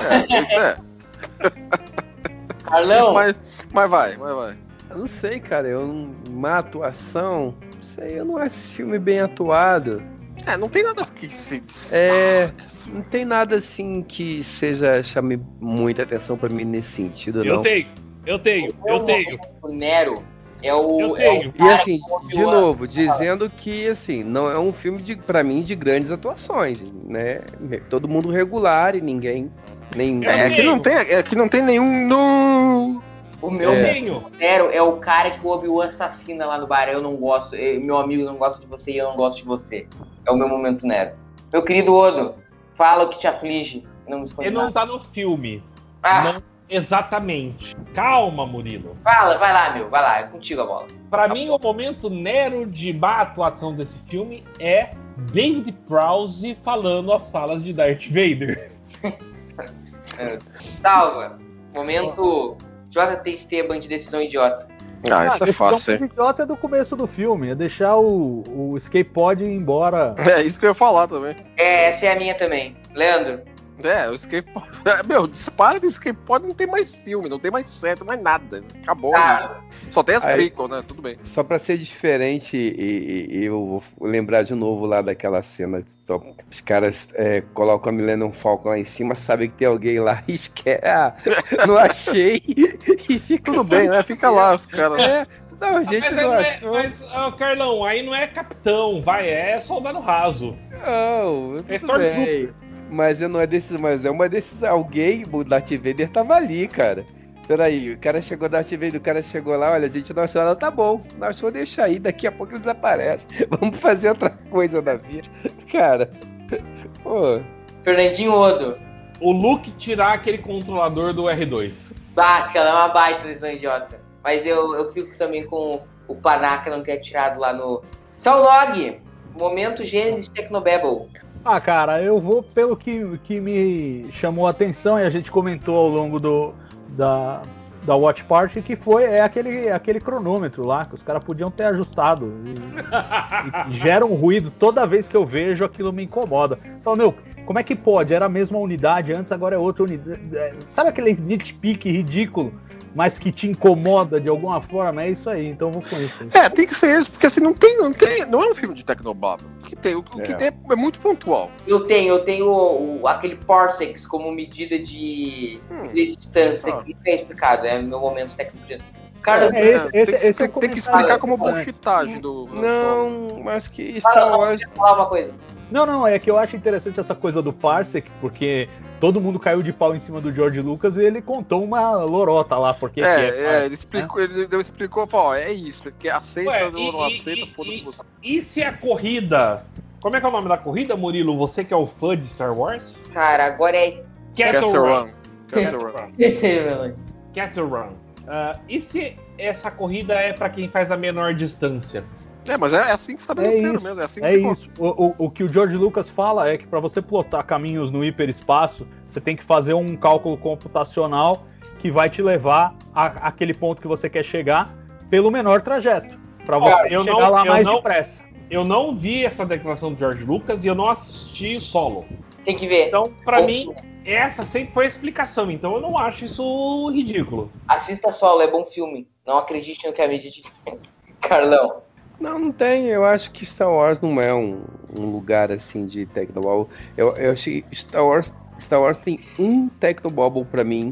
Carlão? Mas vai. Eu não sei, cara, uma atuação, não sei, eu não acho esse filme bem atuado. Não tem nada que se não tem nada assim que chame muita atenção pra mim nesse sentido, não. Eu tenho. O Nero é o E assim, de novo, dizendo que assim, não é um filme pra mim de grandes atuações, né? Todo mundo regular e ninguém que não tem nenhum no. O meu Nero é o cara que o Obi-Wan assassina lá no bar. Eu não gosto, meu amigo não gosta de você e eu não gosto de você. É o meu momento Nero. Meu querido Odo, fala o que te aflige. Não me esconde. Ele não tá no filme. Não exatamente. Calma, Murilo. Vai lá, é contigo a bola. Pra mim, o momento Nero de má atuação desse filme é David Prowse falando as falas de Darth Vader. Salva. Momento JT Esteban de decisão idiota. Isso é fácil. A decisão idiota é do começo do filme, é deixar o Escape Pod ir embora. É isso que eu ia falar também. Essa é a minha também. Leandro? O Escape Pod. Dispara do Escape Pod, não tem mais filme, não tem mais série, não tem mais nada. Acabou. Né? Só tem as prequel, né? Tudo bem. Só pra ser diferente, e eu vou lembrar de novo lá daquela cena. Os caras colocam a Millennium Falcon lá em cima, sabem que tem alguém lá e esquece. Não achei. E fica tudo bem, né? Fica lá, os caras. Não, a gente não achou. Mas, Carlão, aí não é capitão, é soldado raso. Não, tudo bem. Mas não é desses, mas é uma desses. Alguém, o Darth Vader tava ali, cara. Peraí, o cara chegou, Darth Vader, o cara chegou lá, olha, a gente não achou nada, tá bom. Não achou, deixa aí, daqui a pouco ele desaparece. Vamos fazer outra coisa da vida. Cara, pô. Fernandinho Odo. O Luke tirar aquele controlador do R2. Aquela é uma baita decisão idiota. Mas eu fico também com o Panaca não ter tirado lá no... Saulog, momento Gênesis Tecnobabble. Cara, eu vou pelo que me chamou a atenção e a gente comentou ao longo da Watch Party, que foi aquele cronômetro lá, que os caras podiam ter ajustado. E gera um ruído. Toda vez que eu vejo, aquilo me incomoda. Fala, como é que pode? Era a mesma unidade antes, agora é outra unidade. Sabe aquele nitpick ridículo, mas que te incomoda de alguma forma? É isso aí, então eu vou com isso. Tem que ser isso, porque assim, não é um filme de Tecnobabble. O que tem é muito pontual. Eu tenho aquele parsecs como medida de distância, que é explicado, é meu momento técnico. Carlos, esse tem que explicar como bullshitagem do... Não, mas que Star Wars... falar uma coisa. Não, é que eu acho interessante essa coisa do parsec, porque todo mundo caiu de pau em cima do George Lucas e ele contou uma lorota lá, porque ele explicou, falou, é isso, que aceita ou não aceita, foda-se você. E se a corrida... Como é que é o nome da corrida, Murilo? Você que é o fã de Star Wars? Cara, agora é... Castle Run. Castle Run. E se essa corrida é pra quem faz a menor distância? Mas é assim que estabeleceram mesmo. Isso. O que o George Lucas fala é que para você plotar caminhos no hiperespaço, você tem que fazer um cálculo computacional que vai te levar àquele ponto que você quer chegar pelo menor trajeto, para você chegar lá mais depressa. Eu não vi essa declaração do George Lucas e eu não assisti Solo. Tem que ver. Então, pra mim, essa sempre foi a explicação. Então, eu não acho isso ridículo. Assista Solo, é bom filme. Não acredite no que a mídia diz. Carlão. Não tem. Eu acho que Star Wars não é um lugar assim de Tecnobubble. Eu achei que Star Wars tem um Tecnobubble pra mim.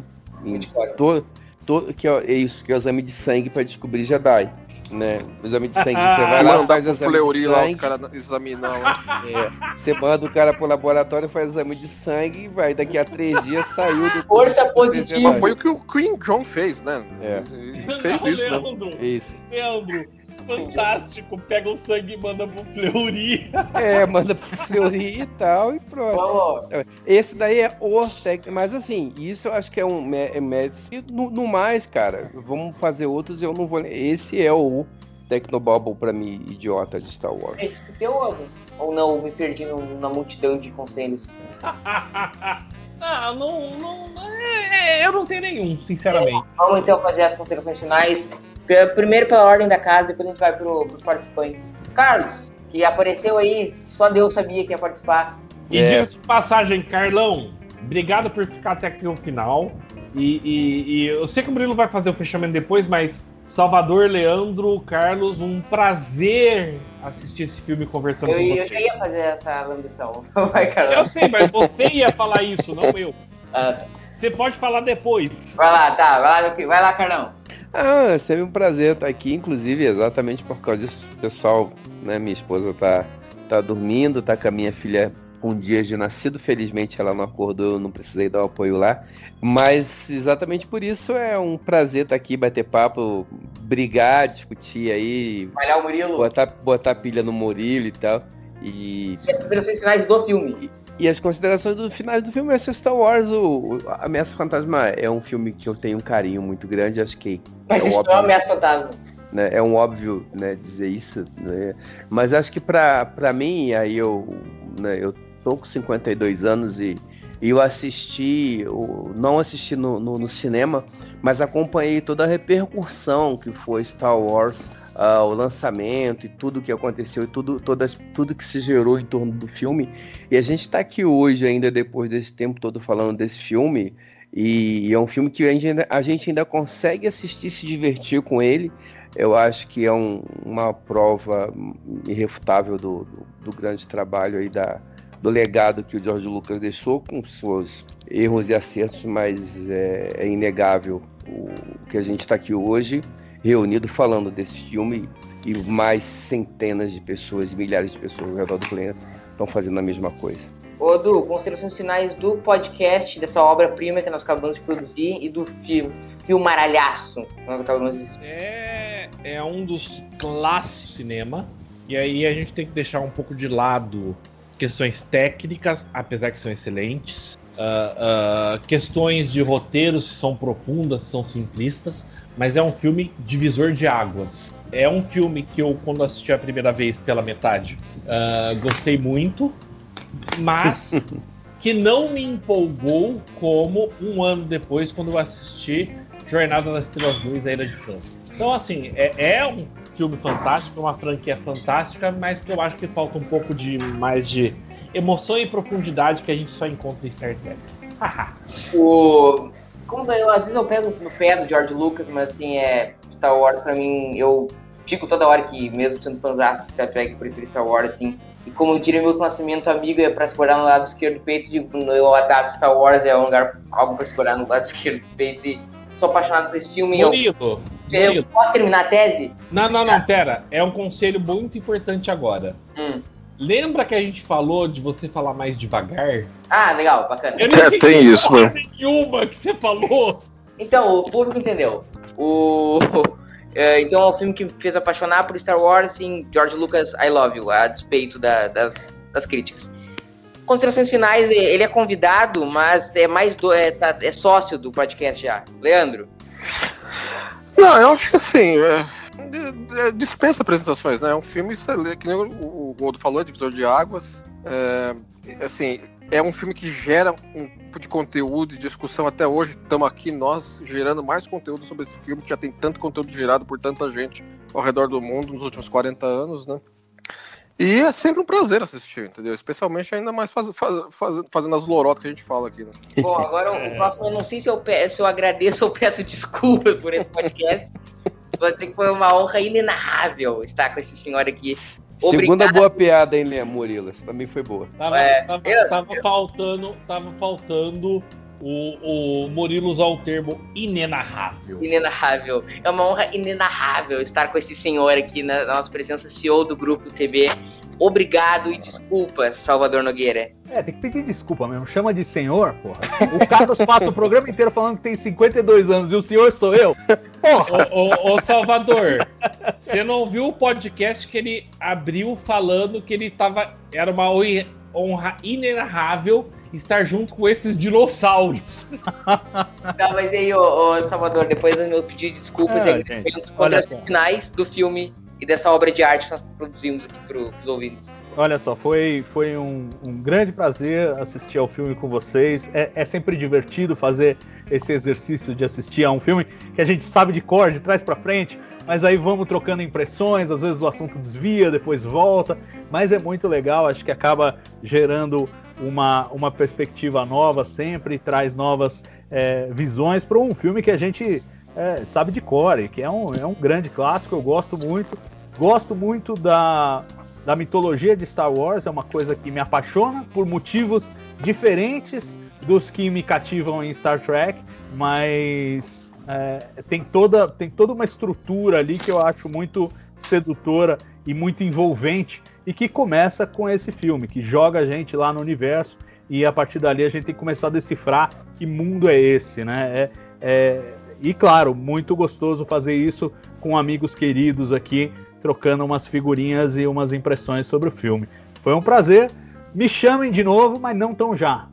Que é isso, que é o exame de sangue pra descobrir Jedi. Né? O exame de sangue, você vai lá, faz o exame de sangue. Lá, os caras examinam. Você manda o cara pro laboratório, faz o exame de sangue e vai. Daqui a 3 dias saiu do. Força positiva. Mas foi o que o Queen John fez, né? Ele fez isso, Leandro, né? Isso. Leandro, fantástico. Pega o sangue e manda pro Fleury. Manda pro Fleury e tal, e pronto. Esse daí é o técnico. Mas assim, isso eu acho que é um mérito. No mais, cara, vamos fazer outros, eu não vou. Esse é o Tecnobubble pra mim, idiota de Star Wars. Tem algum? Ou não, me perdi na multidão de conselhos? Eu não tenho nenhum, sinceramente. Vamos então fazer as considerações finais. Primeiro pela ordem da casa, depois a gente vai pros participantes. Carlos, que apareceu aí, só Deus sabia que ia participar. E diga-se de passagem, Carlão, obrigado por ficar até aqui no final. E eu sei que o Murilo vai fazer o fechamento depois, mas Salvador, Leandro, Carlos, um prazer assistir esse filme conversando com vocês. Eu já ia fazer essa lambição. Vai, Carlão. Eu sei, mas você ia falar isso, não eu. Você pode falar depois. Vai lá, Carlão. É sempre um prazer estar aqui, inclusive exatamente por causa disso, pessoal, né? Minha esposa tá dormindo, tá com a minha filha com dias de nascido, felizmente ela não acordou, eu não precisei dar o apoio lá, mas exatamente por isso é um prazer estar aqui, bater papo, brigar, discutir aí, malhar o Murilo, botar pilha no Murilo e tal, e as considerações finais do filme. E as considerações finais do filme é Star Wars, A Ameaça Fantasma é um filme que eu tenho um carinho muito grande, acho que mas isso não é Ameaça Fantasma. Né, é um óbvio, né, dizer isso, né, mas acho que pra mim, aí eu tô com 52 anos e eu não assisti no cinema, mas acompanhei toda a repercussão que foi Star Wars, o lançamento e tudo que aconteceu e tudo que se gerou em torno do filme, e a gente está aqui hoje ainda depois desse tempo todo falando desse filme, e é um filme que a gente ainda consegue assistir e se divertir com ele. Eu acho que é uma prova irrefutável do grande trabalho aí do legado que o George Lucas deixou, com seus erros e acertos, mas é inegável o que a gente está aqui hoje reunido falando desse filme, e mais centenas de pessoas e milhares de pessoas ao redor do planeta estão fazendo a mesma coisa. Ô, Du, considerações finais do podcast, dessa obra-prima que nós acabamos de produzir e do filmaralhaço que nós acabamos de... É um dos clássicos do cinema, e aí a gente tem que deixar um pouco de lado questões técnicas, apesar que são excelentes, questões de roteiro, se são profundas, se são simplistas, mas é um filme divisor de águas. É um filme que eu, quando assisti a primeira vez pela metade, gostei muito, mas que não me empolgou como um ano depois, quando eu assisti Jornada nas Estrelas 2, A Ilha de França. Então, assim, é um filme fantástico, uma franquia fantástica, mas que eu acho que falta um pouco mais de emoção e profundidade que a gente só encontra em Star Trek. Às vezes eu pego no pé do George Lucas, mas assim, Star Wars pra mim, eu fico toda hora que, mesmo sendo fãzão de Star Trek, eu prefiro Star Wars, assim. E como diria meu Nascimento, amigo, é pra segurar no lado esquerdo do peito, eu adapto Star Wars, é um lugar, algo pra segurar no lado esquerdo do peito, e sou apaixonado por esse filme. Bonito. Eu posso terminar a tese? Não, pera. É um conselho muito importante agora. lembra que a gente falou de você falar mais devagar? Ah, legal, bacana. Eu não entendi tem isso, porra mano. nenhuma que você falou. Então, o público entendeu. Então é um filme que fez apaixonar por Star Wars em George Lucas I Love You, a despeito das críticas. Considerações finais, ele é convidado, mas é sócio do podcast já. Leandro? Não, eu acho que assim, dispensa apresentações, né? É um filme, que nem o Goldo falou, Divisor de Águas. Assim, é um filme que gera um tipo de conteúdo e discussão até hoje. Estamos aqui, nós, gerando mais conteúdo sobre esse filme, que já tem tanto conteúdo gerado por tanta gente ao redor do mundo nos últimos 40 anos, né? E é sempre um prazer assistir, entendeu? Especialmente ainda mais fazendo as lorotas que a gente fala aqui, né? Bom, agora o próximo, eu não sei se eu agradeço ou peço desculpas por esse podcast. Vou dizer que foi uma honra inenarrável estar com esse senhor aqui. Segunda boa piada, hein, Murilo? Essa também foi boa. Tava faltando o Murilo usar o termo inenarrável. Inenarrável. É uma honra inenarrável estar com esse senhor aqui na nossa presença, CEO do Grupo TB. Obrigado e desculpas, Salvador Nogueira. Tem que pedir desculpa mesmo. Chama de senhor, porra. O Carlos passa o programa inteiro falando que tem 52 anos e o senhor sou eu. Porra! Ô Salvador, você não viu o podcast que ele abriu falando que era uma honra inenarrável estar junto com esses dinossauros. Não, mas aí, ô Salvador, depois do meu pedido de desculpas e agradecimentos contra os finais do filme e dessa obra de arte que nós produzimos aqui para os ouvintes. Olha só, foi um grande prazer assistir ao filme com vocês. É sempre divertido fazer esse exercício de assistir a um filme que a gente sabe de cor, de trás para frente, mas aí vamos trocando impressões, às vezes o assunto desvia, depois volta, mas é muito legal, acho que acaba gerando uma perspectiva nova sempre, traz novas visões para um filme que a gente sabe de cor, que é um grande clássico. Eu gosto muito da mitologia de Star Wars, é uma coisa que me apaixona por motivos diferentes dos que me cativam em Star Trek, mas tem toda uma estrutura ali que eu acho muito sedutora e muito envolvente, e que começa com esse filme, que joga a gente lá no universo, e a partir dali a gente tem que começar a decifrar que mundo é esse, né? E claro, muito gostoso fazer isso com amigos queridos aqui, trocando umas figurinhas e umas impressões sobre o filme. Foi um prazer. Me chamem de novo, mas não tão já.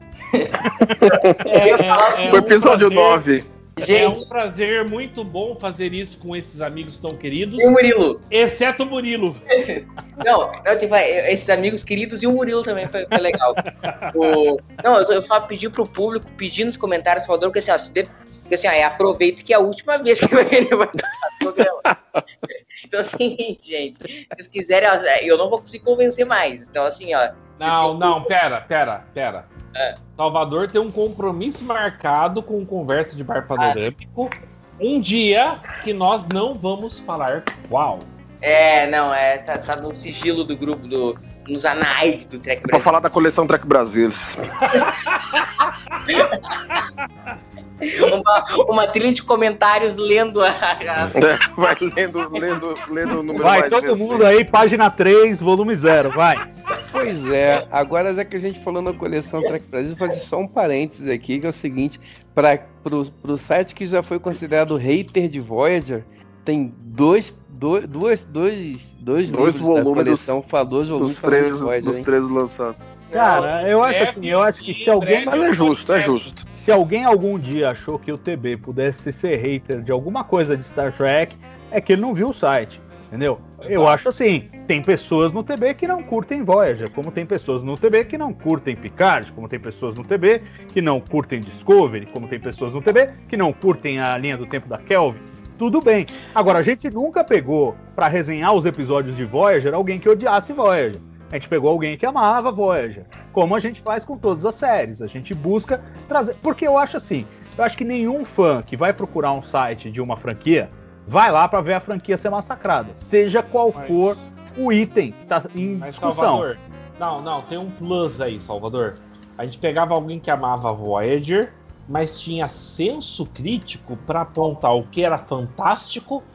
O episódio 9. É um prazer muito bom fazer isso com esses amigos tão queridos. E o Murilo. Exceto o Murilo. Não, esses amigos queridos e o Murilo também foi legal. Eu pedi pro público, pedi nos comentários, Salvador, porque aproveita que é a última vez que ele vai estar no programa. Então, assim, gente, se vocês quiserem, eu não vou conseguir convencer mais. Então, assim, ó. Não, pera. Salvador tem um compromisso marcado com Conversa de Bar Panorâmico. Um dia que nós não vamos falar qual. Tá no sigilo do grupo, nos anais do Trek Brasil. Pra falar da coleção Trek Brasil. Uma trilha de comentários lendo vai lendo o número. Vai, todo mundo aí, página 3, volume 0, vai. Pois é, agora já que a gente falou na coleção Trek Brasil, vou fazer só um parênteses aqui, que é o seguinte, pro site que já foi considerado hater de Voyager, tem dois livros da coleção, dois volumes dos 13 lançados. Cara, eu acho que se alguém... Mas é justo. Se alguém algum dia achou que o TB pudesse ser hater de alguma coisa de Star Trek, é que ele não viu o site, entendeu? Eu acho assim, tem pessoas no TB que não curtem Voyager, como tem pessoas no TB que não curtem Picard, como tem pessoas no TB que não curtem Discovery, como tem pessoas no TB que não curtem a linha do tempo da Kelvin. Tudo bem. Agora, a gente nunca pegou pra resenhar os episódios de Voyager alguém que odiasse Voyager. A gente pegou alguém que amava Voyager, como a gente faz com todas as séries. A gente busca trazer... Porque eu acho assim, que nenhum fã que vai procurar um site de uma franquia vai lá pra ver a franquia ser massacrada, seja qual for o item que tá em discussão. Salvador, não, tem um plus aí, Salvador. A gente pegava alguém que amava Voyager, mas tinha senso crítico pra apontar o que era fantástico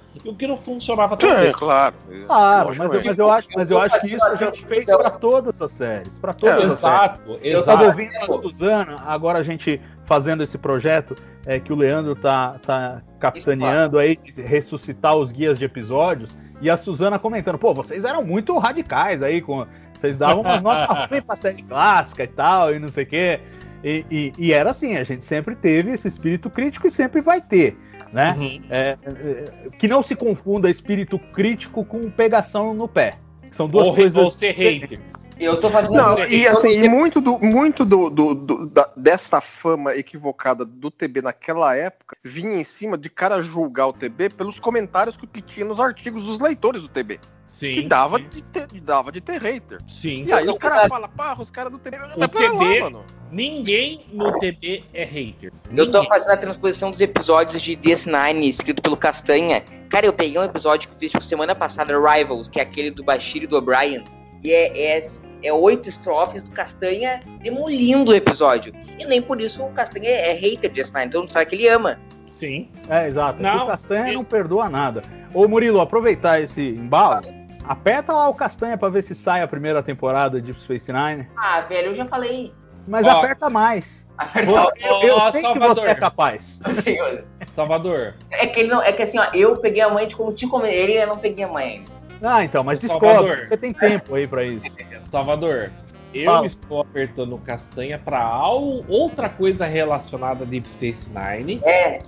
e o que não funcionava também. É, claro. Claro, mas eu acho que isso a gente fez para todas as séries. Para todas as séries. Exato, Eu tava ouvindo a Suzana, agora a gente fazendo esse projeto que o Leandro tá capitaneando aí, de ressuscitar os guias de episódios, e a Suzana comentando, pô, vocês eram muito radicais aí, vocês davam umas notas ruins pra série clássica e tal, e não sei o quê. E era assim, a gente sempre teve esse espírito crítico e sempre vai ter, né? Que não se confunda espírito crítico com pegação no pé. São duas coisas. Ou ser hater. Eu tô fazendo. Não, e assim, e muito dessa fama equivocada do TB naquela época vinha em cima de cara julgar o TB pelos comentários que tinha nos artigos dos leitores do TB. Sim. Que dava de ter hater. Sim. E aí os caras falam, pá, os caras do TB. O TB, ninguém no TB é hater. Eu tô fazendo a transposição dos episódios de DS9, escrito pelo Castanha. Cara, eu peguei um episódio que eu fiz tipo, semana passada, Rivals, que é aquele do Bashir e do O'Brien. E é 8 estrofes do Castanha demolindo o episódio. E nem por isso o Castanha é hater de DS9, todo mundo sabe que ele ama. Sim. Exato. O Castanha não perdoa nada. Ô Murilo, aproveitar esse embalo, aperta lá o Castanha pra ver se sai a primeira temporada de Deep Space Nine. Ah, velho, eu já falei. Mas aperta mais. Eu sei que você é capaz. Salvador. É que assim, ó, eu peguei a mãe de como te comer. Ele eu não peguei a mãe. Ah, então, mas descobre. Você tem tempo aí pra isso. Salvador, eu estou apertando o Castanha pra outra coisa relacionada a Deep Space Nine.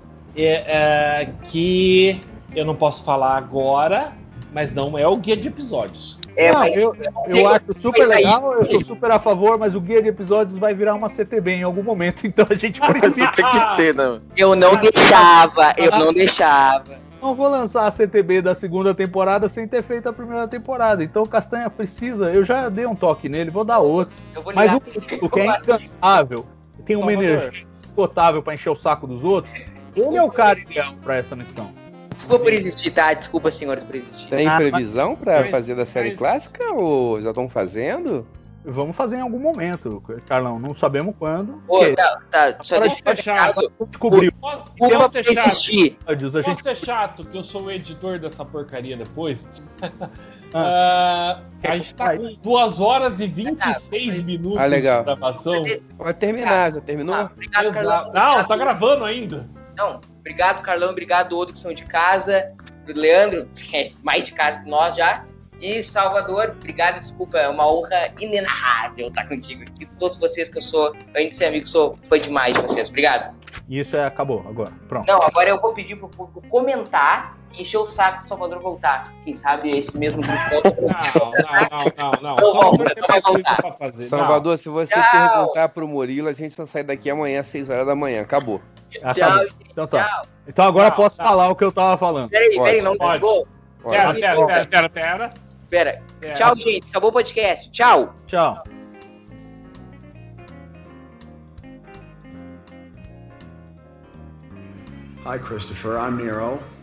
Que eu não posso falar agora, mas não é o guia de episódios. Eu acho super legal, eu sou super a favor, mas o guia de episódios vai virar uma CTB em algum momento, então a gente precisa que ter, né? Eu não deixava. Não vou lançar a CTB da segunda temporada sem ter feito a primeira temporada. Então o Castanha precisa, eu já dei um toque nele, vou dar outro. Mas o que é incansável, tem uma energia esgotável pra encher o saco dos outros, ele é o cara ideal pra essa missão. Desculpa por existir, tá? Desculpa, senhores, por existir. Tem previsão pra fazer da série clássica ou já estão fazendo? Vamos fazer em algum momento, Carlão. Não sabemos quando. Tá. Só deixa eu chato. Descobriu. Posso ser chato? A gente ser chato, que eu sou o editor dessa porcaria depois. A gente tá com 2 horas e 26 minutos legal. de gravação. Vai terminar, já terminou? Obrigado, Carlão. Não, tá gravando ainda. Não, obrigado, Carlão. Obrigado, Odo, que são de casa. Leandro, que é mais de casa que nós já. E Salvador, obrigado, desculpa, é uma honra inenarrável estar contigo. E todos vocês que eu sou, além de ser amigo, sou fã demais de vocês. Obrigado. Isso acabou, agora. Pronto. Não, agora eu vou pedir pro público comentar e encher o saco do Salvador voltar. Quem sabe esse mesmo grupo... Não. Salvador, se você perguntar pro Murilo, a gente só sai daqui amanhã às 6 horas da manhã. Acabou. Tchau, gente. Então tá. Então agora posso falar o que eu tava falando. Peraí, não pode. Pera. Espera. Tchau, gente. Acabou o podcast. Tchau. Tchau. Hi, Christopher. I'm Nero.